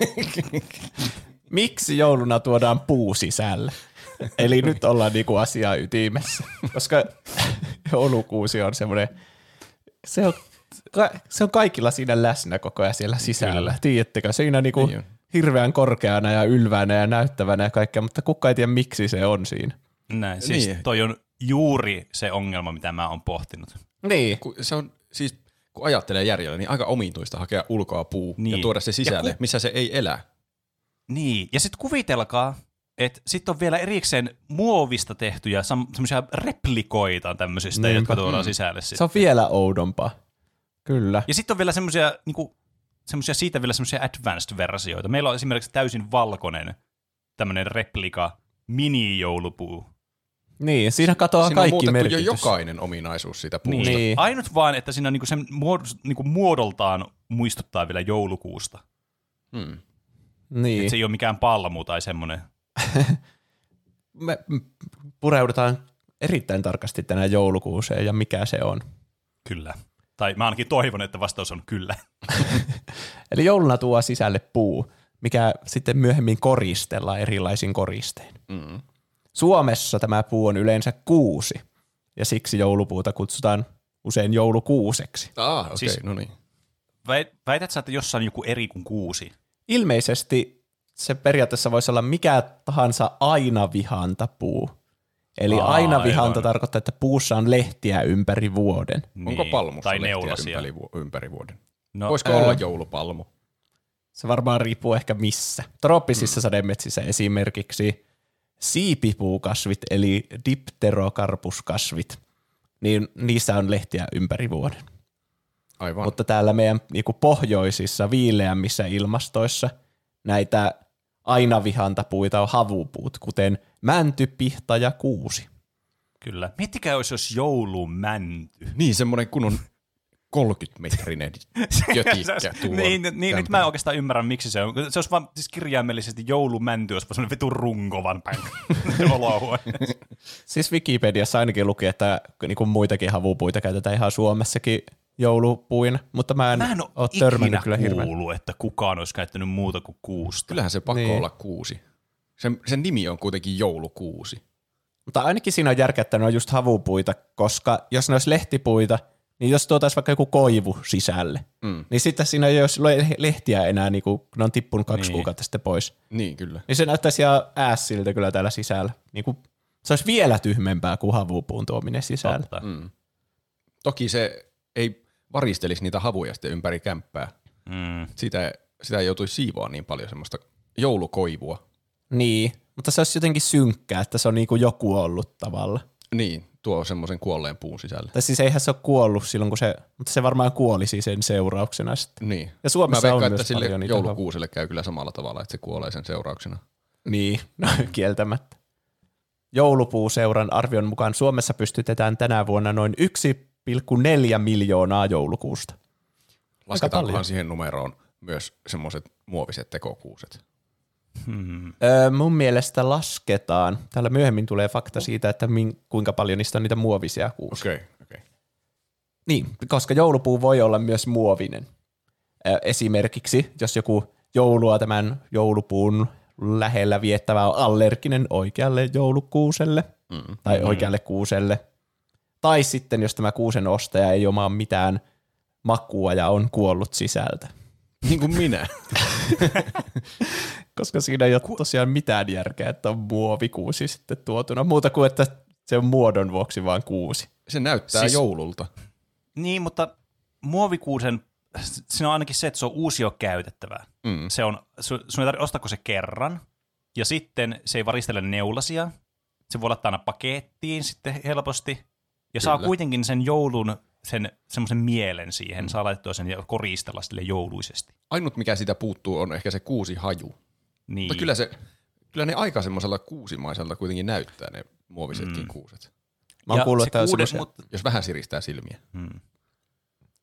miksi jouluna tuodaan puu sisälle? Eli nyt ollaan niinku asiaa ytimessä, koska joulukuusi on semmoinen, se on, se on kaikilla siinä läsnä koko ajan siellä sisällä. Kyllä. Tiedättekö, siinä niinku niin hirveän korkeana ja ylväänä ja näyttävänä ja kaikkea, mutta kukaan ei tiedä, miksi se on siinä. Näin, siis niin. Toi on juuri se ongelma, mitä mä oon pohtinut. Niin. Kun se on siis, kun ajattelee järjellä, niin aika omituista hakea ulkoa puu niin. ja tuoda se sisälle, ku... missä se ei elä. Niin, ja sitten kuvitelkaa, että sitten on vielä erikseen muovista tehtyjä semmoisia replikoita tämmöisistä, Niinpä. jotka tuodaan mm. sisälle. Sitten. Se on vielä oudompaa. Kyllä. Ja sitten on vielä semmoisia, niinku, semmoisia siitä vielä semmoisia advanced-versioita. Meillä on esimerkiksi täysin valkoinen tämmöinen replika mini-joulupuu. Niin, siinä katoaa siinä kaikki merkitys. Siinä on muutettu jo jokainen ominaisuus siitä puusta. Niin. Ainut vaan, että siinä on niinku sen muod- niinku muodoltaan muistuttaa vielä joulukuusta. Hmm. Niin. Että se ei ole mikään palmu tai semmoinen. Me pureudutaan erittäin tarkasti tänään joulukuuseen ja mikä se on. Kyllä. Tai mä ainakin toivon, että vastaus on kyllä. Eli jouluna tuo sisälle puu, mikä sitten myöhemmin koristellaan erilaisin koristein. Mm. Suomessa tämä puu on yleensä kuusi, ja siksi joulupuuta kutsutaan usein joulukuuseksi. Ah, okei, okay, siis, no niin. Väität sä, että jossain joku eri kuin kuusi? Ilmeisesti se periaatteessa voisi olla mikä tahansa ainavihantapuu. Eli Aa, ainavihanta aivan. tarkoittaa, että puussa on lehtiä ympäri vuoden. Niin. Onko palmussa tai lehtiä ympäri, ympäri vuoden? No, Voisiko ää, olla joulupalmu? Se varmaan riippuu ehkä missä. Trooppisissa hmm. sademetsissä esimerkiksi siipipuukasvit, eli dipterokarpuskasvit, niin niissä on lehtiä ympäri vuoden. Aivan. Mutta täällä meidän niin kuin pohjoisissa, viileämmissä ilmastoissa näitä ainavihantapuita on havupuut, kuten mänty, pihta ja kuusi. Kyllä. Miettikää, jos olisi joulumänty. Niin, semmoinen kunnon kolmekymmentä-metrinen jötikkä tuolla. niin, niin nyt mä en oikeastaan ymmärrä, miksi se on. Se olisi vaan siis kirjaimellisesti joulumänty, olisi semmoinen vitun runko vaan päin olohuoneessa. Siis Wikipediassa ainakin luki, että niinku muitakin havupuita käytetään ihan Suomessakin joulupuina, mutta mä en, mä en ole törmännyt kyllä hirveän. hirveän. Kuullut, että kukaan olisi käyttänyt muuta kuin kuusta. Kyllähän se pakko niin. olla kuusi. Sen, sen nimi on kuitenkin joulukuusi. Mutta ainakin siinä on järkeä, että ne on just havupuita, koska jos ne olisi lehtipuita, niin jos tuotaisiin vaikka joku koivu sisälle, mm. niin sitten siinä ei olisi lehtiä enää, niin kun ne on tippunut kaksi niin. kuukautta sitten pois. Niin, kyllä. Niin se näyttäisi ihan äässiltä kyllä täällä sisällä. Niin kuin, se olisi vielä tyhmempää kuin havupuun tuominen sisällä. Mm. Toki se ei varistelisi niitä havuja sitten ympäri kämppää. Mm. Sitä, sitä ei joutuisi siivoa niin paljon semmoista joulukoivua. Niin, mutta se olisi jotenkin synkkää, että se on niin kuin joku ollut tavalla. Niin, tuo semmoisen kuolleen puun sisälle. Tai siis eihän se ole kuollut silloin, kun se, mutta se varmaan kuolisi sen seurauksena sitten. Niin. Ja Suomessa mä on veikkaan, myös että sille paljon niitä joulukuuselle käy kyllä samalla tavalla, että se kuolee sen seurauksena. Niin, no kieltämättä. Joulupuuseuran arvion mukaan Suomessa pystytetään tänä vuonna noin yksi pilkku neljä miljoonaa joulukuusta. Lasketaankohan siihen numeroon myös semmoiset muoviset tekokuuset? Hmm. Öö, mun mielestä lasketaan. Täällä myöhemmin tulee fakta siitä, että min, kuinka paljon niistä on niitä muovisia kuusia. Okei, okay, okei. Okay. Niin, koska joulupuu voi olla myös muovinen. Öö, esimerkiksi, jos joku joulua tämän joulupuun lähellä viettävä on allerginen oikealle joulukuuselle mm. tai mm. oikealle kuuselle. Tai sitten, jos tämä kuusen ostaja ei omaa mitään makua ja on kuollut sisältä. Niin kuin minä. Koska siinä ei ole tosiaan mitään järkeä, että on muovikuusi sitten tuotuna. Muuta kuin, että se on muodon vuoksi vaan kuusi. Se näyttää siis, joululta. Niin, mutta muovikuusen, siinä on ainakin se, että se on uusiokäytettävää. Mm. Se on, sun ei tarvitse ostako se kerran, ja sitten se ei varistele neulasia. Se voi laittaa aina pakettiin sitten helposti. Ja Kyllä. saa kuitenkin sen joulun, sen semmoisen mielen siihen, mm. saa laittua sen ja koristella sille jouluisesti. Ainut, mikä siitä puuttuu, on ehkä se kuusi haju. Niin. Mutta kyllä, se, kyllä ne aika semmoisella kuusimaiselta kuitenkin näyttää ne muovisetkin mm. kuuset. Mä oon kuullut, että kuudes, mutta... Jos vähän siristää silmiä. Mm.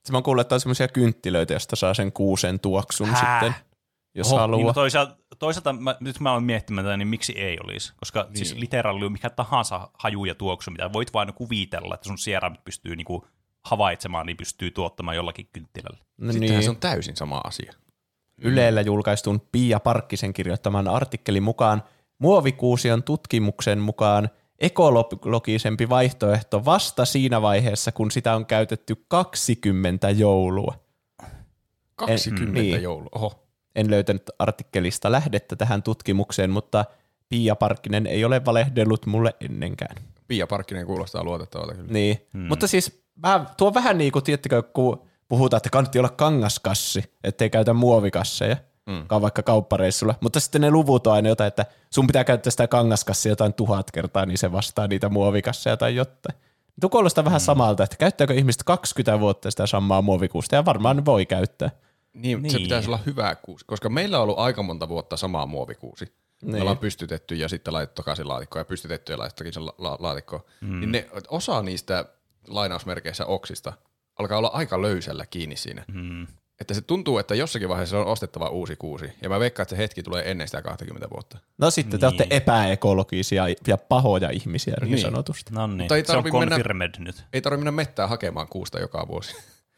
Mä oon kuullut, että on semmoisia kynttilöitä, josta saa sen kuusen tuoksun Hää? sitten, jos Oho, haluaa. Niin, no toisaalta, toisaalta mä, nyt mä oon miettimään tätä, niin miksi ei olisi? Koska niin. siis literaali on mikä tahansa haju ja tuoksu, mitä voit vain kuvitella, että sun sieraimet pystyy niinku havaitsemaan, niin pystyy tuottamaan jollakin kynttilällä. No Sittenhän niin. se on täysin sama asia. Ylellä julkaistun Pia Parkkisen kirjoittaman artikkelin mukaan muovikuusi on tutkimuksen mukaan ekologisempi vaihtoehto vasta siinä vaiheessa, kun sitä on käytetty kaksikymmentä joulua. kaksikymmentä En, niin. joulua, oho. En löytänyt artikkelista lähdettä tähän tutkimukseen, mutta Pia Parkkinen ei ole valehdellut mulle ennenkään. Pia Parkkinen kuulostaa luotettavalta kyllä. Niin, hmm. mutta siis mä, tuo vähän niin kuin, tiedättekö, kun puhutaan, että kannatti olla kangaskassi, ettei käytä muovikasseja, mm. vaikka kauppareissulla. Mutta sitten ne luvut on aina jotain, että sun pitää käyttää sitä kangaskassia jotain tuhat kertaa, niin se vastaa niitä muovikasseja tai jotain. Tuo kuulostaa vähän mm. samalta, että käyttääkö ihmiset kaksikymmentä vuotta sitä samaa muovikuusta, ja varmaan ne voi käyttää. Niin, niin, se pitäisi olla hyvä kuusi, koska meillä on ollut aika monta vuotta samaa muovikuusi. Niin. Me ollaan pystytetty ja sitten laitettu takaisin laatikkoon ja pystytetty ja laitettukin sen la- la- laatikkoon. Mm. Niin ne, osa niistä lainausmerkeissä oksista alkaa olla aika löysällä kiinni siinä. Mm. Että se tuntuu, että jossakin vaiheessa on ostettava uusi kuusi. Ja mä veikkaan, että se hetki tulee ennen sitä kaksikymmentä vuotta. No sitten niin. Te olette epäekologisia ja pahoja ihmisiä niin, niin sanotusti. No niin, se on confirmed nyt. Ei tarvitse mennä mettään hakemaan kuusta joka vuosi.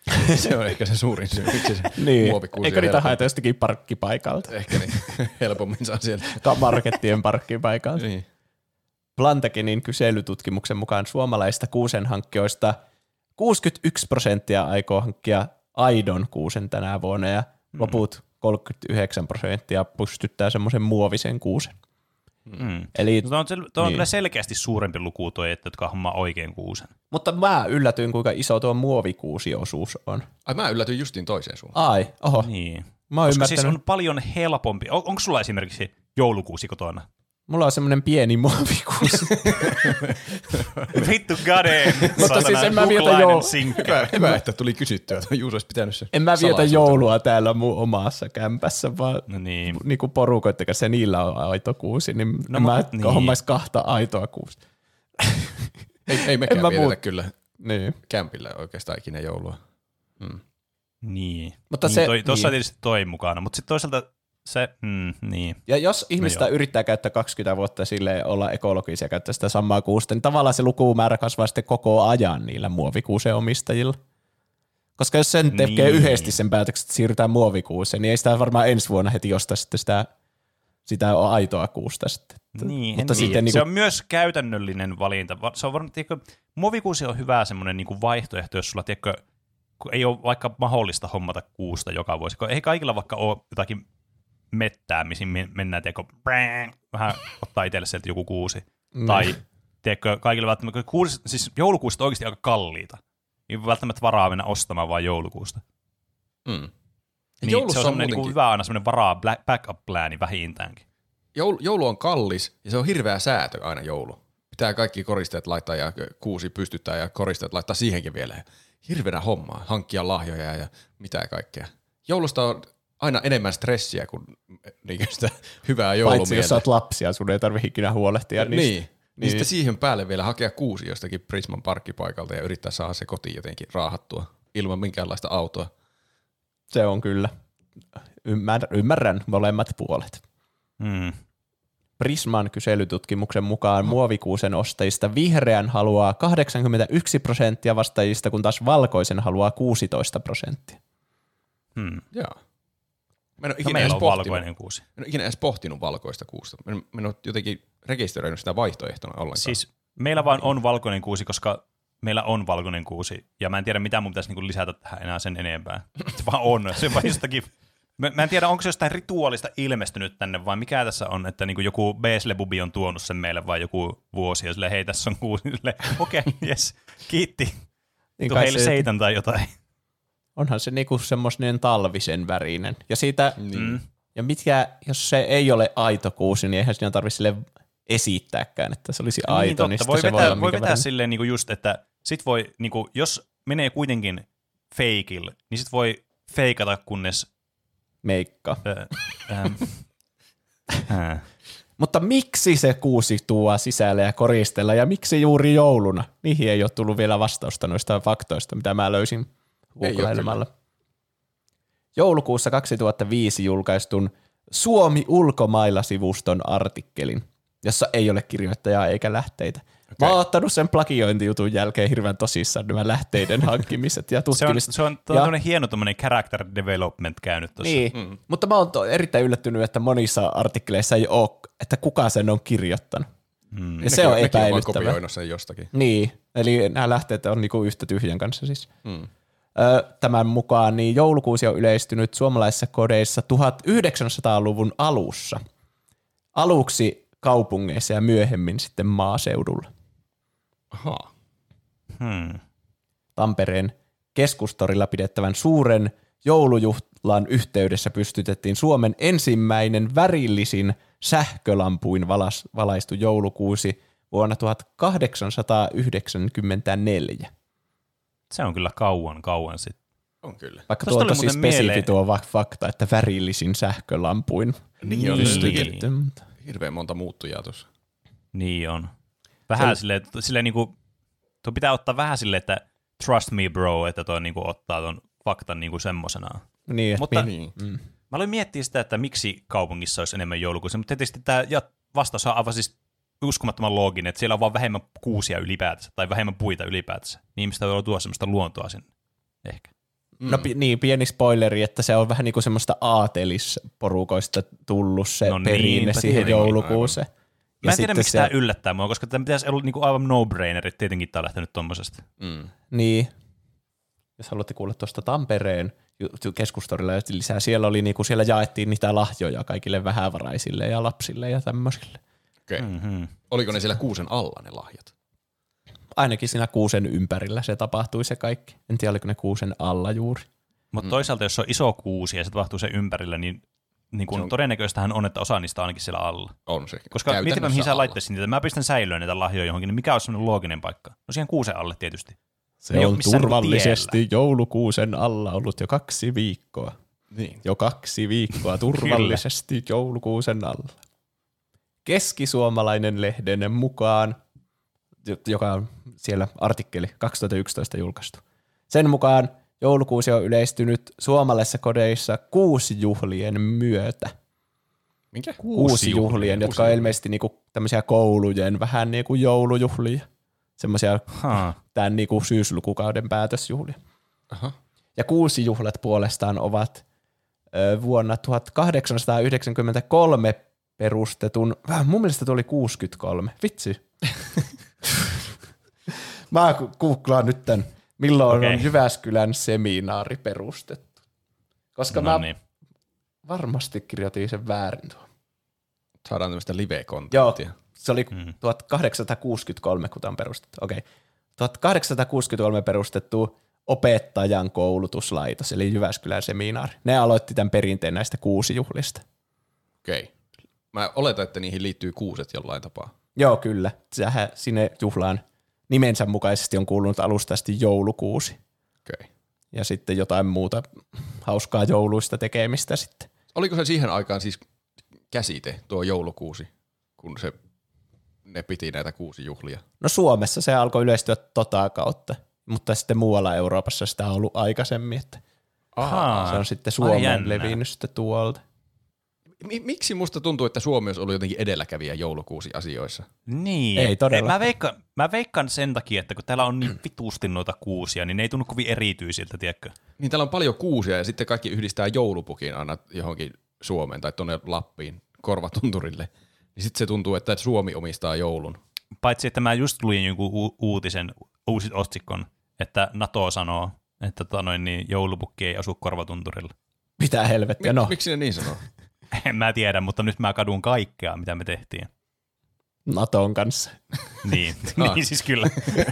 Se on ehkä se suurin syy, miksi se niin. muovikuusi Eikö niitä haeta jostakin parkkipaikalta? Ehkä niin, helpommin saa sieltä. Markettien parkkipaikalta. Niin. Plantagenin kyselytutkimuksen mukaan suomalaista kuusenhankkijoista kuusikymmentäyksi prosenttia aikoo hankkia aidon kuusen tänä vuonna ja mm. loput kolmekymmentäyhdeksän prosenttia pystyttää semmoisen muovisen kuusen. Mm. Eli no, on, sel- on niin. selkeästi suurempi luku toi, että jotka hommaa oikein kuusen. Mutta mä yllätyin, kuinka iso tuo muovikuusiosuus on. Ai mä yllätyin justiin toiseen suuntaan. Ai, oho. Niin. Mä oon Koska siis on paljon helpompi. On, onko sulla esimerkiksi joulukuusi kotona? Mulla on semmoinen pieni muovikuusi. Vittu gade. Mutta siis en mä vietä joulua. Hyvä, hyvä, että tuli kysyttyä. Juuso olisi pitänyt sen. En mä vietä joulua täällä mun omassa kämpässä, vaan no niin. niinku porukoittakaa se niillä on aito kuusi, niin no, mä niin. hommais kahta aitoa kuusi. ei, ei mekään vietetä muut... kyllä niin. kämpillä oikeastaan ikinä joulua. Hmm. Niin. Mutta niin, se, toi, tossa niin. on tietysti toi mukana, mutta sitten toisaalta se, mm, niin. Ja jos ihmistä no yrittää käyttää kaksikymmentä vuotta silleen olla ekologisia ja käyttää sitä samaa kuusta, niin tavallaan se lukumäärä kasvaa sitten koko ajan niillä muovikuuseen omistajilla. Koska jos sen tekee niin. yhdesti sen päätöksen, että siirrytään muovikuuseen, niin ei sitä varmaan ensi vuonna heti ostaa sitten sitä, sitä aitoa kuusta sitten. Niin, mutta niin. sitten, niin se kuin... on myös käytännöllinen valinta. Se on varmaan, tiedätkö, muovikuusi on hyvä semmoinen niin kuin vaihtoehto, jos sulla tiedätkö, kun ei ole vaikka mahdollista hommata kuusta joka vuosi, kun ei kaikilla vaikka ole jotakin mettää, missä mennään, tiedätkö, vähän ottaa itselle sieltä joku kuusi. Mm. Tai tiedätkö, kaikilla välttämättä, kuusi, siis joulukuuset on oikeasti aika kalliita. Ei välttämättä varaa mennä ostamaan vaan joulukuusta. Mm. Niin se on semmoinen niin hyvä aina semmoinen varaa backup-plääni vähintäänkin. Joulu, joulu on kallis ja se on hirveä säätö aina joulu. Pitää kaikki koristeet laittaa ja kuusi pystyttää ja koristeet laittaa siihenkin vielä. Hirveänä hommaa, hankkia lahjoja ja mitä kaikkea. Joulusta on aina enemmän stressiä kuin niin sitä hyvää joulumieltä. Paitsi jos olet lapsia, sun ei tarvitse ikinä huolehtia niistä. Niin, niin sitten siihen päälle vielä hakea kuusi jostakin Prisman parkkipaikalta ja yrittää saada se kotiin jotenkin raahattua ilman minkäänlaista autoa. Se on kyllä. Ymmärrän, ymmärrän molemmat puolet. Mm. Prisman kyselytutkimuksen mukaan muovikuusen ostajista vihreän haluaa kahdeksankymmentäyksi prosenttia vastaajista, kun taas valkoisen haluaa kuusitoista prosenttia. Hmm. Joo. Mä en ole no meillä on valkoinen kuusi. Mä en ole ikinä edes pohtinut valkoista kuusta. Mä en, mä en ole jotenkin rekisteröinyt sitä vaihtoehtona ollenkaan. Siis meillä vaan on valkoinen kuusi, koska meillä on valkoinen kuusi, ja mä en tiedä, mitä mun pitäisi niinku lisätä tähän enää sen enempää. Se vaan on. Se vaan jostakin... Mä en tiedä, onko se jostain rituaalista ilmestynyt tänne, vai mikä tässä on, että niinku joku Beelzebubi on tuonut sen meille, vai joku vuosi, ja silleen, hei, tässä on kuusi. Okei, okay, jes, kiitti. Niin heille se, seitan tai jotain. Onhan se niinku semmoinen talvisen värinen. Ja siitä, mm. ja mitkä, jos se ei ole aito kuusi, niin eihän siinä tarvitse sille esittääkään, että se olisi aito. Niin, niin voi se vetää, voi olla voi vetää värinen. silleen niinku just, että sit voi, niinku, jos menee kuitenkin feikille, niin sit voi feikata, kunnes meikka. Ö, ähm, äh. Mutta miksi se kuusi tuo sisälle ja koristella, ja miksi juuri jouluna? Niihin ei ole tullut vielä vastausta noista faktoista, mitä mä löysin googlailemalla. Joulukuussa kaksituhattaviisi julkaistun Suomi ulkomailla-sivuston artikkelin, jossa ei ole kirjoittajaa eikä lähteitä. Okay. Mä oon ottanut sen plagiointijutun jälkeen hirveän tosissaan nämä lähteiden hankkimiset ja tutkimiset. Se on, se on ja, hieno tommoinen character development käynyt tuossa. Niin, mm. mutta mä oon to, erittäin yllättynyt, että monissa artikkeleissa ei ole, että kuka sen on kirjoittanut. Mm. Ja se on epäilyttävä. Nekin on sen jostakin. Niin, eli nämä lähteet on niinku yhtä tyhjän kanssa siis. Mm. Tämän mukaan niin joulukuusi on yleistynyt suomalaisissa kodeissa tuhatyhdeksänsataaluvun alussa. Aluksi kaupungeissa ja myöhemmin sitten maaseudulla. Aha. Hmm. Tampereen keskustorilla pidettävän suuren joulujuhlan yhteydessä pystytettiin Suomen ensimmäinen värillisin sähkölampuin valas, valaistu joulukuusi vuonna tuhatkahdeksansataayhdeksänkymmentäneljä. Se on kyllä kauan, kauan sitten. On kyllä. Vaikka tuo on tosi spesifi tuo fakta, että värillisin sähkölampuin niin on pystytetty. Niin. Hirveän monta muuttujaa tuossa. Niin on. Vähän se... silleen, silleen niinku, tuo pitää ottaa vähän silleen, että trust me bro, että tuo niinku ottaa tuon faktan niinku semmoisenaan. Niin, mutta niin. Mm. Mä aloin miettiä sitä, että miksi kaupungissa olisi enemmän joulukuusia, mutta tietysti tämä vastaus on aivan siis uskomattoman looginen, että siellä on vaan vähemmän kuusia ylipäätänsä tai vähemmän puita ylipäätänsä. Niin ihmistä voi tuoda semmoista luontoa sinne. Ehkä. Mm. No pi- niin, pieni spoileri, että se on vähän niin kuin semmoista aatelisporukoista tullut se no perinne niin, siihen joulukuuseen. Mä en tiedä, miksi se... tämä yllättää mua, koska tämä pitäisi olla niinku aivan no-brainer, että tietenkin tämä on lähtenyt tommosesta. Mm. Niin. Jos haluatte kuulla tuosta Tampereen keskustorilla lisää, siellä, oli niinku, siellä jaettiin niitä lahjoja kaikille vähävaraisille ja lapsille ja tämmöisille. Okay. Mm-hmm. Oliko ne siellä kuusen alla ne lahjat? Ainakin siinä kuusen ympärillä se tapahtui se kaikki. En tiedä, oliko ne kuusen alla juuri. Mutta mm. toisaalta, jos on iso kuusi ja se tapahtuu sen ympärillä, niin, niin kun on... todennäköistähän on, että osa niistä on ainakin siellä alla. On se. Koska mietipä, mihin sä laittaisit niitä. Mä pistän säilöön niitä lahjoja johonkin, niin mikä on sellainen looginen paikka? No siihen kuusen alle tietysti. Se ne on turvallisesti niin joulukuusen alla ollut jo kaksi viikkoa. Niin. Jo kaksi viikkoa turvallisesti joulukuusen alla. Keskisuomalainen lehden mukaan, joka on siellä artikkeli kaksituhattayksitoista julkaistu. Sen mukaan joulukuusi on yleistynyt suomalaisissa kodeissa kuusijuhlien myötä. Minkä? Kuusijuhlien, jotka on ilmeisesti niinku tämmöisiä koulujen vähän niin kuin joulujuhlia. Semmoisia tämän niinku syyslukukauden päätösjuhlia. Aha. Ja kuusijuhlat puolestaan ovat ö, vuonna tuhatkahdeksansataayhdeksänkymmentäkolme perustetun, vähän mun mielestä tuo oli kuusikymmentäkolme, vitsi. Mä googlaan nyt tän, milloin okay. on Jyväskylän seminaari perustettu. Koska no mä niin. varmasti kirjoitin sen väärin tuon. Saadaan tämmöistä live-kontenttia. Joo, se oli mm. tuhatkahdeksansataakuusikymmentäkolme, kun tämä on perustettu. Okei. Okay. tuhatkahdeksansataakuusikymmentäkolme perustettu opettajan koulutuslaitos, eli Jyväskylän seminaari. Ne aloitti tämän perinteen näistä kuusijuhlista. Okei. Okay. Mä oletan, että niihin liittyy kuuset jollain tapaa. Joo, kyllä. Sähän sinne juhlaan nimensä mukaisesti on kuulunut alusta asti joulukuusi. Okay. Ja sitten jotain muuta hauskaa jouluista tekemistä sitten. Oliko se siihen aikaan siis käsite, tuo joulukuusi, kun se, ne piti näitä kuusi juhlia? No Suomessa se alkoi yleistyä tota kautta, mutta sitten muualla Euroopassa sitä on ollut aikaisemmin. Että Ahaa, se on sitten Suomeen levinnyt sitten tuolta. Miksi musta tuntuu, että Suomi olisi ollut jotenkin edelläkävijä joulukuusi asioissa? Niin. Ei todella. Mä veikkaan, mä veikkaan sen takia, että kun täällä on niin vitusti noita kuusia, niin ne ei tunnu kovin erityisiltä, tiedätkö? Niin täällä on paljon kuusia ja sitten kaikki yhdistää joulupukin aina johonkin Suomeen tai tuonne Lappiin korvatunturille. Niin sitten se tuntuu, että Suomi omistaa joulun. Paitsi, että mä just luin jonkun u- uutisen, uusit otsikon, että NATO sanoo, että tota noin, niin joulupukki ei asu korvatunturilla. Mitä helvettiä, no. Miksi ne niin sanoo? En mä tiedä, mutta nyt mä kadun kaikkea, mitä me tehtiin. Naton kanssa. Niin, niin siis kyllä.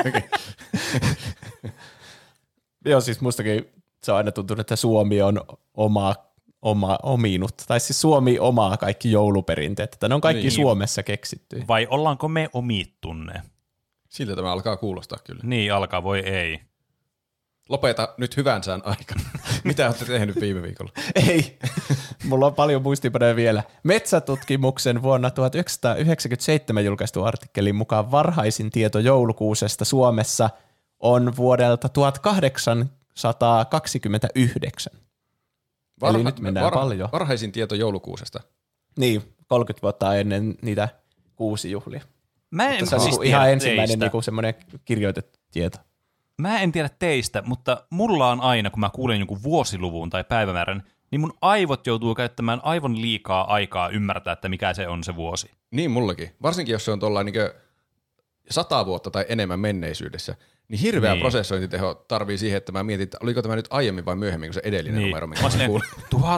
Joo, siis mustakin se on aina tuntunut, että Suomi on oma, oma ominut. Tai siis Suomi omaa kaikki jouluperinteet, että ne on kaikki niin. Suomessa keksitty. Vai ollaanko me omittunne? Siltä tämä alkaa kuulostaa kyllä. Niin, alkaa, voi ei. Lopeta nyt hyvän sään aikana. Mitä olette tehnyt viime viikolla? Ei, mulla on paljon muistipanoja vielä. Metsätutkimuksen vuonna tuhatyhdeksänsataayhdeksänkymmentäseitsemän julkaistu artikkelin mukaan varhaisin tieto joulukuusesta Suomessa on vuodelta sata kaksikymmentäyhdeksän. Varha- Eli nyt mennään var- paljon. Varhaisin tieto joulukuusesta. Niin, kolmekymmentä vuotta ennen niitä kuusijuhlia. Mä en, Se on siis niinku ihan tiedä ensimmäinen teistä. niinku semmoinen kirjoitettu tieto. Mä en tiedä teistä, mutta mulla on aina, kun mä kuulen jonkun vuosiluvun tai päivämäärän, niin mun aivot joutuu käyttämään aivan liikaa aikaa ymmärtää, että mikä se on se vuosi. Niin mullakin. Varsinkin jos se on tuollainen niin sata vuotta tai enemmän menneisyydessä, niin hirveä Niin. niin. prosessointiteho tarvii siihen, että mä mietin, että oliko tämä nyt aiemmin vai myöhemmin kuin se edellinen Niin. numero, minkä Mä mä silleen, kuulin.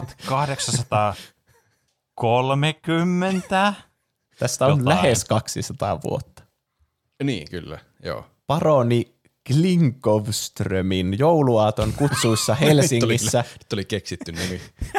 tuhatkahdeksansataakolmekymmentä Tästä on Jotain. lähes kaksisataa vuotta. Niin, kyllä, joo. Paroni Klinkovströmin jouluaaton kutsuissa Helsingissä. Nyt oli, nyt oli keksitty nimi.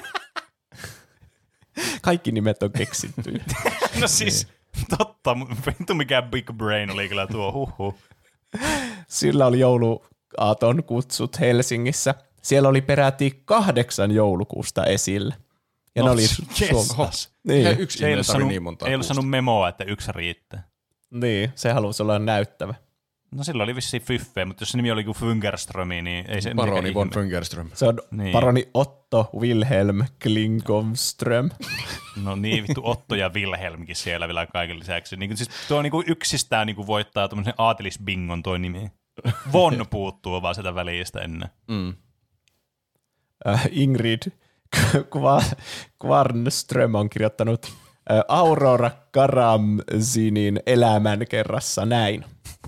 Kaikki nimet on keksitty. No siis, totta, vittu mikä big brain oli kyllä tuo, huhhuh. Sillä oli jouluaaton kutsut Helsingissä. Siellä oli peräti kahdeksan joulukuusta esillä. Ja No, ne oli jestas. Niin, Eihän yksi Se ei ihminen ollut tarvitse sanonut, niin monta ei ollut kuusta. sanonut memoa, että yksi riittää. niin, se halusi olla näyttävä. No sillä oli vissiin Fyffe, mutta jos se nimi oli kuin Fungerströmi, niin ei se Baroni mitenkään von ihme. Fungerström. Se on Niin. paroni Otto Wilhelm Klinkovström. No niin, vittu Otto ja Wilhelmkin siellä vielä kaiken lisäksi. Niin, siis tuo niin kuin yksistään niin kuin voittaa tuommoisen aatelisbingon toi nimi. Von puuttuu vaan sitä välistä ennen. Mm. Äh, Ingrid Kva- Kvarnström on kirjoittanut äh, Aurora Karamzinin elämän kerrassa näin.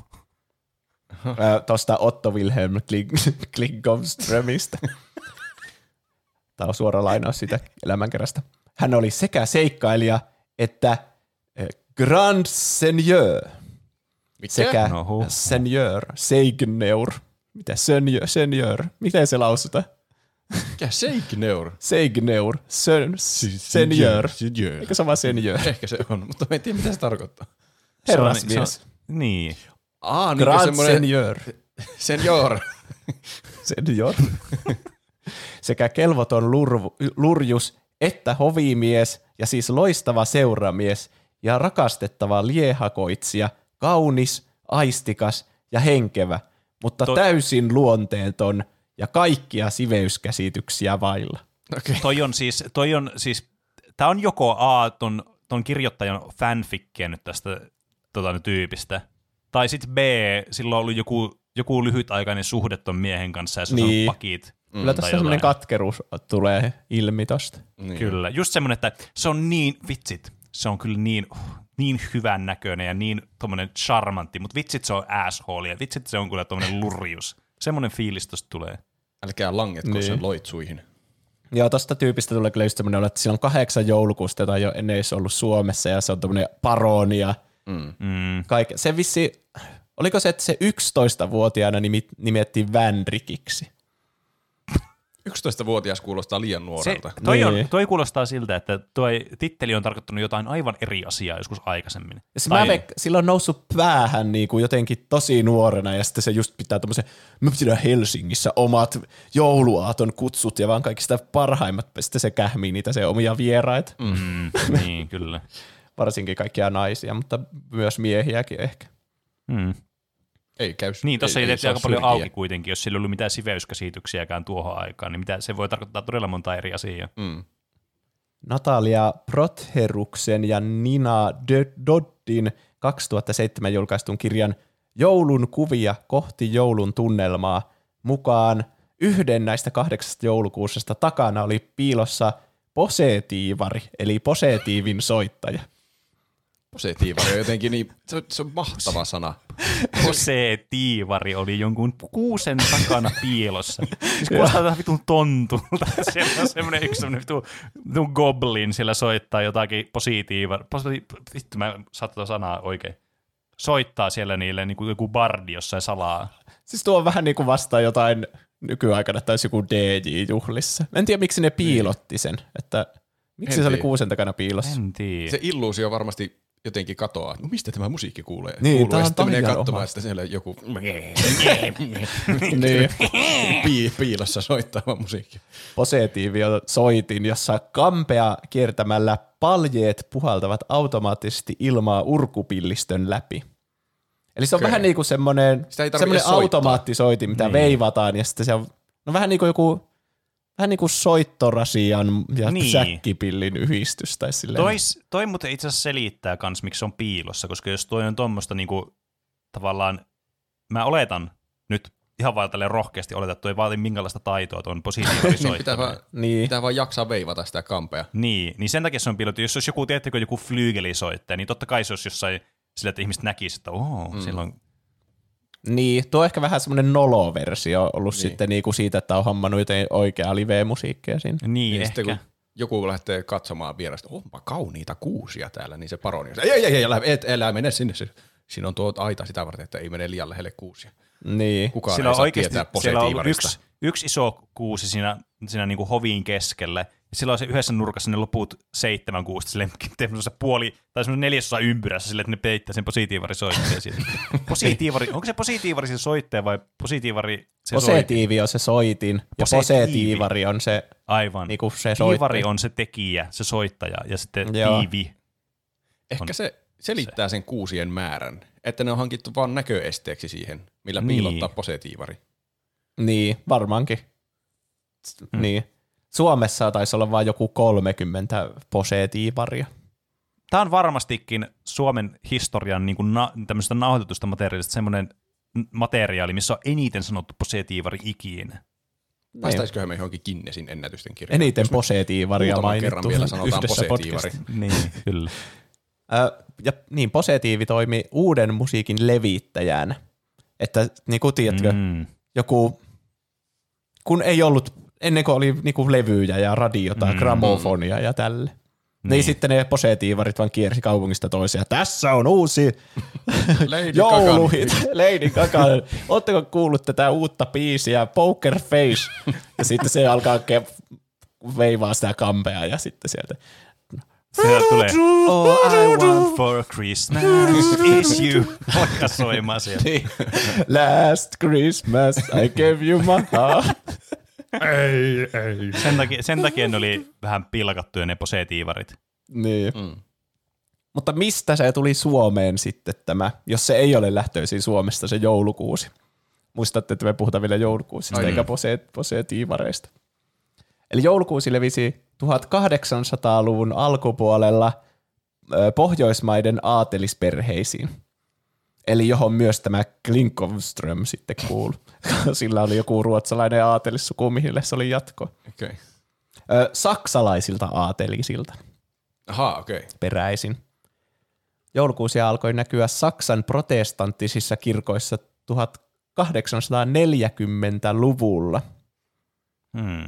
Äh, Tuosta Otto Wilhelm Kling- Klinkovströmistä. Tämä on suora lainaus siitä elämänkerrasta. Hän oli sekä seikkailija että äh, Grand Seigneur Mikä? sekä No huh. Seigneur, Seigneur. Mitä Seigneur, Seigneur? Miten se lausutaan? Mikä Seigneur? Seigneur, sen, Seigneur. Seigneur. Eikö sama Seigneur? Ehkä se on, mutta mä en tiedä mitä se tarkoittaa. Herrasmies. Se on- Niin. Aa, niin Grand semmoinen Seigneur. senior. Senior. Sekä kelvoton lurvu, lurjus että hovimies ja siis loistava seuramies ja rakastettava liehakoitsija, kaunis, aistikas ja henkevä, mutta To- täysin luonteeton ja kaikkia siveyskäsityksiä vailla. Okay. Toi on siis, toi on siis, tää on joko A, ton, ton kirjoittajan fanfickia nyt tästä tota, nyt tyypistä, tai sitten B, sillä on ollut joku, joku lyhytaikainen suhde ton miehen kanssa ja se on Niin. niin. pakit. Kyllä tässä tai semmoinen jotain. katkeruus tulee ilmi tosta. Niin. Kyllä, just semmoinen, että se on niin, vitsit, se on kyllä niin, niin hyvän näköinen ja niin tommonen charmantti, mutta vitsit se on asshole ja vitsit se on kyllä tommonen lurjus. Semmoinen fiilis tosta tulee. Älkää langetko Niin. sen loitsuihin. Joo, tosta tyypistä tulee kyllä just semmoinen, että siinä on kahdeksan joulukuusta, jota ei ole ennen edes ollut Suomessa, ja se on tämmöinen paronia. Mm. Mm. Kaik- se vissi, oliko se, että se yksitoistavuotiaana nimi, nimettiin Vänrikiksi? yksitoistavuotias kuulostaa liian Se, nuorelta. toi, Niin. on, toi kuulostaa siltä, että toi titteli on tarkoittanut jotain aivan eri asiaa joskus aikaisemmin. Ja se Tai- mä veik- sillä on noussut päähän niin kuin jotenkin tosi nuorena, ja sitten se just pitää tämmöisen, mä pidän Helsingissä omat jouluaaton kutsut, ja vaan kaikista parhaimmat, sitten se kähmii niitä se omia vieraita, Mm, niin, kyllä. varsinkin kaikkia naisia, mutta myös miehiäkin ehkä. Mm. Ei käy. Niin, tuossa ei- ei jätettiin saa aika paljon syrjiä. auki kuitenkin, jos sillä ei ollut mitään siveyskäsityksiäkään tuohon aikaan, niin mitä, se voi tarkoittaa todella monta eri asiaa. Mm. Natalia Protheruksen ja Nina Dö- Doddin kaksituhattaseitsemän julkaistun kirjan Joulun kuvia kohti joulun tunnelmaa mukaan yhden näistä kahdeksasta joulukuusesta takana oli piilossa posetiivari, eli positiivin soittaja. Positiivari on jotenkin niin, se on, se on mahtava sana. Posetiivari oli jonkun kuusen takana piilossa. Siis kuulostaa tähän vitun tontulta. Siellä on semmoinen yksi semmoinen vitun, vitun goblin, siellä soittaa jotakin positiivari. Positi- vittu, mä saat tätä sanaa oikein. Soittaa siellä niille niin kuin joku bardi jossain salaa. Siis tuo on vähän niin kuin vastaan jotain nykyaikana, että olisi joku D J-juhlissa. En tiedä, miksi ne piilotti sen, että miksi En se oli tiedä. kuusen takana piilossa. En tiedä. Se illuusio varmasti jotenkin katoaa. No mistä tämä musiikki kuulee? Niin, Kuuluu, tää ja on sitten menee taian katsomaan, omasta. että siellä joku niin. pii, piilossa soittava musiikki. Positiivio soitin, jossa kampea kiertämällä paljeet puhaltavat automaattisesti ilmaa urkupillistön läpi. Eli se on Okei. vähän niin kuin semmoinen, Sitä ei tarvitse semmoinen soittaa. automaattisoitin, mitä Niin. veivataan, ja sitten se on, No vähän niin kuin joku, vähän niin kuin soittorasian ja Niin. säkkipillin yhdistys. Tai silleen. Toi, toi muuten itse asiassa selittää kans, miksi se on piilossa, koska jos toi on tuommoista niinku, tavallaan, mä oletan nyt ihan vaan tälleen rohkeasti oletan, että toi ei vaati minkälaista taitoa tuon Niin, positiivisen pitää, vaan, Niin. pitää vaan jaksaa veivata sitä kampea. Niin, niin sen takia se on piilotettu. Jos olisi joku, tiedättekö, joku flygelisoittaja, niin totta kai se olisi jossain sillä, että ihmiset näkisivät, että ooo, mm. silloin. Niin, tuo on ehkä vähän semmoinen nolo-versio ollut Niin. sitten niinku siitä, että on hommannut jotain oikeaa live-musiikkia siinä. Niin, Niin ehkä. sitten kun joku lähtee katsomaan vierestä, onpa kauniita kuusia täällä, niin se paroni on, ei, ei, ei, ei, älä, et, älä mene sinne, siinä on tuo aita sitä varten, että ei mene liian lähelle kuusia. Niin. Kukaan Siellä ei on saa oikeasti tietää siellä on ollut positiivarista. yksi, yksi iso kuusi siinä, siinä niinku hovin keskellä. Ja sillä on se yhdessä nurkassa ne loput seitsemän kuusta silleen semmoisessa puoli, tai semmoinen neljäsosa ympyrässä silleen, että ne peittää sen positiivarisoittajan siitä. Positiivari, onko se positiivari se soittaja vai positiivari se soitin? Positiivi on se soitin ja Positiivi. positiivari on se, Aivan. niinku se Tiivari soittaja. on se tekijä, se soittaja, ja sitten Joo. tiivi. Ehkä on se selittää sen kuusien määrän, että ne on hankittu vaan näköesteeksi siihen, millä Niin. piilottaa positiivari. Niin, varmaankin. Hmm. Niin. Suomessa taisi olla vain joku kolmekymmentä posetiivaria. Tämä on varmastikin Suomen historian niin kuin na, tämmöisestä nauhoitetusta materiaalista semmoinen materiaali, missä on eniten sanottu positiivari ikinä. Päästäisiköhän me johonkin Guinnessin ennätysten kirjaan? Eniten posetiivaria muutaman mainittu kerran vielä sanotaan yhdessä posetiivari. podcastissa. Niin, kyllä. Ö, ja niin, posetiivi toimi uuden musiikin levittäjänä. Että niin kuin tiedätkö, Mm. joku, kun ei ollut, ennen kuin oli niin kuin levyjä ja radiota, mm. gramofonia ja tälle. Niin. niin sitten ne posetiivarit vaan kiersi kaupungista toiseen. Tässä on uusi Lady jouluhit. Lady Gaga. Oletteko kuullut tätä uutta biisiä, Poker Face? Ja sitten se alkaa ke- veivaa sitä kampea ja sitten sieltä. Siellä tulee All I want for Christmas is you. Alkaa soimaan siellä. Niin. Last Christmas I gave you my heart. Ei, ei. Sen takia, sen takia ne oli vähän pilkattuja ne posetiivarit. Niin. Mm. Mutta mistä se tuli Suomeen sitten tämä, jos se ei ole lähtöisin Suomesta se joulukuusi? Muistatte, että me puhutaan vielä joulukuusista Ai eikä niin. pose- posetiivareista. Eli joulukuusi levisi tuhatkahdeksansataaluvun alkupuolella ö, Pohjoismaiden aatelisperheisiin. Eli johon myös tämä Klinkonström sitten kuului. Sillä oli joku ruotsalainen aatelissuku, mihin se oli jatko. Okei. Ö, saksalaisilta aatelisilta Ahaa, okei. Okay. peräisin. Joulukuusi alkoi näkyä Saksan protestanttisissa kirkoissa tuhatkahdeksansataaneljäkymmentäluvulla. Hmm.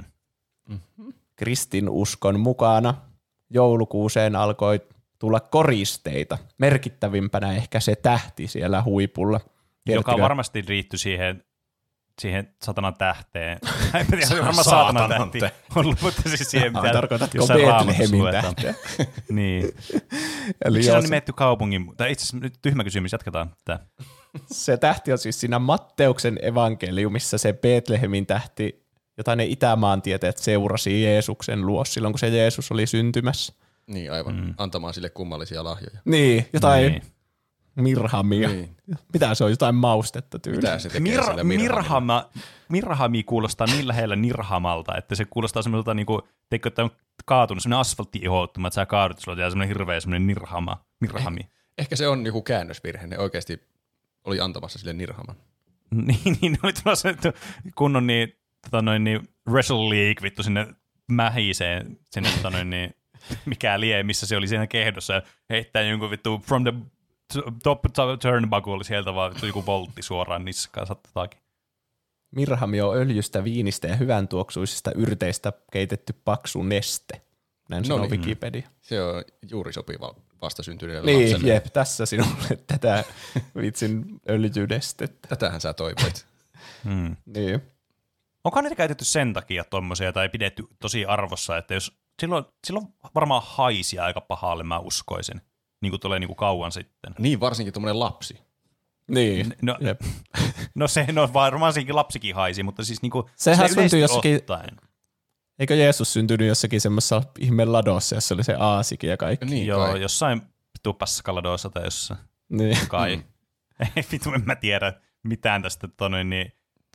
Kristinuskon mukana joulukuuseen alkoi tulla koristeita. Merkittävimpänä ehkä se tähti siellä huipulla. Joka Tiedättekö? varmasti liittyi siihen, siihen satanan tähteen. En tiedä, se on varmaan saatanan tähti. On mutta siis siihen, Ai, mitä tarkoitatko jossain Raamatussa Betlehemin luetaan. tähtiä? Niin. Eli Miksi se on jos- nimetty kaupungin? Tai itse asiassa nyt tyhmä kysymys, jatketaan tätä. Se tähti on siis siinä Matteuksen evankeliumissa se Betlehemin tähti, jota ne itämaantieteet seurasi Jeesuksen luo silloin, kun se Jeesus oli syntymässä. Niin, aivan. Mm. Antamaan sille kummallisia lahjoja. Niin, jotain Niin. niin. mirhamia. Niin. Niin. Mitä se on, jotain maustetta tyyliä. Mitä se tekee Mir- sille mirhamille? mirhama, mirhami kuulostaa niin lähellä nirhamalta, että se kuulostaa semmoiselta, niinku, teikö, että on kaatunut, semmoinen asfaltti-ihouttuma, että sä kaadut, sulla on semmoinen hirveä semmoinen nirhama, mirhami. Ehkä se on joku käännösvirhe. Ne oikeasti oli antamassa sille nirhaman. niin, niin, oli tulossa kunnon niin, tota noin, niin Wrestle League vittu sinne mähiseen, sinne tota noin, niin, mikä lie, missä se oli siinä kehdossa, ja heittää jonkun vittu from the top turnbuckle sieltä vaan vittu joku voltti suoraan niskaan sattatakin. Mirhami on öljystä, viinistä ja hyvän tuoksuisista yrteistä keitetty paksu neste. Näin sanoo niin. Wikipedia. Se on juuri sopiva vastasyntyneelle Niin, lapselle. jep, tässä sinulle tätä vitsin öljynestettä. Tätähän sä toivoit. Hmm. Niin. Onko niitä käytetty sen takia tommosia tai pidetty tosi arvossa, että jos silloin, silloin varmaan haisi aika pahalle, mä uskoisin, niin kuin tulee niin kuin kauan sitten. Niin, varsinkin tuommoinen lapsi. Niin. No, Jep. no se, no varmaan siinkin lapsikin haisi, mutta siis niin kuin Sehän sille syntyi yleisesti jossakin- ottaen. Eikö Jeesus syntynyt jossakin semmoisessa ihme ladossa, jossa oli se aasikin ja kaikki? Niin, Joo, kai. jossain vittu Paskaladossa tai jossain Niin. kai. Ei vittu, en mä tiedä mitään tästä tonne, niin,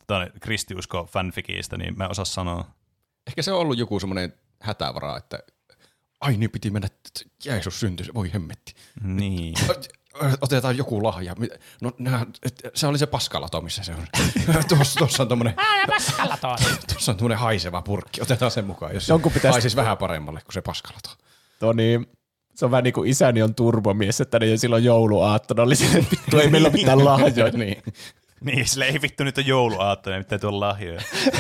tuonne kristiusko fanfikistä, niin mä en osaa sanoa. Ehkä se on ollut joku semmoinen hätävara, että ai niin piti mennä, Jeesus syntyi, voi hemmetti. Niin. Otetaan joku lahja. No nää, se oli se paskalato, missä se on. Tuossa, tuossa on tommonen, tuossa on tommonen haiseva purkki, otetaan sen mukaan, jos Jonkun se pitäisi- haisisi vähän paremmalle kuin se paskalato. Toni, se on vähän niin kuin isäni on turbomies, että ne jo silloin jouluaattona oli silleen, että vittu ei meillä ole mitään lahjoja. Niin. Niin, sille ei vittu nyt on jouluaattona, mitään tuolla lahjoja.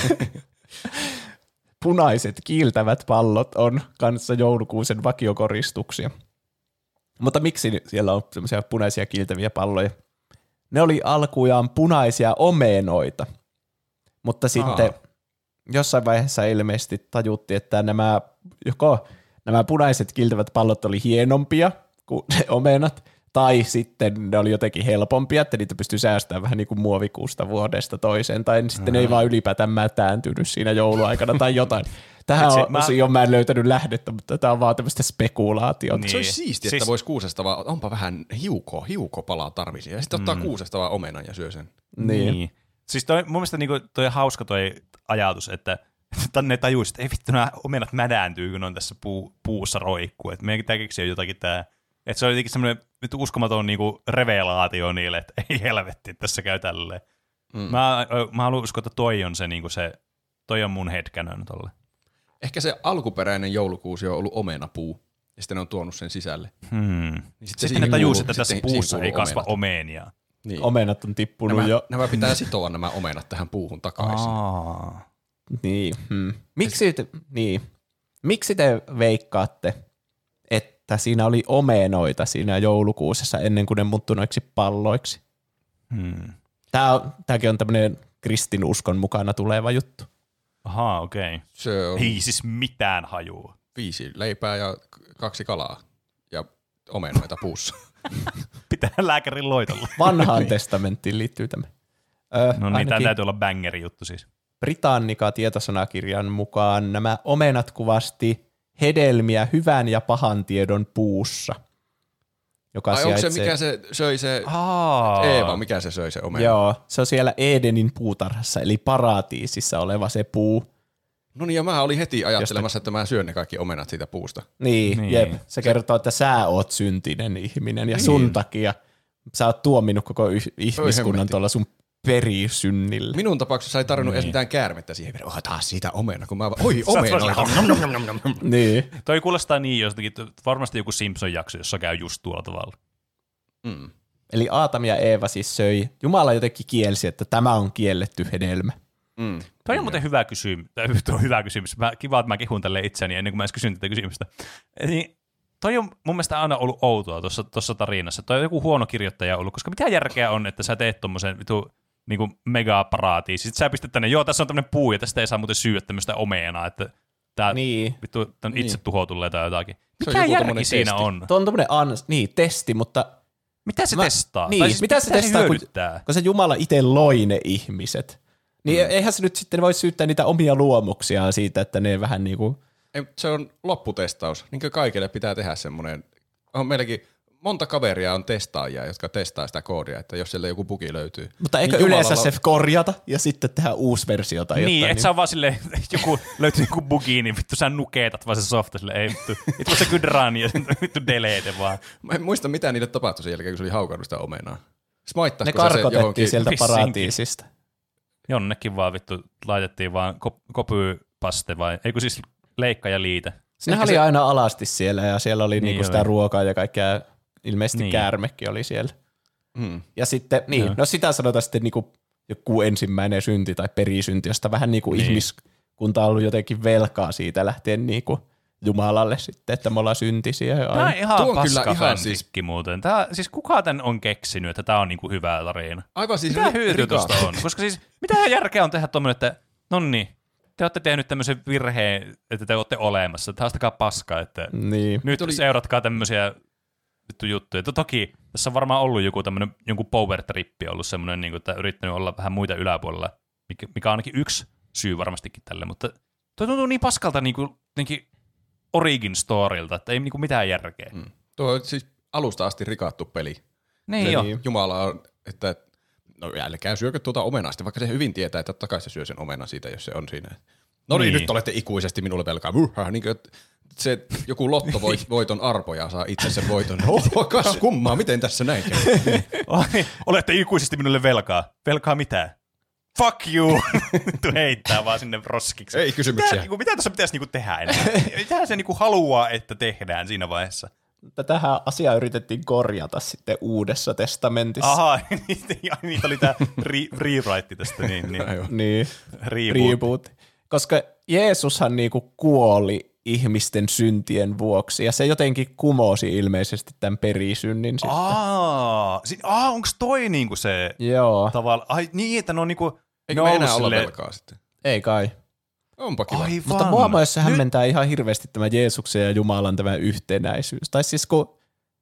Punaiset kiiltävät pallot on kanssa joulukuusen vakiokoristuksia. Mutta miksi siellä on semmoisia punaisia kiiltäviä palloja? Ne oli alkujaan punaisia omenoita, mutta sitten Aa. jossain vaiheessa ilmeisesti tajuttiin, että nämä, joko nämä punaiset kiiltävät pallot oli hienompia kuin ne omenat, tai sitten ne oli jotenkin helpompia, että niitä pystyi säästämään vähän niin kuin muovikuusta vuodesta toiseen, tai sitten ne ei vaan ylipäätään mätääntynyt siinä jouluaikana tai jotain. Tähän Vitsi, on, mä- osioon mä en löytänyt lähdettä, mutta tämä on vaan tämmöistä spekulaatiota. Niin. Se olisi siistiä, Siis- että voisi kuusesta vaan, onpa vähän hiuko, hiukopalaa tarvisi, ja sitten ottaa kuusesta vaan omenan ja syö sen. Niin. Niin. Siis toi, mun mielestä niinku, toi on hauska toi ajatus, että että ne tajuisi, että ei vittu, nämä omenat mädääntyy, kun ne on tässä puu, puussa roikkuu. Että meidän pitää keksiä jotakin tää. Että se on jotenkin semmoinen vittu uskomaton niinku revelaatio niille, että ei helvetti, että tässä käy tälleen. Mm. Mä, mä haluan uskoa, että toi on se, niinku se toi on mun headcanon tolle. Ehkä se alkuperäinen joulukuusi on ollut omenapuu, ja sitten ne on tuonut sen sisälle. Hmm. Niin Sitten siihen ne tajusivat, kuuluu- että tässä sitten siihen puussa ei kuuluu kasva omenat. omenia. Niin. Omenat on tippunut Nämä, jo. nämä pitää sitoa nämä omenat tähän puuhun takaisin. Aa. Niin. Hmm. Miksi, te, niin. Miksi te veikkaatte, että siinä oli omenoita siinä joulukuusessa ennen kuin ne muuttui noiksi palloiksi? Hmm. Tää on, tääkin on tämmöinen kristinuskon mukana tuleva juttu. Ahaa, okei. Okay. Se on Ei siis mitään hajua. viisi leipää ja k- kaksi kalaa ja omenoita puussa. Pitää lääkärin loitolla. Vanhaan testamenttiin liittyy tämä. Ö, No niin, tämä ainakin täytyy olla bangeri juttu siis. Britannica-tietosanakirjan mukaan nämä omenat kuvasti hedelmiä hyvän ja pahan tiedon puussa, joka Ai onko se, sijaitsee... mikä se söi se Aa. Eeva, mikä se söi se omena? Joo, se on siellä Edenin puutarhassa, eli paratiisissa oleva se puu. No niin, ja mä olin heti ajattelemassa, että mä syön ne kaikki omenat siitä puusta. Niin, Niin. jep. Se kertoo, että sä oot syntinen ihminen ja sun takia sä oot tuominut koko y- ihmiskunnan hemmetti. tuolla sun perisynnillä. Minun tapauksessa ei tarvinnut Niin. edes mitään käärmettä siihen vielä. Oh, taas siitä omena, kun mä vaan, oi omenoita. Niin. Toi kuulostaa niin jostakin, varmasti joku Simpson-jakso, jossa käy just tuolla tavalla. Mm. Eli Aatam ja Eeva siis söi. Jumala jotenkin kielsi, että tämä on kielletty hedelmä. Mm. Toi on muuten hyvä kysymys. Tuo on hyvä kysymys. Mä, kiva, että mä kehun tälle itseäni ennen kuin mä edes kysyn tätä kysymystä. Niin, toi on mun mielestä aina ollut outoa tuossa, tuossa tarinassa. Toi on joku huono kirjoittaja ollut, koska mitä järkeä on, että sä teet tommosen vitu niinku megaparaatiin. Sitten sä pistät tänne, joo, tässä on tämmönen puu, ja tästä ei saa muuten syödä tämmöistä omenaa, että tää Niin. vittu tän itse Niin. tuhoutulle tai jotakin. Se on Mikä joku järki tommonen siinä testi. on? Tuo on tämmöinen ans, niin, testi, mutta Mitä se Mä- testaa? niin, Tai siis mitä se testaa, kun- hyödyttää? kun se Jumala itse loi ne ihmiset, niin mm. eihän se nyt sitten voi syyttää niitä omia luomuksiaan siitä, että ne vähän niin kuin... Ei, se on lopputestaus. Niin kuin kaikille pitää tehdä semmoinen. On meilläkin monta kaveria on testaajia, jotka testaa sitä koodia, että jos sieltä joku bugi löytyy. Mutta eikö niin yleensä Jumalalla- se korjata ja sitten tehdä uusi versio tai Niin, jotain? et sä on vaan silleen, joku löytyy joku bugi, niin vittu sä nukeetat vaan se softa silleen, ei vittu, it was a good run, ja vittu delete vaan. Mä en muista, mitä niille tapahtui sen jälkeen, kun se oli haukannut sitä omenaa. Ne Smaittaisiko se se karkotettiin johonkin... sieltä Vissinkin. paratiisista. Jonnekin vaan vittu laitettiin vaan kop- kopypaste vai, eikö siis leikka ja liite. Nehän oli se- aina alasti siellä ja siellä oli Niin niinku sitä oli. ruokaa ja kaikkea, ilmeisesti Niin. käärmekin oli siellä. Mm. Ja sitten, niin, Joo. no sitä sanotaan sitten niinku joku ensimmäinen synti tai perisynti, josta vähän niinku Niin. ihmiskunta on ollut jotenkin velkaa siitä lähtien niinku Jumalalle sitten, että me ollaan syntisiä. Tää on Aina. ihan Tuo on kyllä paska ihan fanfikki siis- muuten. Tää, siis kuka tän on keksinyt, että tää on niinku hyvä tarina? Aivan siis Mitä ri- hyötyä rikas. tosta on? Koska siis, mitä järkeä on tehdä tommonen, että nonni, te olette tehnyt tämmöisen virheen, että te olette olemassa, että haastakaa paskaa, että Niin. nyt Tuli- seuratkaa tämmöisiä vittu juttuja. To, toki tässä on varmaan ollut joku tämmöinen, jonkun power trippi ollut semmoinen, niin kuin, että yrittänyt olla vähän muita yläpuolella, mikä, mikä on ainakin yksi syy varmastikin tälle, mutta toi tuntuu niin paskalta niin kuin, jotenkin origin storylta, että ei niin kuin mitään järkeä. Mm. Tuo on siis alusta asti rikattu peli. Niin Se jo. niin. Jumala on, että no älkää syökö tuota omenaa, sitten vaikka se hyvin tietää, että totta kai se syö sen omenan siitä, jos se on siinä. No niin, Niin. nyt olette ikuisesti minulle velkaa. Muhä, niin kuin, se joku lottovoiton arpoja saa itse sen voiton. Oho, kas kummaa, miten tässä näin käy? Ai, olette ikuisesti minulle velkaa. Velkaa mitä? Fuck you! Tuu heittää vaan sinne roskiksi. Ei kysymyksiä. Mitä, niinku, mitä tuossa pitäisi niinku tehdä enää? Mitä se niinku haluaa, että tehdään siinä vaiheessa? Tähän asiaa yritettiin korjata sitten Uudessa testamentissa. Ahaa, niitä, niitä oli tää re- rewrite tästä. Niin, niin. Niin, Reboot. reboot. Koska Jeesushan niinku kuoli ihmisten syntien vuoksi, ja se jotenkin kumosi ilmeisesti tämän perisynnin sitten. Aa, si- aa onko toi niinku se Joo, tavalla? Ai niin, että ne on niinku... Eikö ne me on enää ollut olla silleen- velkaa sitten? ei kai. Onpa kiva. Aivan. Mutta mua myös hämmentää ihan hirveästi tämä Jeesuksen ja Jumalan tämä yhtenäisyys. Tai siis kun,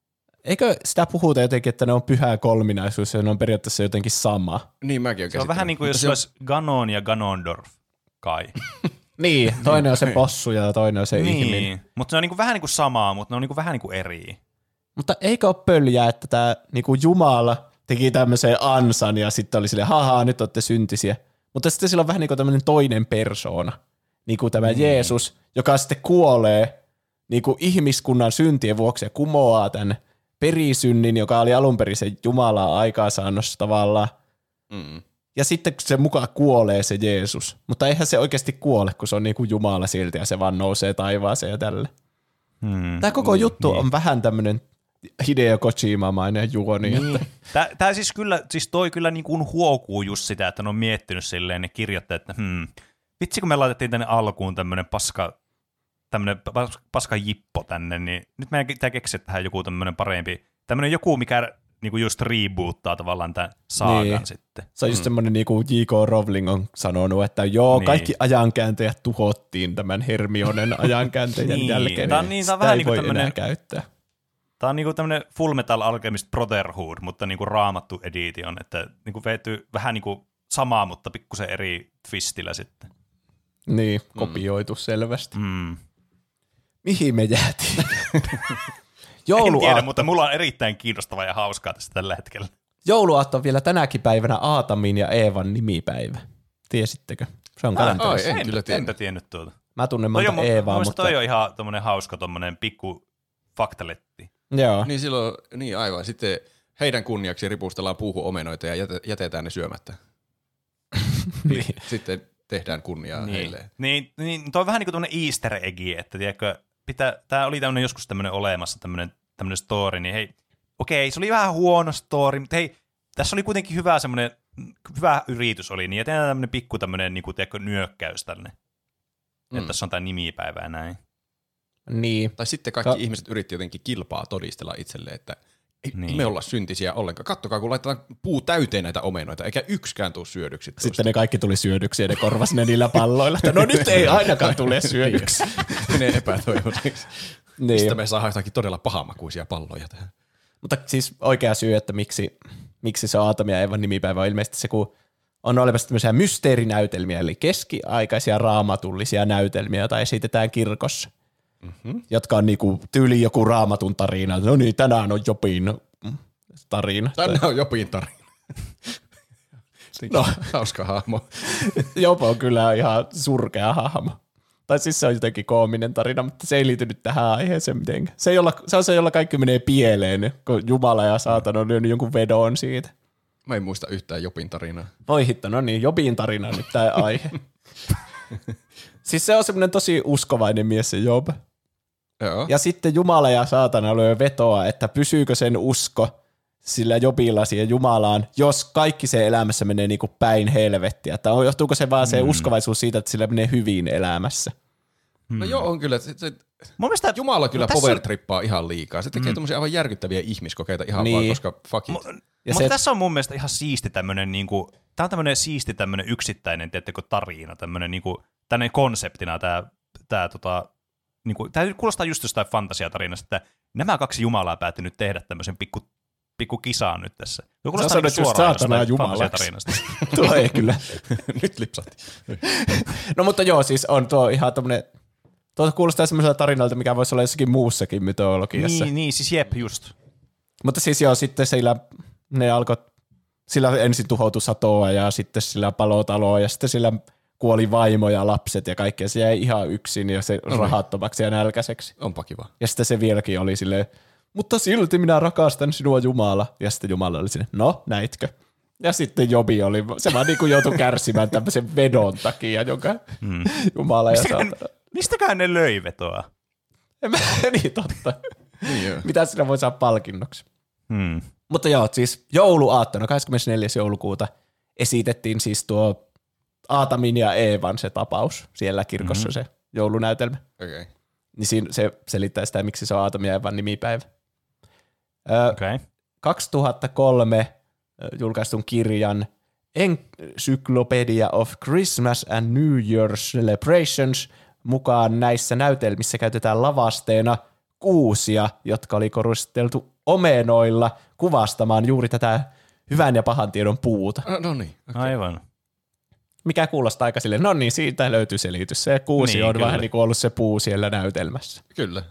eikö sitä puhuta jotenkin, että ne on pyhä kolminaisuus ja ne on periaatteessa jotenkin sama? Niin mäkin olen Se on vähän niin kuin jos se olisi Ganon ja Ganondorf, kai. Niin, toinen on se possu ja toinen on se ihminen. Niin, mutta ne on niinku vähän niin kuin samaa, mutta ne on niinku vähän niin kuin eri. Mutta eikö ole pöljää, että tämä niinku Jumala teki tämmöisen ansan ja sitten oli silleen, haha, nyt olette syntisiä. Mutta sitten sillä on vähän niin kuin tämmöinen toinen persoona, niin kuin tämä mm. Jeesus, joka sitten kuolee niin kuin ihmiskunnan syntien vuoksi ja kumoaa tämän perisynnin, joka oli alun perin se Jumalan aikaansaannos tavallaan. Mm. Ja sitten se mukaan kuolee se Jeesus, mutta eihän se oikeasti kuole, kun se on niin kuin Jumala silti ja se vaan nousee taivaaseen ja tälle. Hmm. Tämä koko juttu niin. on vähän tämmöinen Hideo Kojima-mainen juoni. Niin. Että Tää, tää siis kyllä, siis toi kyllä niin kuin huokuu just sitä, että ne on miettinyt silleen ne kirjoittajat, että hmm, vitsi kun me laitettiin tänne alkuun tämmönen paska, tämmönen paska jippo tänne, niin nyt meidän pitää keksiä tähän joku tämmönen parempi, tämmönen joku, mikä niinku just reboottaa tavallaan tämän saagan Niin. sitten. se on just semmoinen, niin kuin J K. Rowling on sanonut, että joo, Niin. kaikki ajankääntäjät tuhottiin tämän Hermionen ajankääntäjän Niin. jälkeen. Tää on niin- tää on Sitä vähän ei niin kuin voi tämmönen- enää käyttää. Tää on niinku tämmönen Full Metal Alchemist Brotherhood, mutta niinku raamattu edition, että niinku veety vähän niinku samaa, mutta pikkusen eri twistillä sitten. Niin, kopioitu selvästi. Mm. Mihin me jäätiin? En tiedä, Jouluaatto. mutta mulla on erittäin kiinnostavaa ja hauskaa tässä tällä hetkellä. Jouluaatto on vielä tänäkin päivänä Aatamin ja Eevan nimipäivä. Tiesittekö? Se on kalenterissa. ai, en kyllä tiennyt. Enpä tiennyt tuota. Mä tunnen Toi monta on, Eevaa, mutta... mutta... toi on ihan tommonen hauska tommonen pikku faktaletti. Joo. Niin silloin, niin aivan. Sitten heidän kunniaksi ripustellaan puuhun omenoita ja jäte- jätetään ne syömättä. Niin. Sitten tehdään kunniaa Niin. heille. Niin, niin, toi on vähän niin kuin tämmönen easter egg, että tiedätkö, pitää, tää oli tämmönen joskus tämmönen olemassa, tämmönen, tämmönen story, niin hei, okei, se oli vähän huono story, mutta hei, tässä oli kuitenkin hyvä semmoinen, hyvä yritys oli, niin jätetään tämmönen pikku tämmönen, niin kuin, tiedätkö, nyökkäys tänne. Mm. Että tässä on tää nimipäivä ja näin. Niin. Tai sitten kaikki Ka- ihmiset yritti jotenkin kilpaa todistella itselleen, että ei Niin. me olla syntisiä ollenkaan. Kattokaa, kun laitetaan puu täyteen näitä omenoita, eikä yksikään tule syödyksi. tuosta. Sitten ne kaikki tuli syödyksi ja ne korvasi ne niillä palloilla. Että no nyt ei ainakaan tule syödyksi. Menee epätoivoiseksi. Niin. Sitten me saadaan jotakin todella pahamakuisia palloja tähän. Mutta siis oikea syy, että miksi, miksi se on Aatamin ja Eevan nimipäivä on ilmeisesti se, kun on olemassa tämmöisiä mysteerinäytelmiä, eli keskiaikaisia raamatullisia näytelmiä, joita esitetään kirkossa, mm-hmm. jotka on niinku tyyli joku raamatun tarina. No niin, tänään on Jopin tarina. Tänne on Jopin tarina. No. Hauska hahmo. Jopo on kyllä ihan surkea hahmo. Tai siis se on jotenkin koominen tarina, mutta se ei liity nyt tähän aiheeseen mitenkään. Se, jolla, se on se, jolla kaikki menee pieleen, kun Jumala ja saatana on lyönyt jonkun vedon siitä. Mä en muista yhtään Jopin tarinaa. Voi hitto, no niin, Jobin tarina on nyt tämä aihe. Siis se on semmoinen tosi uskovainen mies se Job. Joo. Ja sitten Jumala ja saatana lyö vetoa, että pysyykö sen usko sillä Jobilla siihen Jumalaan, jos kaikki se elämässä menee niin kuin päin helvettiä. Että johtuuko se vaan se mm. uskovaisuus siitä, että sillä menee hyvin elämässä? No joo, on kyllä. Se, se, Mun mielestä, Jumala kyllä no tässä- power-trippaa ihan liikaa. Se tekee mm. tommosia aivan järkyttäviä ihmiskokeita ihan Niin. vaan, koska fuck it. Mu- Ja Mutta se- tässä on mun mielestä ihan siisti tämmönen, niinku, tää on tämmönen siisti tämmönen yksittäinen, tiedättekö, tarina, tämmönen niinku, tämmönen konseptina tää, tää tota, niinku, tää kuulostaa just jostain fantasiatarinasta, että nämä kaksi jumalaa päätti nyt tehdä tämmöisen pikku, pikku kisaan nyt tässä. Tuo kuulostaa sanoit niinku just suoraan saatanaa jostain jumalaksi. fantasiatarinasta. Tuo ei kyllä. Nyt lipsahti. No mutta joo, siis on tuo ihan tommonen, tuo kuulostaa semmoiselta tarinalta, mikä voisi olla jossakin muussakin mytologiassa. niin, niin, siis jep, just. Mutta siis joo, sitten sillä ne alkoi Sillä ensin tuhoutui satoa ja sitten sillä palotaloa ja sitten sillä kuoli vaimo ja lapset ja kaikkea. Se jäi ihan yksin ja se no, rahattomaksi ja nälkäiseksi. Onpa kiva. Ja sitten se vieläkin oli silleen, mutta silti minä rakastan sinua Jumala. Ja sitten Jumala oli silleen, no näitkö? Ja sitten Jobi oli, se vaan niin kuin joutui kärsimään tämmöisen vedon takia, jonka hmm. Jumala ja mistäkään, saatana. Mistäkään ne löi vetoa? Niin totta. Niin mitä siinä voi saada palkinnoksi? Hmm. Mutta joo, siis jouluaattona, kahdeskymmenesneljäs joulukuuta esitettiin siis tuo Aatamin ja Eevan se tapaus siellä kirkossa mm-hmm. se joulunäytelmä. Okay. Niin siinä se selittää sitä, miksi se on Aatamin ja Eevan nimipäivä. Öö, okay. kaksituhattakolme julkaistun kirjan Encyclopedia of Christmas and New Year's Celebrations mukaan näissä näytelmissä käytetään lavasteena kuusia, jotka oli korusteltu omenoilla kuvastamaan juuri tätä hyvän ja pahan tiedon puuta. No, no niin. Okay. Aivan. Mikä kuulostaa aika silleen, no niin, siitä löytyy selitys. Se kuusi niin, on kyllä. Vähän niin kuin ollut se puu siellä näytelmässä. Kyllä.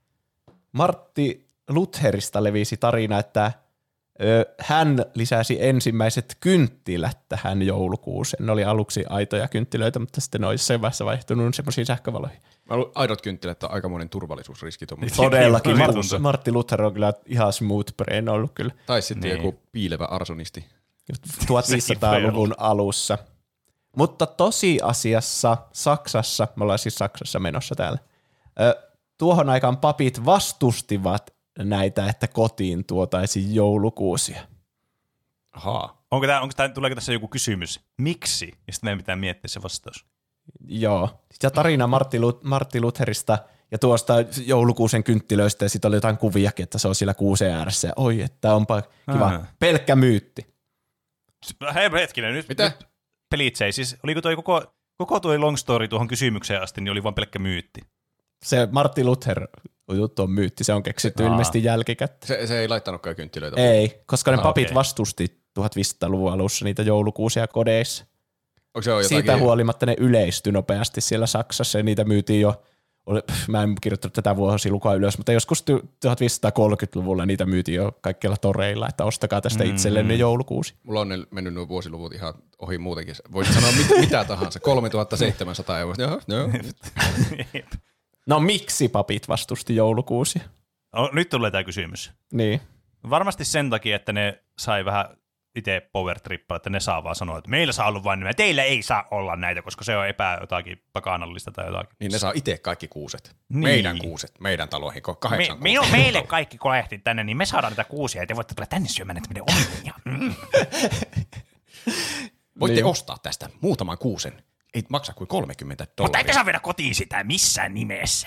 Martti Lutherista levisi tarina, että ö, hän lisäsi ensimmäiset kynttilät tähän joulukuuseen. Ne oli aluksi aitoja kynttilöitä, mutta sitten ne on jossain vaiheessa vaihtunut semmoisiin sähkövaloihin. Aidot kynttilät on aikamoinen turvallisuusriski. Todellakin. Mart- Martti Luther on kyllä ihan smooth brain ollut kyllä. Tai sitten niin. Joku piilevä arsonisti. tuhatviisisataaluvun alussa. Mutta tosiasiassa Saksassa, me ollaan siis Saksassa menossa täällä, tuohon aikaan papit vastustivat näitä, että kotiin tuotaisiin joulukuusia. Ahaa. Onko tämä, onko tämä, tuleeko tässä joku kysymys? Miksi? Ja sitten meidän pitää miettiä se vastaus. Joo. Ja tarina Martti, Lut- Martti Lutherista ja tuosta joulukuusen kynttilöistä, ja sitten oli jotain kuviakin, että se on siellä kuuseen ääressä. Oi, että onpa kiva. Aha. Pelkkä myytti. Hei, hetkinen, nyt, Mitä? nyt pelitsei. Siis oliko toi koko, koko tuo long story tuohon kysymykseen asti, niin oli vain pelkkä myytti. Se Martti Luther juttu on myytti, se on keksitty Aa. ilmeisesti jälkikäteen. Se, se ei laittanutkaan kynttilöitä. Ei, koska ne Aa, papit okay. vastusti tuhatviisisataaluvun alussa niitä joulukuusia kodeissa. Se on Siitä huolimatta ne yleistyi nopeasti siellä Saksassa ja niitä myytiin jo, mä en kirjoittanut tätä vuosilukua ylös, mutta joskus tuhatviisisataakolmekymmentäluvulla niitä myytiin jo kaikkialla toreilla, että ostakaa tästä mm-hmm. itsellenne joulukuusi. Mulla on mennyt nuo vuosiluvut ihan ohi muutenkin. Voisit sanoa mit, mitä tahansa, kolmetuhattaseitsemänsataa euroa. Joo, joo. No miksi papit vastusti joulukuusia? No, nyt tulee tämä kysymys. Niin. Varmasti sen takia, että ne sai vähän itse power trippaa, että ne saa vaan sanoa, että meillä saa olla vain nämä, teillä ei saa olla näitä, koska se on epä jotakin pakanallista tai jotakin. Niin ne saa itse kaikki kuuset. Niin. Meidän kuuset, meidän taloihin, kahdeksan me, kuuset. Me, meille kaikki kolehtit tänne, niin me saadaan näitä kuusia, ja te voitte tulla tänne syömään näitä meidän omia. Mm. Voitte niin. ostaa tästä muutaman kuusen. Ei maksa kuin kolmekymmentä dollaria. Mutta ette saa viedä kotiin sitä missään nimessä.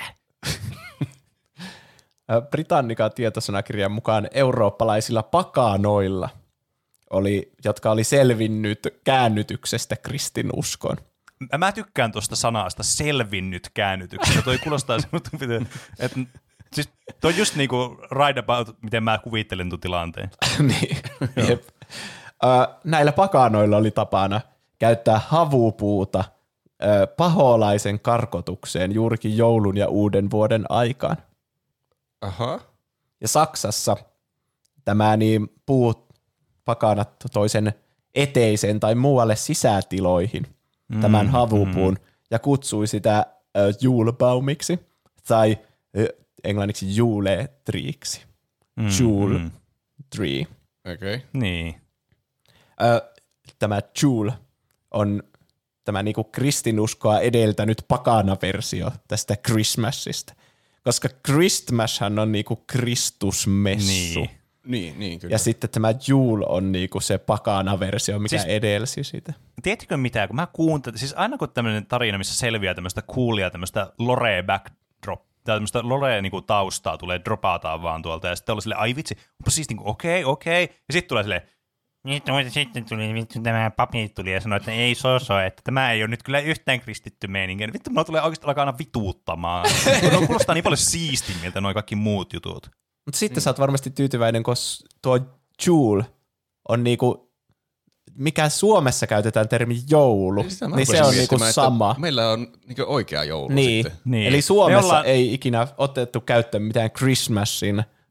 Britannikan tietosanakirjan mukaan eurooppalaisilla pakanoilla, oli, jotka oli selvinnyt käännytyksestä kristinuskoon. Mä tykkään tuosta sanasta selvinnyt käännytyksestä. Toi kuulostaa semmoista, että siis toi on just niinku right about, miten mä kuvittelen tuon tilanteen. Niin, jep. Uh, näillä pakanoilla oli tapana käyttää havupuuta uh, paholaisen karkotukseen juurikin joulun ja uuden vuoden aikaan. Aha. Ja Saksassa tämä niin puut pakanat toisen eteiseen tai muualle sisätiloihin mm, tämän havupuun mm. ja kutsui sitä äh, julbaumiksi tai äh, englanniksi juletriiksi. Mm, Jule mm. tree. Okei. Okay. Niin. Äh, tämä jule on tämä niinku kristinuskoa edeltänyt pakana-versio tästä Christmasista, koska Christmashan on niinku Kristusmessu. Niin. Niin, niin kyllä. Ja sitten tämä Jule on niinku se pakana-versio, mikä siis, edelsi sitä. Tiedättekö mitään, kun mä kuuntelin, siis aina kun tämmöinen tarina, missä selviää tämmöistä coolia, tämmöistä lore backdrop, tai tämmöistä lore niinku taustaa tulee, dropataan vaan tuolta, ja sitten ollaan silleen, ai vitsi, onpa siis niinku okei, okay, okei, okay. Ja sitten tulee silleen, niin, sitten tuli, vittu tämä papi tuli ja sanoi, että ei soso, että tämä ei ole nyt kyllä yhtään kristitty meininkiä. Vittu, mulla tulee oikeasti alkaa aina vituuttamaan. No, kuulostaa niin paljon siistimmiltä nuo kaikki muut jutut. Mutta sitten mm. sä oot varmasti tyytyväinen, koska tuo Jule on niinku, mikä Suomessa käytetään termi joulu, siis niin se on niinku sama. Meillä on niinku oikea joulu niin. sitten. Niin. Eli Suomessa ollaan ei ikinä otettu käyttöön mitään Christmasin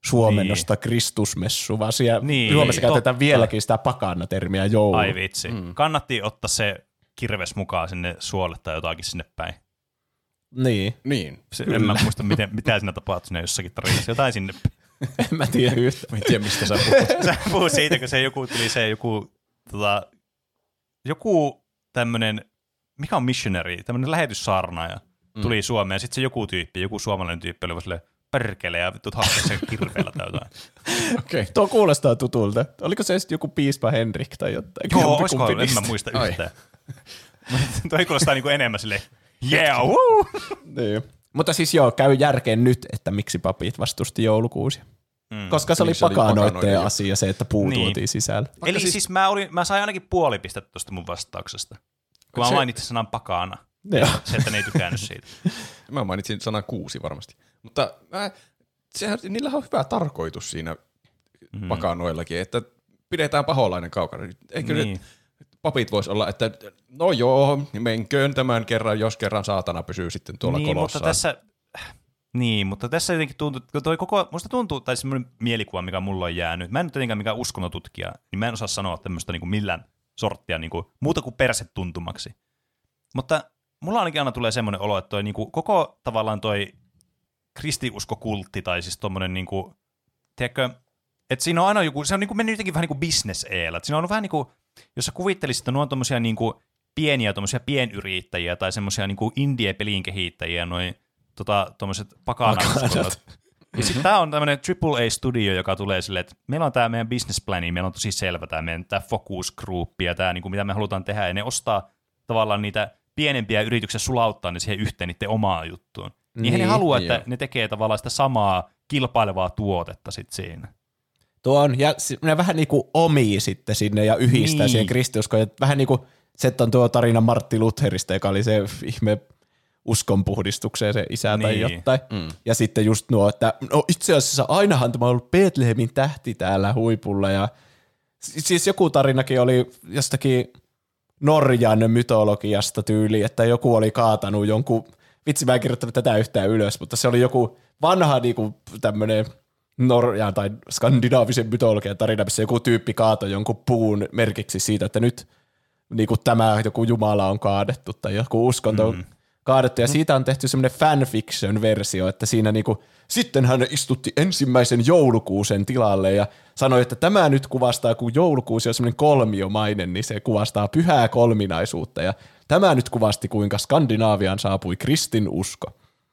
suomennosta niin. Kristusmessu, vaan siellä niin, Suomessa käytetään totta. vieläkin sitä pakana-termiä joulu. Ai vitsi. Mm. Kannatti ottaa se kirves mukaan sinne suolle tai jotakin sinne päin. Niin. Niin. Se, en mä muista, miten, mitä siinä tapahtui siinä jossakin tarinassa. Jotain sinne. En mä tiedä yhtä. Mä en tiedä, mistä sä puhut. Sä puhut siitä, kun se joku tuli se joku, tota, joku tämmönen, mikä on missionary, tämmönen lähetyssaarnaaja mm. tuli Suomeen. Sitten se joku tyyppi, joku suomalainen tyyppi oli vaan silleen, perkele ja vittu hakkaa sen kirveellä tai jotain. Okay. Tuo kuulostaa tutulta. Oliko se sitten joku piispa Henrik tai jotain? Joo, olisiko ollut, en mä muista Ai. yhtään. Tuo kuulostaa niinku enemmän silleen, yeah, woo! Niin. Mutta siis joo, käy järkeen nyt, että miksi papit vastusti joulukuusia. Mm. Koska se oli se oli pakanoitteen pakanoiden asia, se, että puu Niin. tuotiin sisällä. Eli siis, siis mä, olin, mä sain ainakin puoli pistettä tuosta mun vastauksesta. Kun Se- mä mainitsin sanan pakana. Joo. Se, että ne ei tykännyt siitä. Mä mainitsin sanan kuusi varmasti. Mutta mä, sehän, niillä on hyvä tarkoitus siinä mm. pakanoillakin, että pidetään paholainen kaukana. Eikö Niin. nyt papit vois olla, että no joo, menköön tämän kerran, jos kerran saatana pysyy sitten tuolla Niin, kolossa. mutta tässä... Niin, mutta tässä jotenkin tuntuu, kun toi koko, musta tuntuu, tai semmoinen mielikuva, mikä mulla on jäänyt, mä en nyt tietenkään mikään uskontotutkija, niin mä en osaa sanoa tämmöistä niin kuin millään sorttia niin kuin, muuta kuin persetuntumaksi. Mutta mulla ainakin aina tulee semmoinen olo, että toi niin kuin, koko tavallaan toi kristiuskokultti, tai siis tommonen niin kuin, tiedätkö, että siinä on aina joku, se on niin kuin mennyt jotenkin vähän niin kuin business-eellä, että siinä on vähän niin kuin, jos sä kuvittelisit, että nuo on tommosia niin kuin pieniä tommosia pienyrittäjiä, tai semmosia niin kuin indie-pelin kehittäjiä, noin tota, tommoset pakanat. Ja sitten tää on tämmönen triple A-studio, joka tulee silleen, että meillä on tää meidän business plani, meillä on tosi selvä tää meidän tää focus group ja tää, niinku, mitä me halutaan tehdä, ja ne ostaa tavallaan niitä pienempiä yrityksiä sulauttaa ne siihen yhteen niiden omaa juttuun. Niin, niin he haluaa, että joo. ne tekee tavallaan sitä samaa kilpailevaa tuotetta sit siinä. Tuo on, ja ne vähän niin kuin omii sitten sinne ja yhdistää Niin. siihen kristiuskoon. Vähän niin kuin se on tuo tarina Martti Lutherista, joka oli se ihme uskonpuhdistukseen se isä tai Niin. jotain. Mm. Ja sitten just nuo, että no itse asiassa ainahan tämä on ollut Betlehemin tähti täällä huipulla. Ja siis joku tarinakin oli jostakin Norjan mytologiasta tyyli, että joku oli kaatanut jonkun, vitsi mä en kirjoittanut tätä yhtään ylös, mutta se oli joku vanha niinku tämmöinen Norjan tai skandinaavisen mytologian tarina, missä joku tyyppi kaatoi jonkun puun merkiksi siitä, että nyt niinku tämä joku jumala on kaadettu tai joku uskonto on mm. kaadettu, ja siitä on tehty semmoinen fanfiction-versio, että siinä niinku, sitten hän istutti ensimmäisen joulukuusen tilalle ja sanoi, että tämä nyt kuvastaa, kun joulukuusi on semmoinen kolmiomainen, niin se kuvastaa pyhää kolminaisuutta, ja tämä nyt kuvasti, kuinka Skandinaaviaan saapui kristinusko.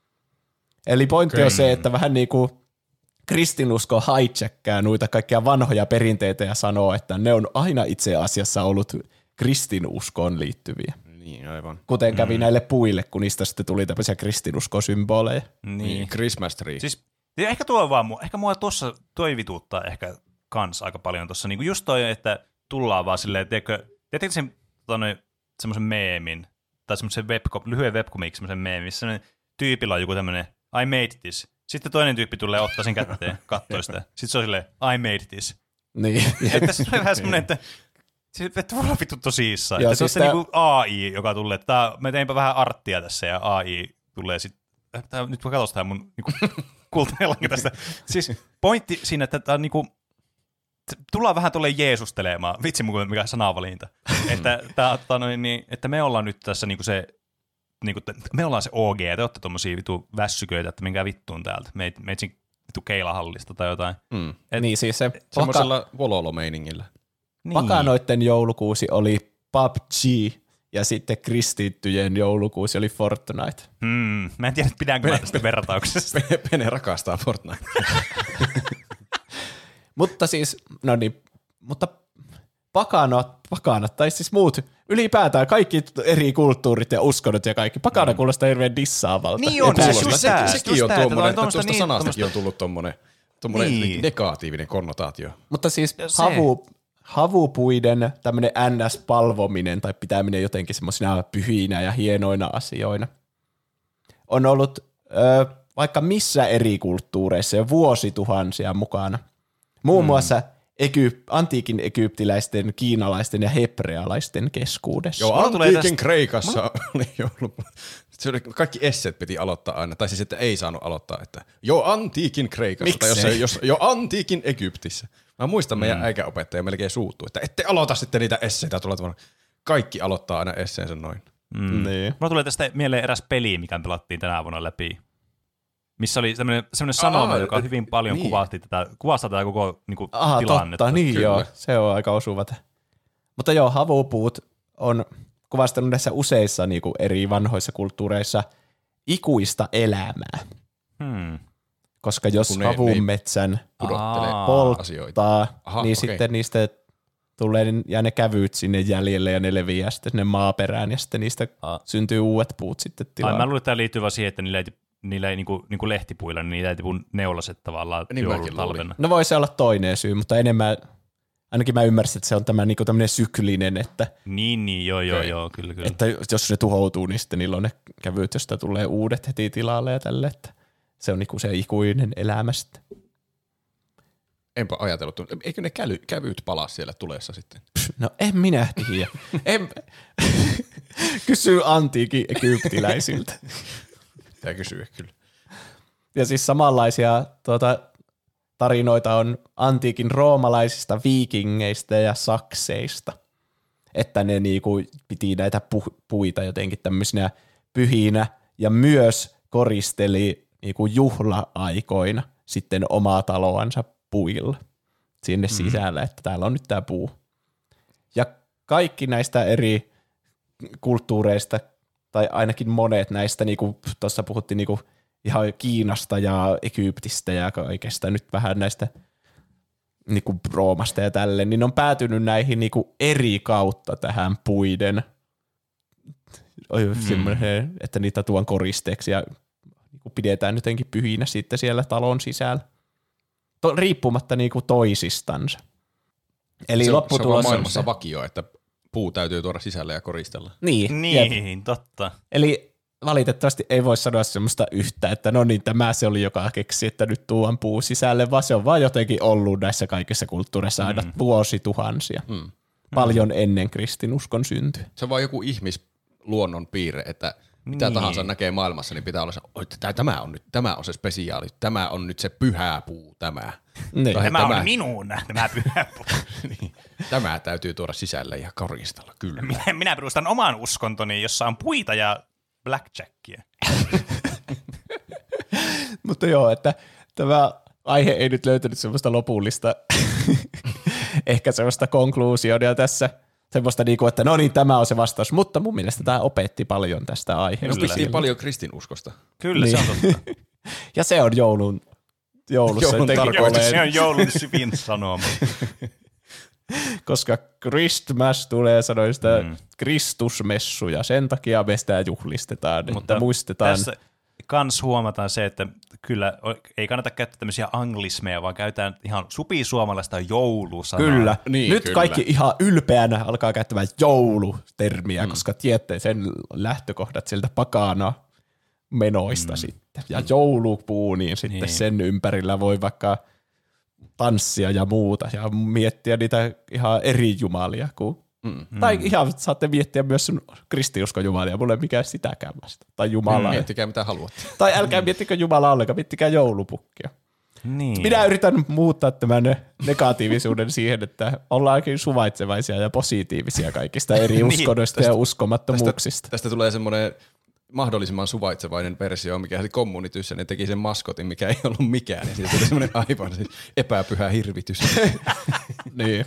Eli pointti okay. on se, että vähän niin kuin kristinusko hijackää noita kaikkia vanhoja perinteitä ja sanoo, että ne on aina itse asiassa ollut kristinuskoon liittyviä. Niin, aivan. Kuten kävi mm. näille puille, kun niistä sitten tuli tämmöisiä kristinuskosymboleja. Niin. Niin, Christmas tree. Siis, ja ehkä tuo vaan, mua- ehkä mua tuossa toi vituuttaa ehkä kans aika paljon tuossa, niinku just toi, että tullaan vaan silleen, tiedätkö, tiedätkö sen tonne, semmoisen meemin, tai semmoisen webcom, lyhyen webcomic, semmoisen meemin, missä semmoinen tyypillä on joku tämmöinen, I made this. Sitten toinen tyyppi tulee ottaa sen kätteen, katsoo sitä. Sitten se on silleen, I made this. Niin. Että se on vähän semmoinen, että se vettä voi olla vittu tosissaan. Joo, Että se on siis se tää- niinku A I, joka tulee, että tää, me teinpä vähän arttia tässä ja A I tulee sitten, nyt voi katsoa mun niinku, kultainen lanka tästä. Siis pointti siinä, että tää on niinku, tullaan vähän tulee jeesustelemaan, vitsi mun mikä sanavalinta, että, tää, tää, noin, niin, että me ollaan nyt tässä niinku se, niinku, me ollaan se O G, te ootte tommosia vitu vässyköitä, että menkää vittuun täältä, meit, meitsin vittu keilahallista tai jotain. Mm. Et, niin siis se paka- Semmoisella vololo-meiningillä. niin. pakanoitten joulukuusi oli P U B G ja sitten kristittyjen joulukuusi oli Fortnite. Hmm, mä en tiedä, pidänkö mä tästä vertauksesta. Pene rakastaa Fortnite. Mutta siis, no niin, mutta pakanat, pakanat, tai siis muut, ylipäätään kaikki eri kulttuurit ja uskonnot ja kaikki. Pakana mm. kuulostaa hirveän dissaavalta. Niin on, Epäilystä. siis just se, tää, sekin just on tää, tuommoinen, että että tuosta niin, sanastakin tommoista- on tullut tuommoinen tuommoinen Niin. negatiivinen konnotaatio. Mutta siis Se. havu, havupuiden tämmöinen N S-palvominen tai pitäminen jotenkin semmoisina pyhinä ja hienoina asioina on ollut ö, vaikka missä eri kulttuureissa jo vuosituhansia mukana. Muun mm. muassa Egyp- antiikin egyptiläisten, kiinalaisten ja hebrealaisten keskuudessa. Joo, Mulla tulee antiikin tästä- Kreikassa oli joulu. Se oli, kaikki esseet piti aloittaa aina, tai siis että ei saanut aloittaa, että jo antiikin Kreikassa, Miksei? tai jos, ei, jos, jo antiikin Egyptissä. Mä muistan, meidän mm. äikäopettaja melkein suuttuu, että ette aloita sitten niitä esseitä tuolla tavalla. Kaikki aloittaa aina esseensä noin. Mm. Niin. Mulla tulee tästä mieleen eräs peli, mikä pelattiin tänä vuonna läpi. Missä oli semmoinen, semmoinen sanoma, Aa, joka hyvin paljon niin. kuvasti tätä, kuvasi tätä koko niin kuin, Aha, tilannetta. totta, niin Kyllä. joo, se on aika osuvat. Mutta joo, havupuut on kuvastanut näissä useissa niin kuin eri vanhoissa kulttuureissa ikuista elämää. Hmm. Koska jos Kun ne- havun ne- metsän Pudottelee Aa. asioita. polttaa, Aha, niin okei. sitten niistä tulee ja ne kävyt sinne jäljelle ja ne leviää sitten sinne maaperään ja sitten niistä Aa. syntyy uudet puut sitten Ai, tilaan. mä luulen, että tämä liittyy vaan siihen, että niillä ei, niillä ei niin kuin, niin kuin lehtipuilla, niin niillä ei tipu neulaset tavallaan Niin mäkin joulutalvena. No voi se olla toinen syy, mutta enemmän, ainakin mä ymmärsin, että se on tämä niinku tämmöinen syklinen, että, Niin, niin, joo, joo, Okei. joo, kyllä, kyllä. että jos ne tuhoutuu, niin sitten niillä on ne kävyt, josta tulee uudet heti tilalle ja tälle, että se on niinku se ikuinen elämä sitten. Enpä ajatellut. Eikö ne käly, kävyt palaa siellä tulessa sitten? No en minä tiedä. en... Kysy antiikin egyptiläisiltä. Pitää kysyä kyllä. Ja siis samanlaisia tuota, tarinoita on antiikin roomalaisista, viikingeistä ja sakseista. Että ne niinku piti näitä pu- puita jotenkin tämmöisinä pyhinä ja myös koristeli niinku juhla-aikoina sitten omaa taloansa puilla sinne mm. sisällä, että täällä on nyt tämä puu. Ja kaikki näistä eri kulttuureista, tai ainakin monet näistä, niin kuin tuossa puhuttiin niin kuin ihan Kiinasta ja Egyptistä ja kaikesta, nyt vähän näistä niin kuin Roomasta ja tälleen, niin on päätynyt näihin niin kuin eri kautta tähän puiden, mm. että niitä tuon koristeeksi ja niin kuin pidetään jotenkin pyhinä sitten siellä talon sisällä. To, riippumatta niin kuin toisistansa. Eli se, lopputulos se on on maailmassa se. vakio, että puu täytyy tuoda sisälle ja koristella. Niin, jep. Niin, totta. Eli valitettavasti ei voi sanoa semmoista yhtä, että no niin, tämä se oli, joka keksi, että nyt tuon puu sisälle, vaan se on vaan jotenkin ollut näissä kaikissa kulttuureissa aina mm. vuosituhansia. Mm. Paljon mm. ennen kristinuskon syntyä. Se on vaan joku ihmisluonnon piirre, että mitä Niin. tahansa näkee maailmassa, niin pitää olla se, että tämä on nyt, tämä on se spesiaali, tämä on nyt se pyhä puu, tämä. Niin. Tai Tämä, tämä- on minun, tämä pyhä puu. niin, tämä täytyy tuoda sisälle ja koristella, kyllä. Minä, minä perustan oman uskontoni, jossa on puita ja blackjackia. Mutta joo, että tämä aihe ei nyt löytänyt semmoista lopullista, ehkä semmoista konkluusionia tässä, semmoista niinku, että no niin, tämä on se vastaus, mutta mun mielestä tämä opetti paljon tästä aiheesta. Opittiin paljon kristinuskosta. Kyllä, Niin. se on totta. Ja se on joulun, joulussa Joulun jotenkin tarkoitus. ole- Se on joulun syvin sanoma. koska Christmas tulee sanoista mm. Kristusmessu ja sen takia me sitä juhlistetaan, mutta että muistetaan. Tässä kans huomataan se, että kyllä ei kannata käyttää tämmöisiä anglismeja, vaan käytetään ihan supisuomalaista joulusanaa. Kyllä. Niin, Nyt kyllä. kaikki ihan ylpeänä alkaa käyttämään joulutermiä, mm. koska tiedätte sen lähtökohdat sieltä pakana menoista mm. sitten. Ja joulupuu, niin sitten Niin. sen ympärillä voi vaikka tanssia ja muuta ja miettiä niitä ihan eri jumalia. Kuin, mm. Tai ihan saatte miettiä myös sun kristiuskon jumalia, mulla ei mikään sitäkään vasta. Tai jumalaa. Miettikää mitä haluatte. Tai älkää miettikö Jumalaa ollenkaan, miettikää joulupukkia. Niin. Minä yritän muuttaa tämän negatiivisuuden siihen, että ollaankin suvaitsevaisia ja positiivisia kaikista eri Niin, uskonnoista ja tästä- uskomattomuuksista. Tästä tulee semmoinen mahdollisimman suvaitsevainen versio, mikä oli kommunityssä, ne teki sen maskotin, mikä ei ollut mikään, ja siitä tuli semmoinen aivan siis epäpyhä hirvitys. Niin.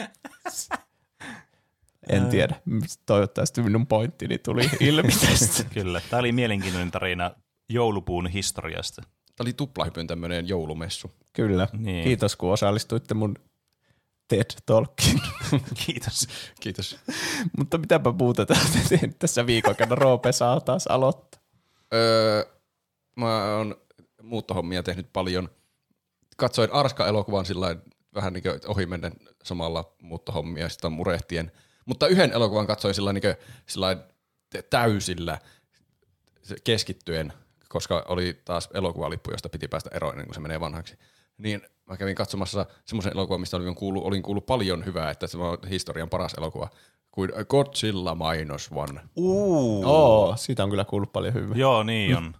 En tiedä. Toivottavasti minun pointtini tuli ilmi tästä. Kyllä. Tämä oli mielenkiintoinen tarina joulupuun historiasta. Tämä oli tuplahypyn tämmöinen joulumessu. Kyllä. Niin. Kiitos, kun osallistuitte mun TED-talkiin. Kiitos. Kiitos. Mutta mitäpä muuta tässä viikon aikana Roope saa taas aloittaa. Öö, mä oon muuttohommia tehnyt paljon. Katsoin Arska-elokuvan sillain vähän niin kuin ohimennen samalla muuttohommia sitä murehtien. Mutta yhden elokuvan katsoin sillä niin sillain täysillä keskittyen, koska oli taas elokuvalippu, josta piti päästä eroon ennen kuin se menee vanhaksi. niin mä kävin katsomassa semmoisen elokuvan, mistä olin kuullut, olin kuullut paljon hyvää, että se on historian paras elokuva, kuin Godzilla Minus One. Uu. Oo, siitä on kyllä kuullut paljon hyvää. Joo, niin on.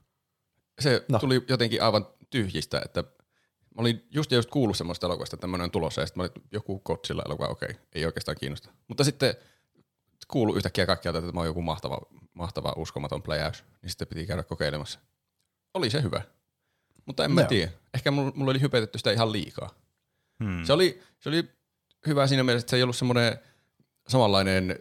Se No. tuli jotenkin aivan tyhjistä, että mä olin just just kuullut semmoista elokuvasta, että tämmöinen on tulossa, ja sitten mä olin, joku Godzilla-elokuva, okei, ei oikeastaan kiinnosta. Mutta sitten kuului yhtäkkiä kaikkialta, että mä oon joku mahtava, mahtava uskomaton pläjäys, niin sitten piti käydä kokeilemassa. Oli se hyvä, mutta en mä Joo. tiedä. Ehkä mulla, mulla oli hypetetty sitä ihan liikaa. Hmm. Se oli, se oli hyvä siinä mielessä, että se ei ollut semmoinen samanlainen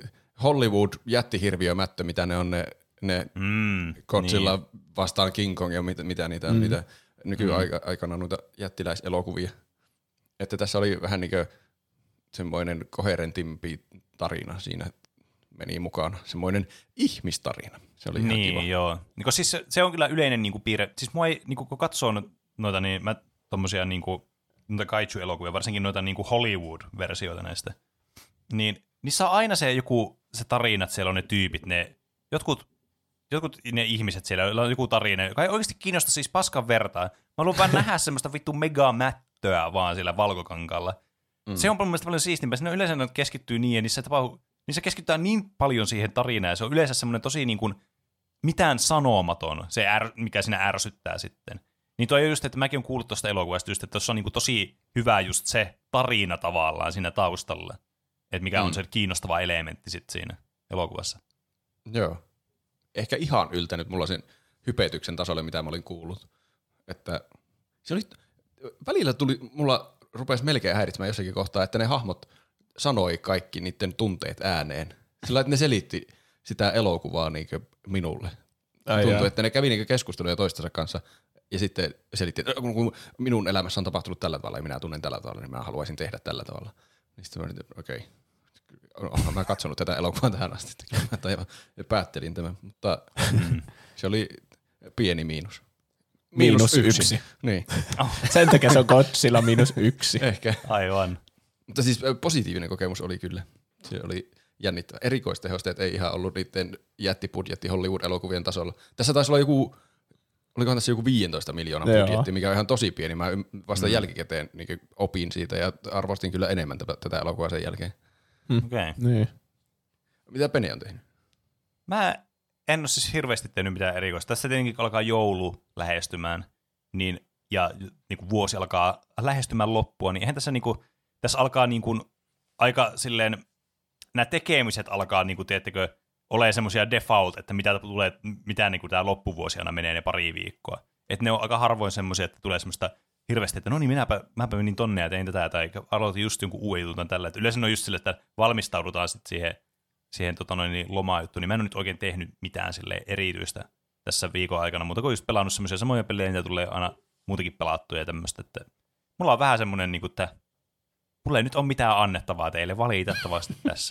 Hollywood-jättihirviömättö, mitä ne on ne, ne Mm, Godzilla niin. vastaan King Kong ja mitä, mitä niitä on, Mm. niitä nykyaikana noita jättiläiselokuvia. Että tässä oli vähän niin kuin semmoinen koherentimpi tarina siinä meni mukaan, semmoinen ihmistarina. Se oli ihan Niin, kiva. joo. Niin, siis se, se on kyllä yleinen niin kuin, piirre. Siis mua ei, niin kuin, kun katsoo no- noita, niin mä tommosia niin kuin, noita kaiju-elokuvia, varsinkin noita niin kuin Hollywood-versioita näistä, niin niissä on aina se joku se tarina, että siellä on ne tyypit, ne jotkut, jotkut ne ihmiset siellä, joilla on joku tarina, joka ei oikeasti kiinnosta siis paskan vertaa. Mä haluan vaan nähdä semmoista vittu megamättöä vaan siellä valkokankalla. Mm. Se on mun mielestä paljon siistimpää. Siinä yleensä ne keskittyy niin, ja niissä, tapahtuu, niissä keskitytään niin paljon siihen tarinaan, ja se on yleensä semmoinen tosi niin kuin mitään sanomaton, se är, mikä siinä ärsyttää sitten. Niin tuo on just, että mäkin olen kuullut tuosta elokuvasta just, että tuossa on niin kuin tosi hyvä just se tarina tavallaan siinä taustalla. Että mikä on Mm. se kiinnostava elementti sitten siinä elokuvassa. Joo. Ehkä ihan yltänyt mulla sen hypetyksen tasolle, mitä mä olin kuullut. Että se oli, välillä tuli, mulla rupesi melkein häiritsemään jossakin kohtaa, että ne hahmot sanoi kaikki niiden tunteet ääneen. Sillä että ne selitti sitä elokuvaa niinkö minulle. Ai Tuntui, jaa. että ne kävi niinkö keskusteluja toistensa kanssa ja sitten selitti, että kun kun minun elämässä on tapahtunut tällä tavalla ja minä tunnen tällä tavalla, niin mä haluaisin tehdä tällä tavalla. Niin sitten mä olin, että okei, olen mä katsonut tätä elokuvaa tähän asti, tai päättelin tämän, mutta se oli pieni miinus. Miinus yksi. Niin, Sen takia se on Godzilla miinus yksi. ehkä. Aivan. Mutta siis positiivinen kokemus oli kyllä. Se oli jännittävä. Erikoistehosteet ei ihan ollut niiden jättibudjetti Hollywood-elokuvien tasolla. Tässä taisi olla joku, olikohan tässä joku viisitoista miljoonan Joo. budjetti, mikä on ihan tosi pieni. Mä vasta mm. jälkikäteen niin opin siitä ja arvostin kyllä enemmän tätä, tätä elokuvaa sen jälkeen. Okei. Okay. Niin. Mitä Pene on tehnyt? Mä en ole siis hirveästi tehnyt mitään erikoista. Tässä tietenkin kun alkaa joulu lähestymään, niin, ja niin kuin vuosi alkaa lähestymään loppua, niin eihän tässä, niin kuin, tässä alkaa niin kuin, aika silleen, nämä tekemiset alkaa, niin kuin, tiedättekö, olemaan semmoisia default, että mitä tulee, mitä niin kuin tämä loppuvuosi aina menee ne pari viikkoa. Että ne on aika harvoin semmoisia, että tulee semmoista hirveästi, että no niin, minäpä, mäpä menin tonne ja tein tätä, tai aloitin just jonkun uuden jutun tällä. Että yleensä ne on just sille, että valmistaudutaan sitten siihen, siihen tota noin, niin lomajuttuun, niin mä en ole nyt oikein tehnyt mitään silleen erityistä tässä viikon aikana, mutta kun just pelannut semmoisia samoja pelejä, niitä tulee aina muutenkin pelattuja ja tämmöistä, että mulla on vähän semmoinen, niin kuin, että mulla ei nyt ole mitään annettavaa teille valitettavasti tässä.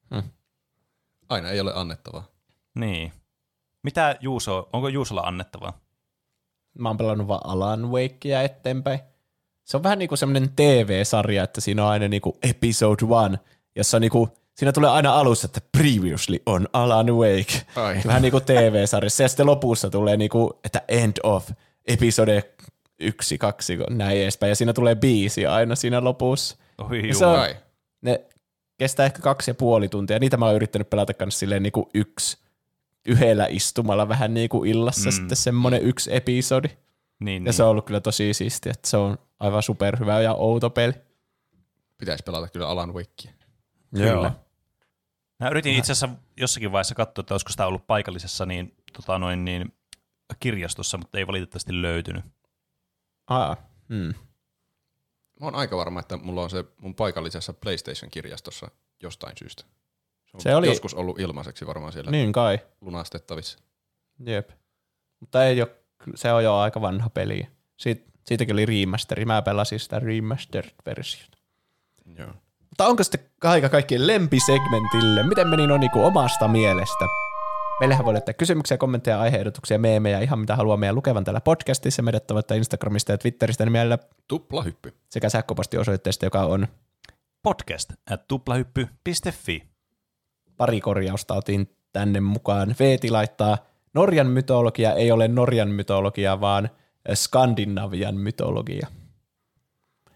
Aina ei ole annettavaa. Niin. Mitä Juuso, onko Juusolla annettavaa? Mä oon pelannut vaan Alan Wakea eteenpäin. Se on vähän niinku semmoinen T V-sarja, että siinä on aina niinku episode one, jossa niinku, siinä tulee aina alussa, että previously on Alan Wake. Ai. Vähän niinku T V-sarjassa. Ja sitten lopussa tulee niinku, että end of episode yksi, kaksi, näin edespäin. Ja siinä tulee biisi aina siinä lopussa. Oi Ja juu. se on, Ai. ne kestää ehkä kaksi ja puoli tuntia. Niitä mä oon yrittänyt pelata kanssa silleen niinku yksi, yhdellä istumalla vähän niinku illassa Mm. sitten semmoinen yksi episodi. Niin, Ja niin. se on ollut kyllä tosi siistiä, että se on aivan superhyvä ja outo peli. Pitäisi pelata kyllä Alan Wakea. Kyllä. Mä yritin itse asiassa jossakin vaiheessa katsoa, että olisiko sitä ollut paikallisessa niin, tota noin, niin, kirjastossa, mutta ei valitettavasti löytynyt. Aa, hmm. Mä oon aika varma, että mulla on se mun paikallisessa PlayStation-kirjastossa jostain syystä. Se on Se oli- joskus ollut ilmaiseksi varmaan siellä Niin kai, lunastettavissa. jep. Mutta ei ole, se on jo aika vanha peli. Siit, siitäkin oli remasteri. Mä pelasin sitä remastered-versiota. Joo. Mutta onko sitten aika kaikkien lempisegmentille? Miten meni no niinku omasta mielestä? Meillähän voi laittaa kysymyksiä, kommentteja, aihe-ehdotuksia, meemejä, ihan mitä haluaa meidän lukevan täällä podcastissa. Meidät tavoittaa Instagramista ja Twitteristä nimellä Tuplahyppy. sekä sähköpostiosoitteesta, joka on Podcast at tuplahyppy piste fi. pari korjausta otin tänne mukaan. Veeti laittaa, Norjan mytologia ei ole Norjan mytologia, vaan Skandinavian mytologia.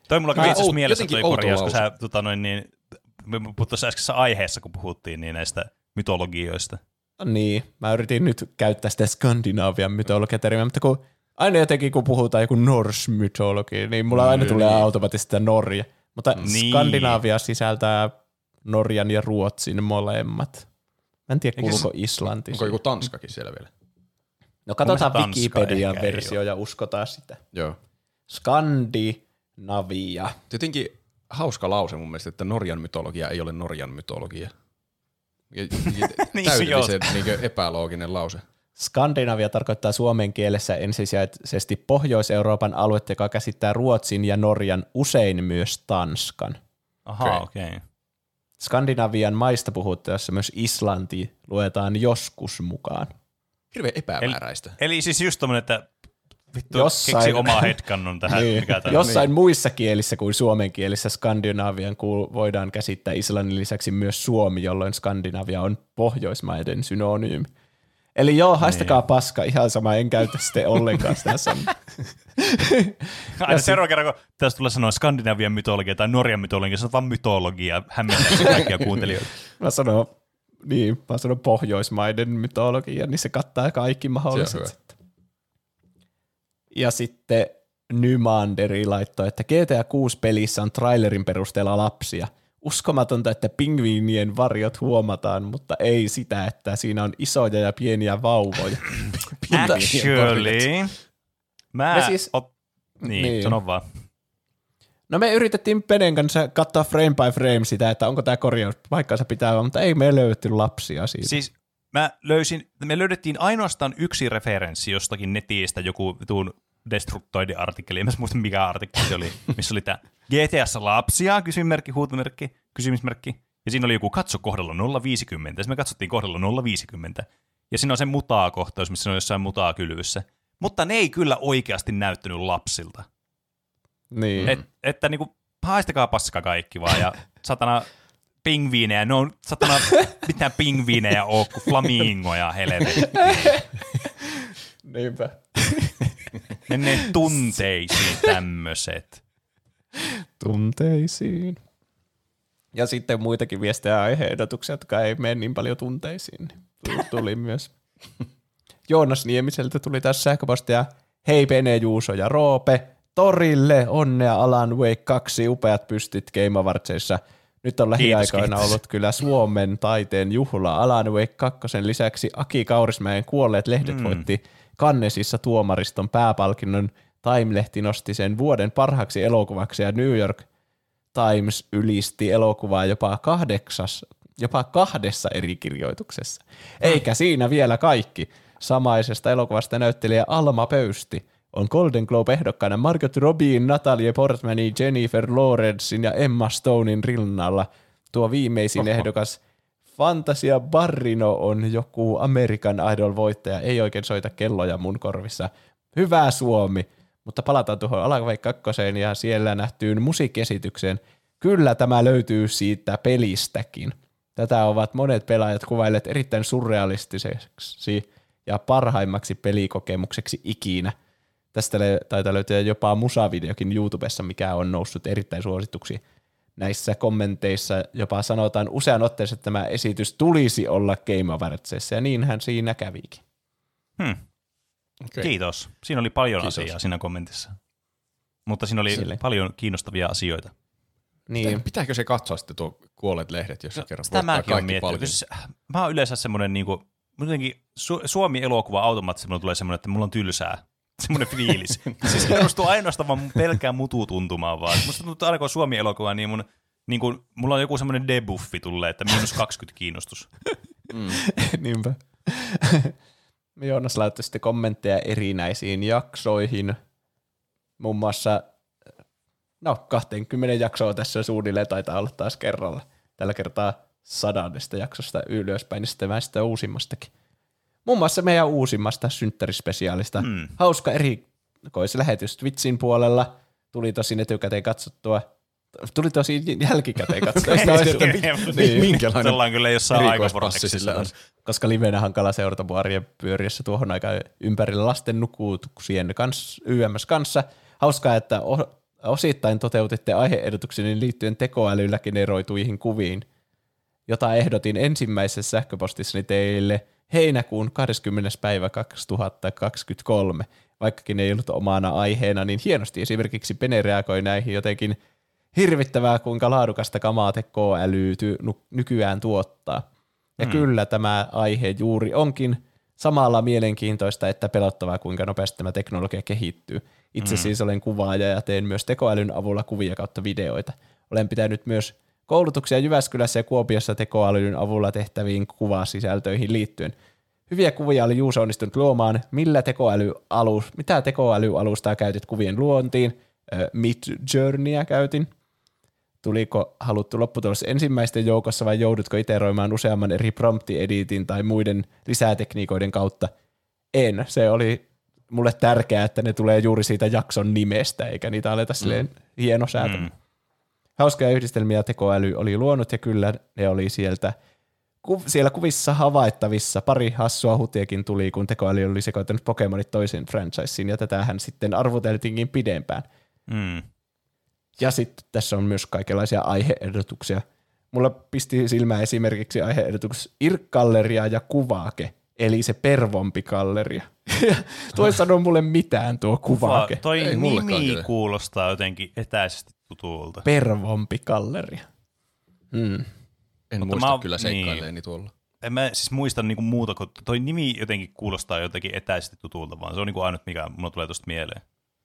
Toi mulla kävi itse asiassa out- mielessä jotenkin toi outo korjaus, kun lause. sä tota, noin, niin, me puhuttiin tuossa äskeisessä aiheessa, kun puhuttiin niin näistä mytologioista. Niin, mä yritin nyt käyttää sitä Skandinaavian mytologia-termiä, mutta kun aina jotenkin kun puhutaan joku Norse-mytologia, niin mulla aina Mm, tulee niin. automaattisesti Norja. Mutta Niin. Skandinaavia sisältää Norjan ja Ruotsin molemmat. Mä en tiedä, Eikö se- kuuluuko Islanti. Onko joku Tanskakin siellä vielä? No katsotaan Mun mielestä Tanska Wikipedian ehkä ei versio ja uskotaan sitä. Joo. Skandinavia. Jotenkin hauska lause mun mielestä, että Norjan mytologia ei ole Norjan mytologia. Ja, ja, Niin, täydellisen niin epälooginen lause. Skandinavia tarkoittaa suomen kielessä ensisijaisesti Pohjois-Euroopan aluetta, joka käsittää Ruotsin ja Norjan, usein myös Tanskan. Ahaa, Okei. okei. Okay. Skandinavian maista puhuttaessa myös Islanti luetaan joskus mukaan. Hirveän epämääräistä. Eli siis just tommonen, että vittu Jossain- keksi omaa headcanon tähän. Niin. Mikä tää on. Jossain muissa kielissä kuin suomen kielissä Skandinavian kuul- voidaan käsittää Islannin lisäksi myös Suomi, jolloin Skandinavia on Pohjoismaiden synonyymi. Eli joo, haistakaa paska, ihan sama, en käytä sitten ollenkaan sitä sanaa. Aina seuraava kerran, kun tässä tulee sanoa Skandinavian mytologia tai Norjan mytologia, se on vaan mytologia, hämmentää kaikkia kuuntelijoita. Mä sanon, niin, mä sanon Pohjoismaiden mytologia, niin se kattaa kaikki Se on mahdolliset. hyvä. Sitten. Ja sitten Nymanderi laittoi, että G T A kuusi pelissä on trailerin perusteella lapsia. Uskomatonta, että pingviinien varjot huomataan, mutta ei sitä, että siinä on isoja ja pieniä vauvoja. Actually, mä... Me siis- Op... Niin, Niin. niin, sano vaan. No me yritettiin Penen kanssa katsoa frame by frame sitä, että onko tämä korjaus paikkansa pitää, mutta ei me löydetty lapsia siitä. Siis mä löysin, me löydettiin ainoastaan yksi referenssi jostakin netistä, joku tuun Destructoid-artikkeli, en mä muista mikä artikkeli se oli, missä oli tämä G T A:ssa lapsia, kysymysmerkki, huutomerkki, kysymysmerkki, ja siinä oli joku katso kohdalla nolla viisikymmentä, ja me katsottiin kohdalla nolla viisikymmentä, ja siinä on se mutaa-kohtaus, missä on jossain mutaa-kylvyssä, mutta ne ei kyllä oikeasti näyttänyt lapsilta. niin. Et, että niinku, haistakaa paska kaikki vaan, ja satana pingviinejä, ne on satana mitään pingviinejä oo kuin flamingoja, helvetti. Niinpä. Menneen tunteisiin tämmöset. Tunteisiin. Ja sitten muitakin viestejä ja aihe-ehdotuksia, jotka ei mene niin paljon tunteisiin. Tuli, tuli myös. Joonas Niemiseltä tuli tässä sähköpostia. Hei Pene, Juuso ja Roope. Torille onnea Alan Wake kaksi upeat pystyt Game Awardsissa. Nyt on lähiaikoina kiitos. ollut kyllä Suomen taiteen juhla. Alan Wake kaksi lisäksi Aki Kaurismäen Kuolleet lehdet mm. voitti Cannesissa tuomariston pääpalkinnon. Time-lehti nosti sen vuoden parhaaksi elokuvaksi ja New York Times ylisti elokuvaa jopa kahdeksas, jopa kahdessa eri kirjoituksessa. Eikä siinä vielä kaikki. Samaisesta elokuvasta näyttelijä Alma Pöysti on Golden Globe-ehdokkaana Margot Robbien, Natalie Portmanin, Jennifer Lawrencein ja Emma Stonein rinnalla. Tuo viimeisin Oho. ehdokas Fantasia Barrino on joku American Idol-voittaja, ei oikein soita kelloja mun korvissa. Hyvä Suomi! Mutta palataan tuohon Alan Wake kakkoseen ja siellä nähtyyn musiikkiesitykseen. Kyllä tämä löytyy siitä pelistäkin. Tätä ovat monet pelaajat kuvailleet erittäin surrealistiseksi ja parhaimmaksi pelikokemukseksi ikinä. Tästä taitaa löytyä jopa musavideokin YouTubessa, mikä on noussut erittäin suosituksi. Näissä kommenteissa jopa sanotaan usean otteeseen, että tämä esitys tulisi olla Game Awardsissa, ja niinhän siinä kävikin. Hmm. Okay. Kiitos. Siinä oli paljon Kiitos. asiaa siinä kommentissa. Mutta siinä oli Sille. paljon kiinnostavia asioita. Niin. Pitääkö se katsoa sitten tuo Kuolleet lehdet, jos se kerran Sitä voittaa mäkin olen kaikki miettinyt. palkinnot? Siis, mä oon yleensä semmoinen, niinku, jotenkin Su- Suomi-elokuva automaattisesti mulla tulee semmoinen, että mulla on tylsää. Semmoinen fiilis. Siis se perustuu ainoastaan vaan pelkään mututuntumaan vaan. Musta tuntuu, että aina kun on Suomi-elokuva, niin, mun, niin kun, mulla on joku semmoinen debuffi tulee, että miinus kaksikymmentä kiinnostus. Mm. Niinpä. Joonas laittoi sitten kommentteja erinäisiin jaksoihin. Muun muassa, no kaksikymmentä jaksoa tässä suunnilleen taitaa olla taas kerralla. Tällä kertaa sadannesta jaksosta ylöspäin, ja sitten vähän sitä uusimmastakin. Muun muassa meidän uusimmasta synttärispesiaalista. Mm. Hauska erikoislähetys Twitchin puolella. Tuli tosin etukäteen katsottua. Tuli tosi jälkikäteen katsottua. Sitä olisi, että Niin, minkälainen Ollaan kyllä jossain erikoispassi sillä on. aikavorteksissa. koska livenä hankala seurata mun arjen pyöriessä tuohon aikaan ympärillä lasten nukutuksien kanssa, Y M S kanssa. Hauskaa, että osittain toteutitte aihe-ehdotukseni liittyen tekoälyllä generoituihin kuviin, jota ehdotin ensimmäisessä sähköpostissani teille heinäkuun kahdeskymmenes päivä kaksituhattakaksikymmentäkolme. Vaikkakin ei ollut omana aiheena, niin hienosti esimerkiksi Pene reagoi näihin jotenkin hirvittävää, kuinka laadukasta kamaa tekoäly nykyään tuottaa. Ja mm. kyllä tämä aihe juuri onkin samalla mielenkiintoista, että pelottavaa, kuinka nopeasti tämä teknologia kehittyy. Itse mm. siis olen kuvaaja ja teen myös tekoälyn avulla kuvia kautta videoita. Olen pitänyt myös koulutuksia Jyväskylässä ja Kuopiossa tekoälyn avulla tehtäviin kuvasisältöihin liittyen. Hyviä kuvia oli Juuso onnistunut luomaan. Millä tekoälyalus, mitä tekoälyalustaa käytit kuvien luontiin? Midjourneyä käytin. Tuliko haluttu lopputulos ensimmäisten joukossa vai joudutko iteroimaan useamman eri prompti-editin tai muiden lisätekniikoiden kautta? En. Se oli mulle tärkeää, että ne tulee juuri siitä jakson nimestä, eikä niitä aleta silleen mm. hienosäätä. Mm. Hauskoja yhdistelmiä tekoäly oli luonut ja kyllä ne oli sieltä ku, siellä kuvissa havaittavissa. Pari hassua hutiakin tuli, kun tekoäly oli sekoittanut Pokemonit toiseen franchiseen ja tätähän sitten arvuteltiinkin pidempään. Mm. Ja sitten tässä on myös kaikenlaisia aihe-ehdotuksia. Mulla pisti silmään esimerkiksi aihe-ehdotus Irk-galleria ja Kuvake, eli se pervompi-galleria. Tuo ei sano mulle mitään tuo Kuvake. Kuva, toi ei nimi kuulostaa jotenkin etäisesti tutulta. Pervompi-galleria. Hmm. En Mutta muista mä, kyllä seikkailleeni niin. tuolla. En mä siis muista niinku muuta, kun toi nimi jotenkin kuulostaa jotenkin etäisesti tutulta, vaan se on niinku ainut, mikä mulla tulee tuosta mieleen.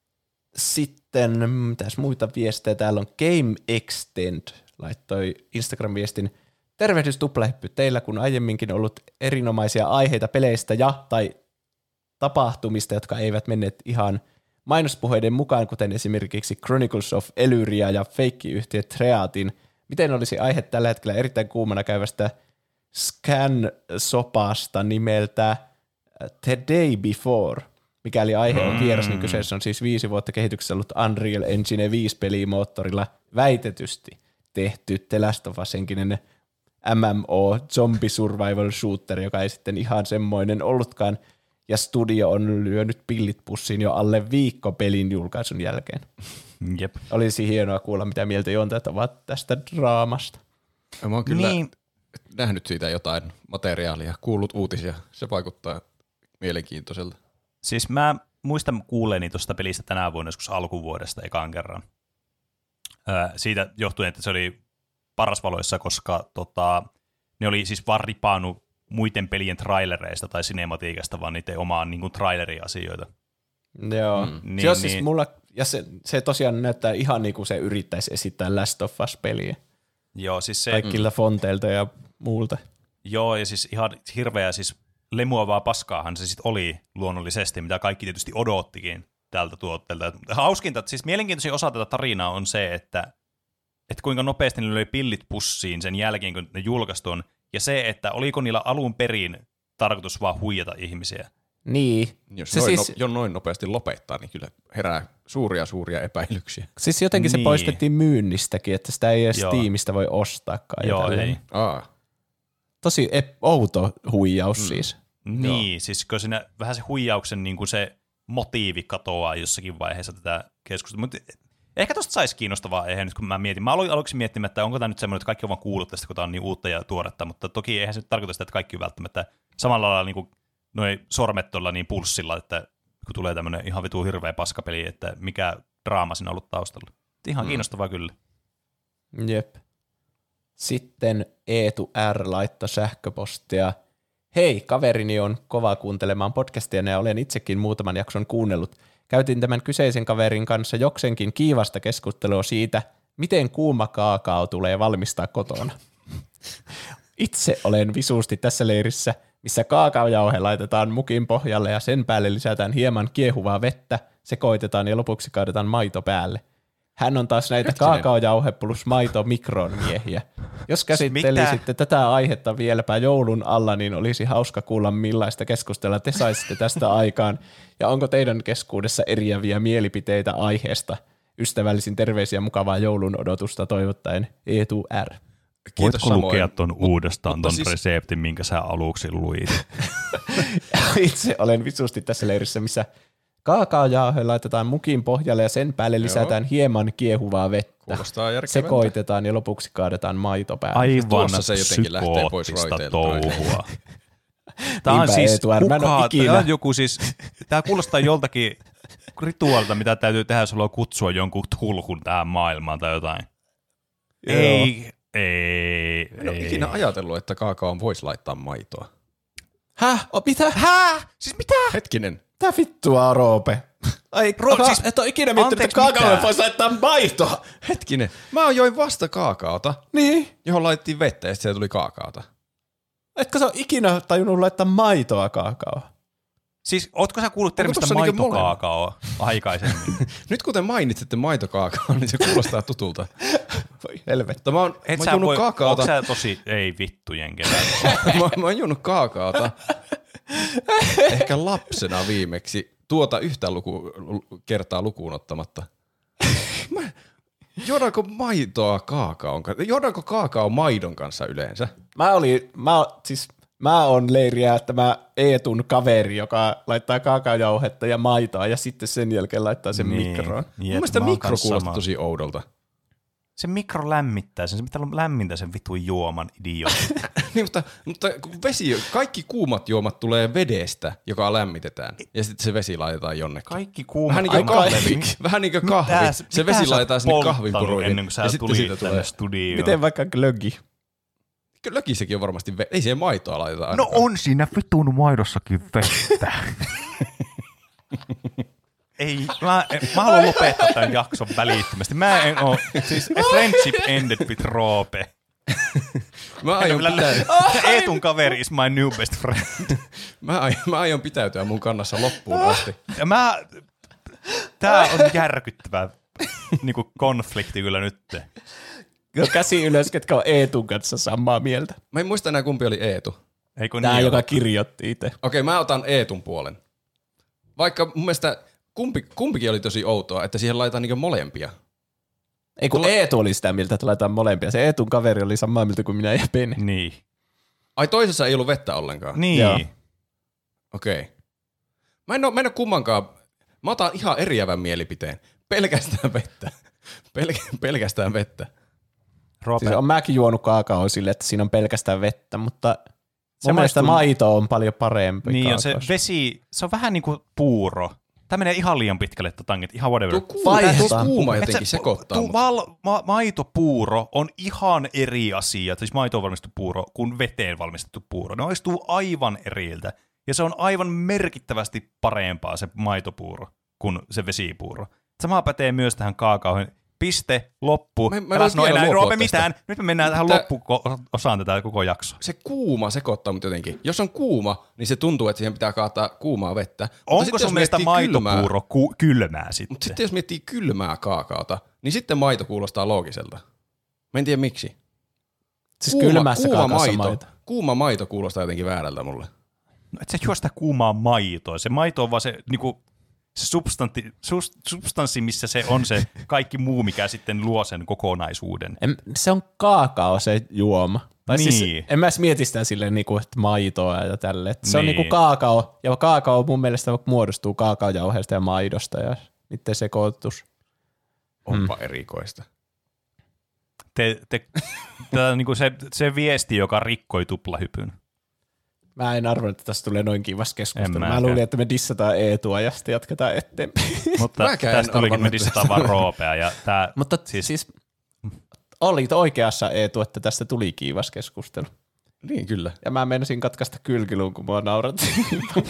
Sitten, mitäs muita viestejä? Täällä on Game Extend, laittoi Instagram-viestin. Tervehdys tuplahyppy teillä, kun aiemminkin ollut erinomaisia aiheita peleistä ja tai tapahtumista, jotka eivät menneet ihan mainospuheiden mukaan, kuten esimerkiksi Chronicles of Elyria ja feikkiyhtiö Treatin. Miten olisi aihe tällä hetkellä erittäin kuumana käyvästä Scan-sopasta nimeltä The Day Before? Mikäli aihe on vieras, niin kyseessä on siis viisi vuotta kehityksessä ollut Unreal Engine viisi pelimoottorilla väitetysti tehty The Last of Us -henkinen M M O zombie survival shooter, joka ei sitten ihan semmoinen ollutkaan, ja studio on lyönyt pillit pussiin jo alle viikko pelin julkaisun jälkeen. Jep. Olisi hienoa kuulla, mitä mieltä juontajat ovat tästä draamasta. Mä oon kyllä Niin. nähnyt siitä jotain materiaalia, kuullut uutisia. Se vaikuttaa mielenkiintoiselta. Siis mä muistan kuulleeni tuosta pelistä tänä vuonna joskus alkuvuodesta ekaan kerran. Öö, siitä johtuen, että se oli parasvaloissa, koska tota, ne oli siis vaan ripaannut muiden pelien trailereista tai cinematiikasta, vaan niiden omaan niin kuin traileriasioita. Joo. Mm. Se Niin, on siis niin. mulla, ja se, se tosiaan näyttää ihan niin kuin se yrittäisi esittää Last of Us-peliä. Joo, siis se, Kaikilla mm. fonteilta ja muulta. joo, ja siis ihan hirveä siis lemuavaa paskaahan se sitten oli luonnollisesti, mitä kaikki tietysti odottikin tältä tuotteelta. Hauskinta, siis mielenkiintoisin osa tätä tarinaa on se, että, että kuinka nopeasti ne löi pillit pussiin sen jälkeen, kun ne julkaistun, ja se, että oliko niillä alun perin tarkoitus vaan huijata ihmisiä. Niin. Jos se noin, siis, no, jo noin nopeasti lopettaa, niin kyllä herää suuria suuria epäilyksiä. siis jotenkin Niin. se poistettiin myynnistäkin, että sitä ei edes Joo. Steamista voi ostaakaan. Joo, ja ei. Aa, Tosi ep- outo huijaus mm. siis. Niin, siis kun siinä vähän se huijauksen niin kuin se motiivi katoaa jossakin vaiheessa tätä keskustelua. Mutta ehkä tosta saisi kiinnostavaa aihe nyt, kun mä mietin. Mä aloin aluksi miettimään, että onko tämä nyt semmoinen, että kaikki on vaan kuullut tästä, kun tämä on niin uutta ja tuoretta, mutta toki eihän se nyt tarkoita sitä, että kaikki on välttämättä samalla lailla niin kuin noi sormet tuolla niin pulssilla, että kun tulee tämmöinen ihan vitu hirveä paskapeli, että mikä draama siinä on ollut taustalla. Ihan mm. kiinnostavaa kyllä. Jep. Sitten Eetu R. laittoi sähköpostia. Hei, kaverini on kova kuuntelemaan podcastia ja olen itsekin muutaman jakson kuunnellut. Käytin tämän kyseisen kaverin kanssa jokseenkin kiivasta keskustelua siitä, miten kuuma kaakao tulee valmistaa kotona. Itse olen visusti tässä leirissä, missä kaakaojauhe laitetaan mukin pohjalle ja sen päälle lisätään hieman kiehuvaa vettä, sekoitetaan ja lopuksi kaadetaan maito päälle. Hän on taas näitä kaakaojauhe plus maito mikron miehiä. Jos käsittelisitte tätä aihetta vieläpä joulun alla, niin olisi hauska kuulla, millaista keskustella te saisitte tästä aikaan. Ja onko teidän keskuudessa eriäviä mielipiteitä aiheesta? Ystävällisin terveisiä mukavaa joulun odotusta toivottaen Eetu R. kiitos Voitko samoin. lukea ton uudestaan mutta ton siis- reseptin, minkä sä aluksi luit? Itse olen visusti tässä leirissä, missä Kaakaojauhe laitetaan mukin pohjalle ja sen päälle lisätään Joo. hieman kiehuvaa vettä. Kuulostaa järkevältä. Sekoitetaan ja lopuksi kaadetaan maito päälle. Aivan Tuossa se jotenkin lähtee pois psykoottista raiteilta. touhua. Tämä on Niinpä, siis Eetu, mä en oo kuka, ikinä- tämä on joku siis, tämä kuulostaa joltakin rituaalta, mitä täytyy tehdä, jos haluaa kutsua jonkun tulhun tähän maailmaan tai jotain. Joo. Ei, ei, En ole ei. ikinä ajatellut, että kaakaoon voisi laittaa maitoa. Häh? O, mitä? Häh? Siis mitä? Hetkinen. Mitä vittua, Roope? Ai, Ro- Ro- siis- siis, et ole ikinä miettinyt, että anteeksi, kaakaolle mitä? voisi laittaa maitoa. Hetkinen. Mä join vasta kaakaota, Niin. johon laitettiin vettä ja sitten se tuli kaakaota. Etkö sä ole ikinä tajunnut laittaa maitoa kaakaoon? Siis, ootko sä kuullut termistä tossa niinku maitokaakaoa aikaisemmin? Nyt kun te mainitsitte maitokaakaon, niin se kuulostaa tutulta. Voi helvetti. Mutta mä oon, Et mä sä oon juonut voi, kaakaota. onko sä tosi, ei vittujen kevään. mä, mä oon juonut kaakaota ehkä lapsena viimeksi tuota yhtä luku, kertaa lukuun ottamatta. Mä, juodaanko maitoa kaakaon kanssa? Juodaanko kaakao maidon kanssa yleensä? Mä olin, mä, siis, mä oon leiriä, että mä Eetun kaveri, joka laittaa kaakaojauhetta ja maitoa ja sitten sen jälkeen laittaa sen Niin. mikroon. Mun mielestä mikro kuulostaa tosi oudolta. Se mikro lämmittää sen, se pitää olla lämmintä sen vitun juoman idiootti. Niin, mutta, mutta kun vesi, kaikki kuumat juomat tulee vedestä, joka lämmitetään, ja sitten se vesi laitetaan jonnekin. Kaikki kuumat. Vähän niin kuin Ai, kahvi. miksi? Vähän niin kuin kahvi. Mitä- se mitä vesi sä laitetaan sinne polttanut kahvinpuruihin, ennen kuin sä ja sitten tulit siitä tänne tulee. studioon. Miten vaikka glögi? Kyllä lökissäkin on varmasti ve- ei siihen maitoa laiteta. No ainakaan. on siinä vitun maidossakin vettä. Ei, mä, mä haluan lopettaa tämän jakson välittömästi. Mä en oo, siis a friendship ended with Roope. Mä aion, pitää, Eetun kaveri is my new best friend. mä, aion, mä aion pitäytyä mun kannassa loppuun asti. Ja mä, tää on järkyttävä niinku konflikti kyllä nyt. Käsi ylös, ketkä on Eetun kanssa samaa mieltä. Mä en muista enää kumpi oli Eetu. Ei kun Tää, niin joka on. kirjoitti itse. Okei, mä otan Eetun puolen. Vaikka mun mielestä kumpi, kumpikin oli tosi outoa, että siihen laitetaan niinku molempia. Ei kun Eetu oli sitä mieltä, että laitetaan molempia. Se Eetun kaveri oli samaa mieltä kuin minä ja Pene. Niin. Ai toisessa ei ollut vettä ollenkaan. Niin. Joo. Okei. Mä en oo, mä en oo kummankaan, mä otan ihan eriävän mielipiteen. Pelkästään vettä. Pel- pelkästään vettä. Roope, Siis on mäkin juonut kaakaoa sille, että siinä on pelkästään vettä, mutta Se mun mielestä maistuu- maito on paljon parempi niin on se kaakaossa. vesi, se on vähän niin kuin puuro. Tämä menee ihan liian pitkälle, että tangit, ihan whatever. Tuo kuuma, Vaihdetaan tuo kuuma Et jotenkin se- sekoittaa. tuo mut. val, ma, maitopuuro on ihan eri asia, siis maitoon valmistettu puuro, kuin veteen valmistettu puuro. Ne maistuu aivan eriltä. Ja se on aivan merkittävästi parempaa se maitopuuro kuin se vesipuuro. Sama pätee myös tähän kaakaoon. Piste, loppu. Mä- mä Älä voin sano vielä enää luopua Roope tästä. mitään. Nyt me mennään tähän Tää- loppuosaan tätä koko jaksoa. Se kuuma sekoittaa mut jotenkin. Jos on kuuma, niin se tuntuu, että siihen pitää kaataa kuumaa vettä. Mutta Onko sitten, sun jos mielestä miettii kylmää- maitopuuro ku- kylmää sitten? Mutta sitten jos miettii kylmää kaakaota, niin sitten maito kuulostaa loogiselta. Mä en tiedä miksi. Siis kylmässä kuuma kaakaossa maito, maito. kuuma maito kuulostaa jotenkin väärältä mulle. No, et sä juo sitä kuumaa maitoa. Se maito on vaan se, niinku, se substanti, sus, substanssi, missä se on se kaikki muu, mikä sitten luo sen kokonaisuuden. En, se on kaakao se juoma. Tai Niin. siis, en mä edes mieti sitä silleen, niinku, että maitoa ja tälle. Että se on Niin. niinku kaakao, ja kaakao mun mielestä muodostuu kaakaojauheesta ja maidosta ja niiden sekoitus. Onpa erikoista. Te, te, tää, niinku se, se viesti, joka rikkoi tuplahypyn. Mä en arvannut, että tästä tulee noin kivas keskustelu. En Mä mäkään. luulin, että me dissataan Eetua ja sitten jatketaan eteenpäin. Mutta Mäkään en tästä tulikin, me arvannut dissataan vaan Roopea. Ja tää, Mutta siis, siis, siis olit oikeassa Eetu, että tästä tuli kivas keskustelu. Niin kyllä. Ja mä menisin katkaista kylkiluun, kun mua naurattiin.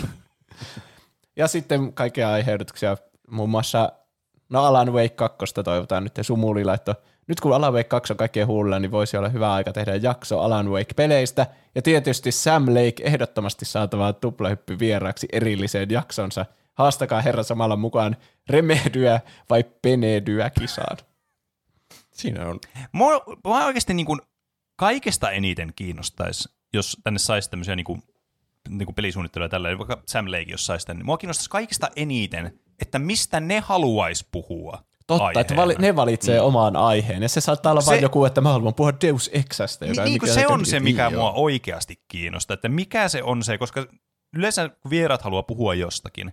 Ja sitten kaikkia aiheutuksia, muun muassa, no Alan Wake kaksi toivotaan nyt, ja Sumuli laittoi, nyt kun Alan Wake kaksi on kaikkien huulilla, niin voisi olla hyvä aika tehdä jakso Alan Wake-peleistä, ja tietysti Sam Lake ehdottomasti saatava tuplahyppy vieraaksi erilliseen jaksonsa. Haastakaa herra samalla mukaan remedyä vai penedyä kisaan. Siinä on. mua, mua oikeasti niin kuin kaikesta eniten kiinnostaisi, jos tänne saisi tämmöisiä niin kuin, niin kuin pelisuunnitteluja tällä, vaikka Sam Lake, jos saisi tänne, niin mua kiinnostaisi kaikista eniten, että mistä ne haluaisi puhua. Totta, aiheena. että vali, ne valitsee mm. oman aiheen, ja se saattaa olla Se- vain joku, että mä haluan puhua Deus Exasta. Niin, joka niin kuin mikä- se on se, mikä niin, mua joo. oikeasti kiinnostaa, että mikä se on se, koska yleensä kun vieraat haluaa puhua jostakin,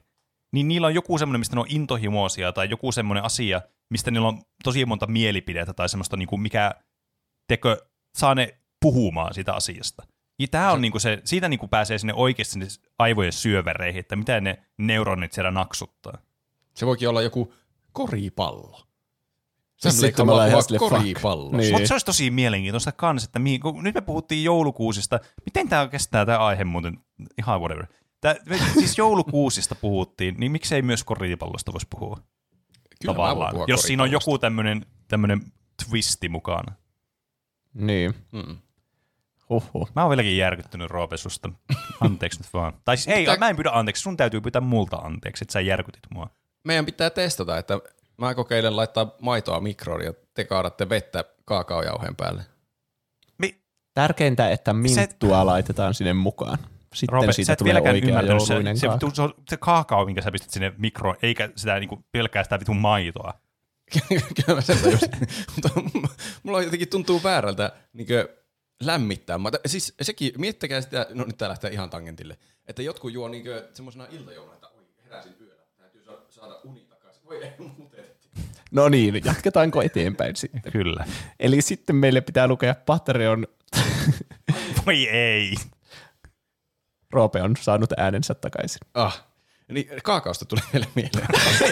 niin niillä on joku semmoinen, mistä ne on intohimoisia, tai joku semmoinen asia, mistä niillä on tosi monta mielipidettä, tai semmoista, niin kuin mikä tekö, saa ne puhumaan siitä asiasta. Ja tämä on se, niin kuin se, siitä niin kuin pääsee sinne oikeasti sinne aivojen syövereihin, että mitä ne neuronit siellä naksuttaa. Se voikin olla joku koripallo. Siis sitten me ollaan koripallo. Niin. Mutta se olisi tosi mielenkiintoista kans, että mihin, kun nyt me puhuttiin joulukuusista. Miten tämä kestää tämä aihe muuten? Ihan whatever. Tää, me, siis joulukuusista puhuttiin, niin miksei myös koripallosta voisi puhua? Kyllä tavallaan. Jos siinä on joku tämmöinen tämmöinen twisti mukana. Niin. Mm. Huhhuh. Mä oon vieläkin järkyttynyt Roope susta. Anteeksi nyt vaan. Tai siis ei, Tää... mä en pyydä anteeksi. Sun täytyy pyytää multa anteeksi, että sä järkytit mua. Meidän pitää testata, että mä kokeilen laittaa maitoa mikroon ja te kaadatte vettä kaakaojauheen päälle. Mi- Tärkeintä, että minttua se... laitetaan sinne mukaan. Sitten Roope, siitä tulee oikea jouluinen se, se, se, se kaakao, minkä sä pistit sinne mikroon, eikä sitä niinku pelkää sitä vitun maitoa. Kyllä mä sen tajusin. Mutta mulla jotenkin tuntuu väärältä niinkö lämmittää. Siis sekin, miettikää sitä, no nyt tää lähtee ihan tangentille, että jotkut juo niinkö semmosena iltajouluna, että oi, heräsin yöllä, täytyy saada uni takaisin. Voi ei, muutettiin. No niin, jatketaanko eteenpäin sitten? Kyllä. Eli sitten meille pitää lukea Patreon. Voi ei. Roope on saanut äänensä takaisin. Ah, niin kaakaosta tuli vielä mieleen.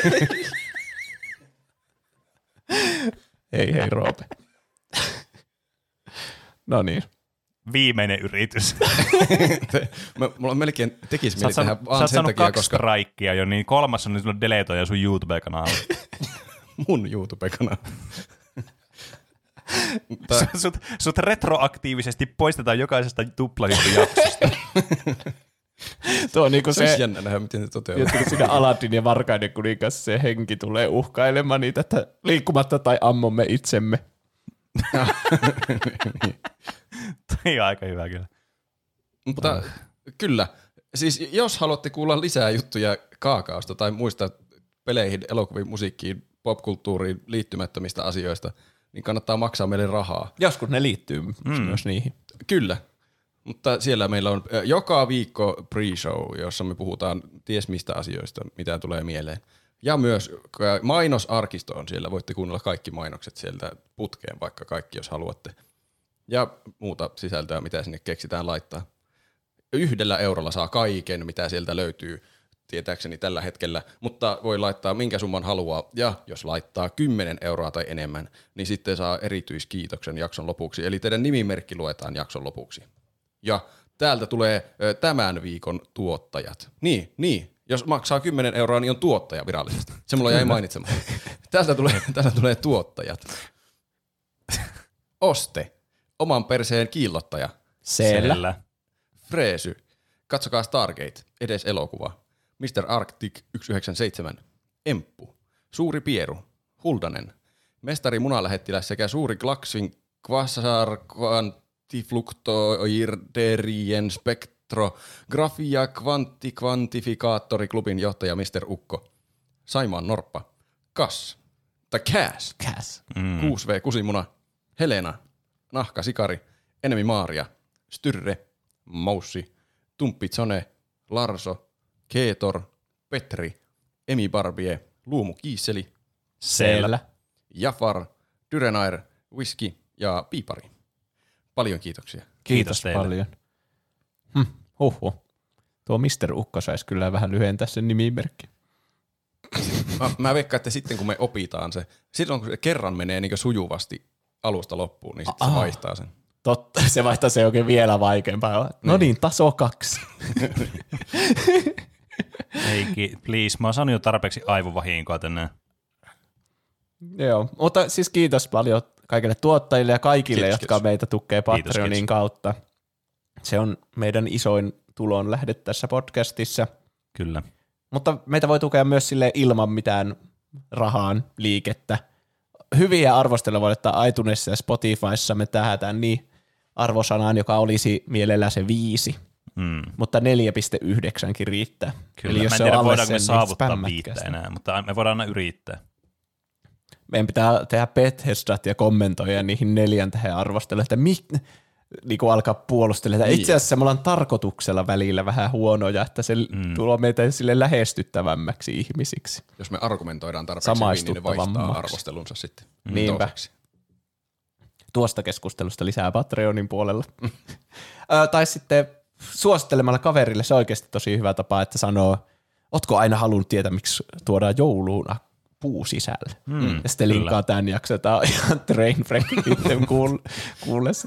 Hei hei Roope. No niin. Viimeinen yritys. Mä, mulla on melkein tekisi mieli tehdä vaan sen takia, koska... Sä oot saanut kaksi strikea jo, niin kolmas on, niin sulla deletoja sun YouTube-kanavalla. Mun YouTube-kanava. Mutta... Sut, sut retroaktiivisesti poistetaan jokaisesta tuplajutujaksosta. Tuo on niinku se, se jännä nähdä, miten se toteutuu. Kun siinä Aladdin ja Varkainen kuningas se henki tulee uhkailemaan niitä, että liikkumatta tai ammomme itsemme. Toi on aika hyvä kyllä. Mutta oh. Kyllä, siis jos haluatte kuulla lisää juttuja kaakaosta tai muista peleihin, elokuviin, musiikkiin, popkulttuuriin liittymättömistä asioista, niin kannattaa maksaa meille rahaa. Joskus ne liittyy mm. myös niihin. Kyllä, mutta siellä meillä on joka viikko pre-show, jossa me puhutaan ties mistä asioista, mitä tulee mieleen. Ja myös mainosarkisto on siellä, voitte kuunnella kaikki mainokset sieltä putkeen, vaikka kaikki jos haluatte. Ja muuta sisältöä, mitä sinne keksitään laittaa. Yhdellä eurolla saa kaiken, mitä sieltä löytyy, tietääkseni tällä hetkellä, mutta voi laittaa minkä summan haluaa. Ja jos laittaa kymmenen euroa tai enemmän, niin sitten saa erityiskiitoksen jakson lopuksi. Eli teidän nimimerkki luetaan jakson lopuksi. Ja täältä tulee ö, tämän viikon tuottajat. Niin, niin. Jos maksaa kymmenen euroa, niin on tuottaja virallisesti. Se mulla jäi mainitsemaan. Täältä tulee, täältä tulee tuottajat. Oste. Oman perseen kiillottaja. Siellä. Freesy. Katsokaa Stargate. Edes elokuva. mister Arctic yksi yhdeksän seitsemän. Emppu. Suuri Pieru. Huldanen. Mestari Munalähettiläs sekä Suuri Glaxvin Quasar Quantifluctoirderien Spektro Grafia Kvanttikvantifikaattoriklubin johtaja mister Ukko. Saimaan Norppa. Kas. Tai Cass. Cass. Mm. kuusi V Kusimuna. Helena. Nahka Sikari. Enemi Maaria. Styrre. Moussi. Tumppi Tsone. Larso. Keetor. Petri. Emi Barbie. Luumu Kiisseli. Siellä. Jafar. Dyrenair. Whisky ja Piipari. Paljon kiitoksia. Kiitos, Kiitos paljon. Hm, huhhuh. Tuo mister Ukko saisi kyllä vähän lyhentää sen nimimerkki. Mä, mä veikkaan, että sitten kun me opitaan se, silloin kun se kerran menee niin sujuvasti alusta loppuun, niin sitten se vaihtaa sen. Totta, se vaihtaa se oikein vielä vaikeampaa. No niin, taso kaksi. Ei, please, mä oon saanut jo tarpeeksi aivovahinkoa tänään. Joo, mutta siis kiitos paljon kaikille tuottajille ja kaikille, kiitos, jotka kiitos. meitä tukee Patreonin kiitos, kautta. Se on meidän isoin tulon lähde tässä podcastissa. Kyllä. Mutta meitä voi tukea myös sille ilman mitään rahaan liikettä. Hyviä arvosteluja voi ottaa iTunesissa ja Spotifyssa. Me tähdätään niin arvosanaan, joka olisi mielellään se viisi. Mm. Mutta neljä pilkku yhdeksänkin riittää. Kyllä, eli jos mä en tiedä voidaanko me saavuttaa viittä enää, mutta me voidaan aina yrittää. Meidän pitää tehdä Bethesdat ja kommentoida niihin neljän tähän arvosteluun, että mi- niinku alkaa puolustelemaan. Niin. Itse asiassa me ollaan tarkoituksella välillä vähän huonoja, että se mm. tuo meitä sille lähestyttävämmäksi ihmisiksi. Jos me argumentoidaan tarpeeksi hyvin, niin ne vaihtaa arvostelunsa sitten. Niinpä. Toiseksi. Tuosta keskustelusta lisää Patreonin puolella. ö, tai sitten suosittelemalla kaverille, se on oikeasti tosi hyvä tapa, että sanoo, ootko aina halunnut tietää, miksi tuodaan jouluun puu sisälle. Mm, ja sitten linkkaa tämän jakson, tämä on ihan trainwreck itse kuullessa.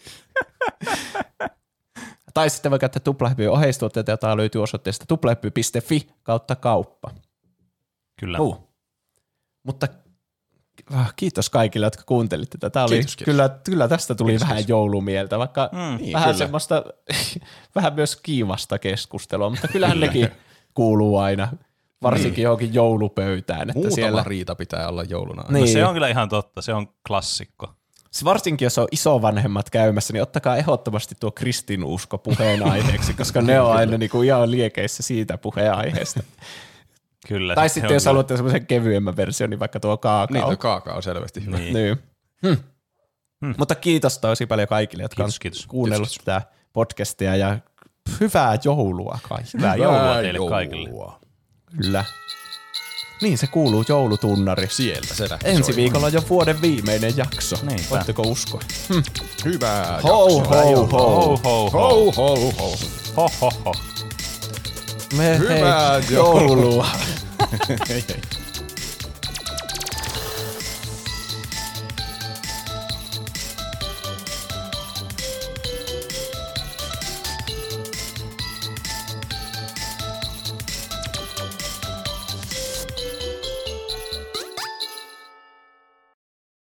Tai sitten voi käyttää Tuplahyppyn oheistuotteita, jota löytyy osoitteesta tuplahyppy piste fi kautta kauppa. Kyllä. Uh. Mutta kiitos kaikille, jotka kuuntelitte tätä. Tämä oli kiitos, kiitos. Kyllä, kyllä tästä tuli kiitos, vähän kiitos. joulumieltä, vaikka Mm, niin, vähän kyllä. semmoista, vähän myös kiivasta keskustelua, mutta kyllähän nekin kuuluu aina, varsinkin niin. johonkin joulupöytään. Että Muutama siellä riita pitää olla jouluna. Niin. No se on kyllä ihan totta, se on klassikko. Varsinkin jos on isovanhemmat käymässä, niin ottakaa ehdottomasti tuo kristinusko puheenaiheeksi, koska ne on aina niinku ihan liekeissä siitä puheenaiheesta. Kyllä. Tai sitten jos kyllä. haluatte semmoisen kevyemmän version, niin vaikka tuo kaakao. Niin, tuo kaakao on selvästi hyvä. Niin. Niin. Hm. Hm. Mutta kiitos tosi paljon kaikille, jotka Kiitos, on kiitos. kuunnellut Kiitos. tätä podcastia ja hyvää joulua kaikille. Hyvää joulua teille kaikille. Kyllä. Niin, se kuuluu joulutunnari. Sieltä se lähti Ensi soimaan. viikolla on jo vuoden viimeinen jakso. Niinpä. Voitteko uskoa? Hm. Hyvää Ho, jaksoa. ho, ho. Ho, ho, ho. Ho, ho, ho. Ho, ho, ho. Me Hyvää hei, joulua. Hei, hei.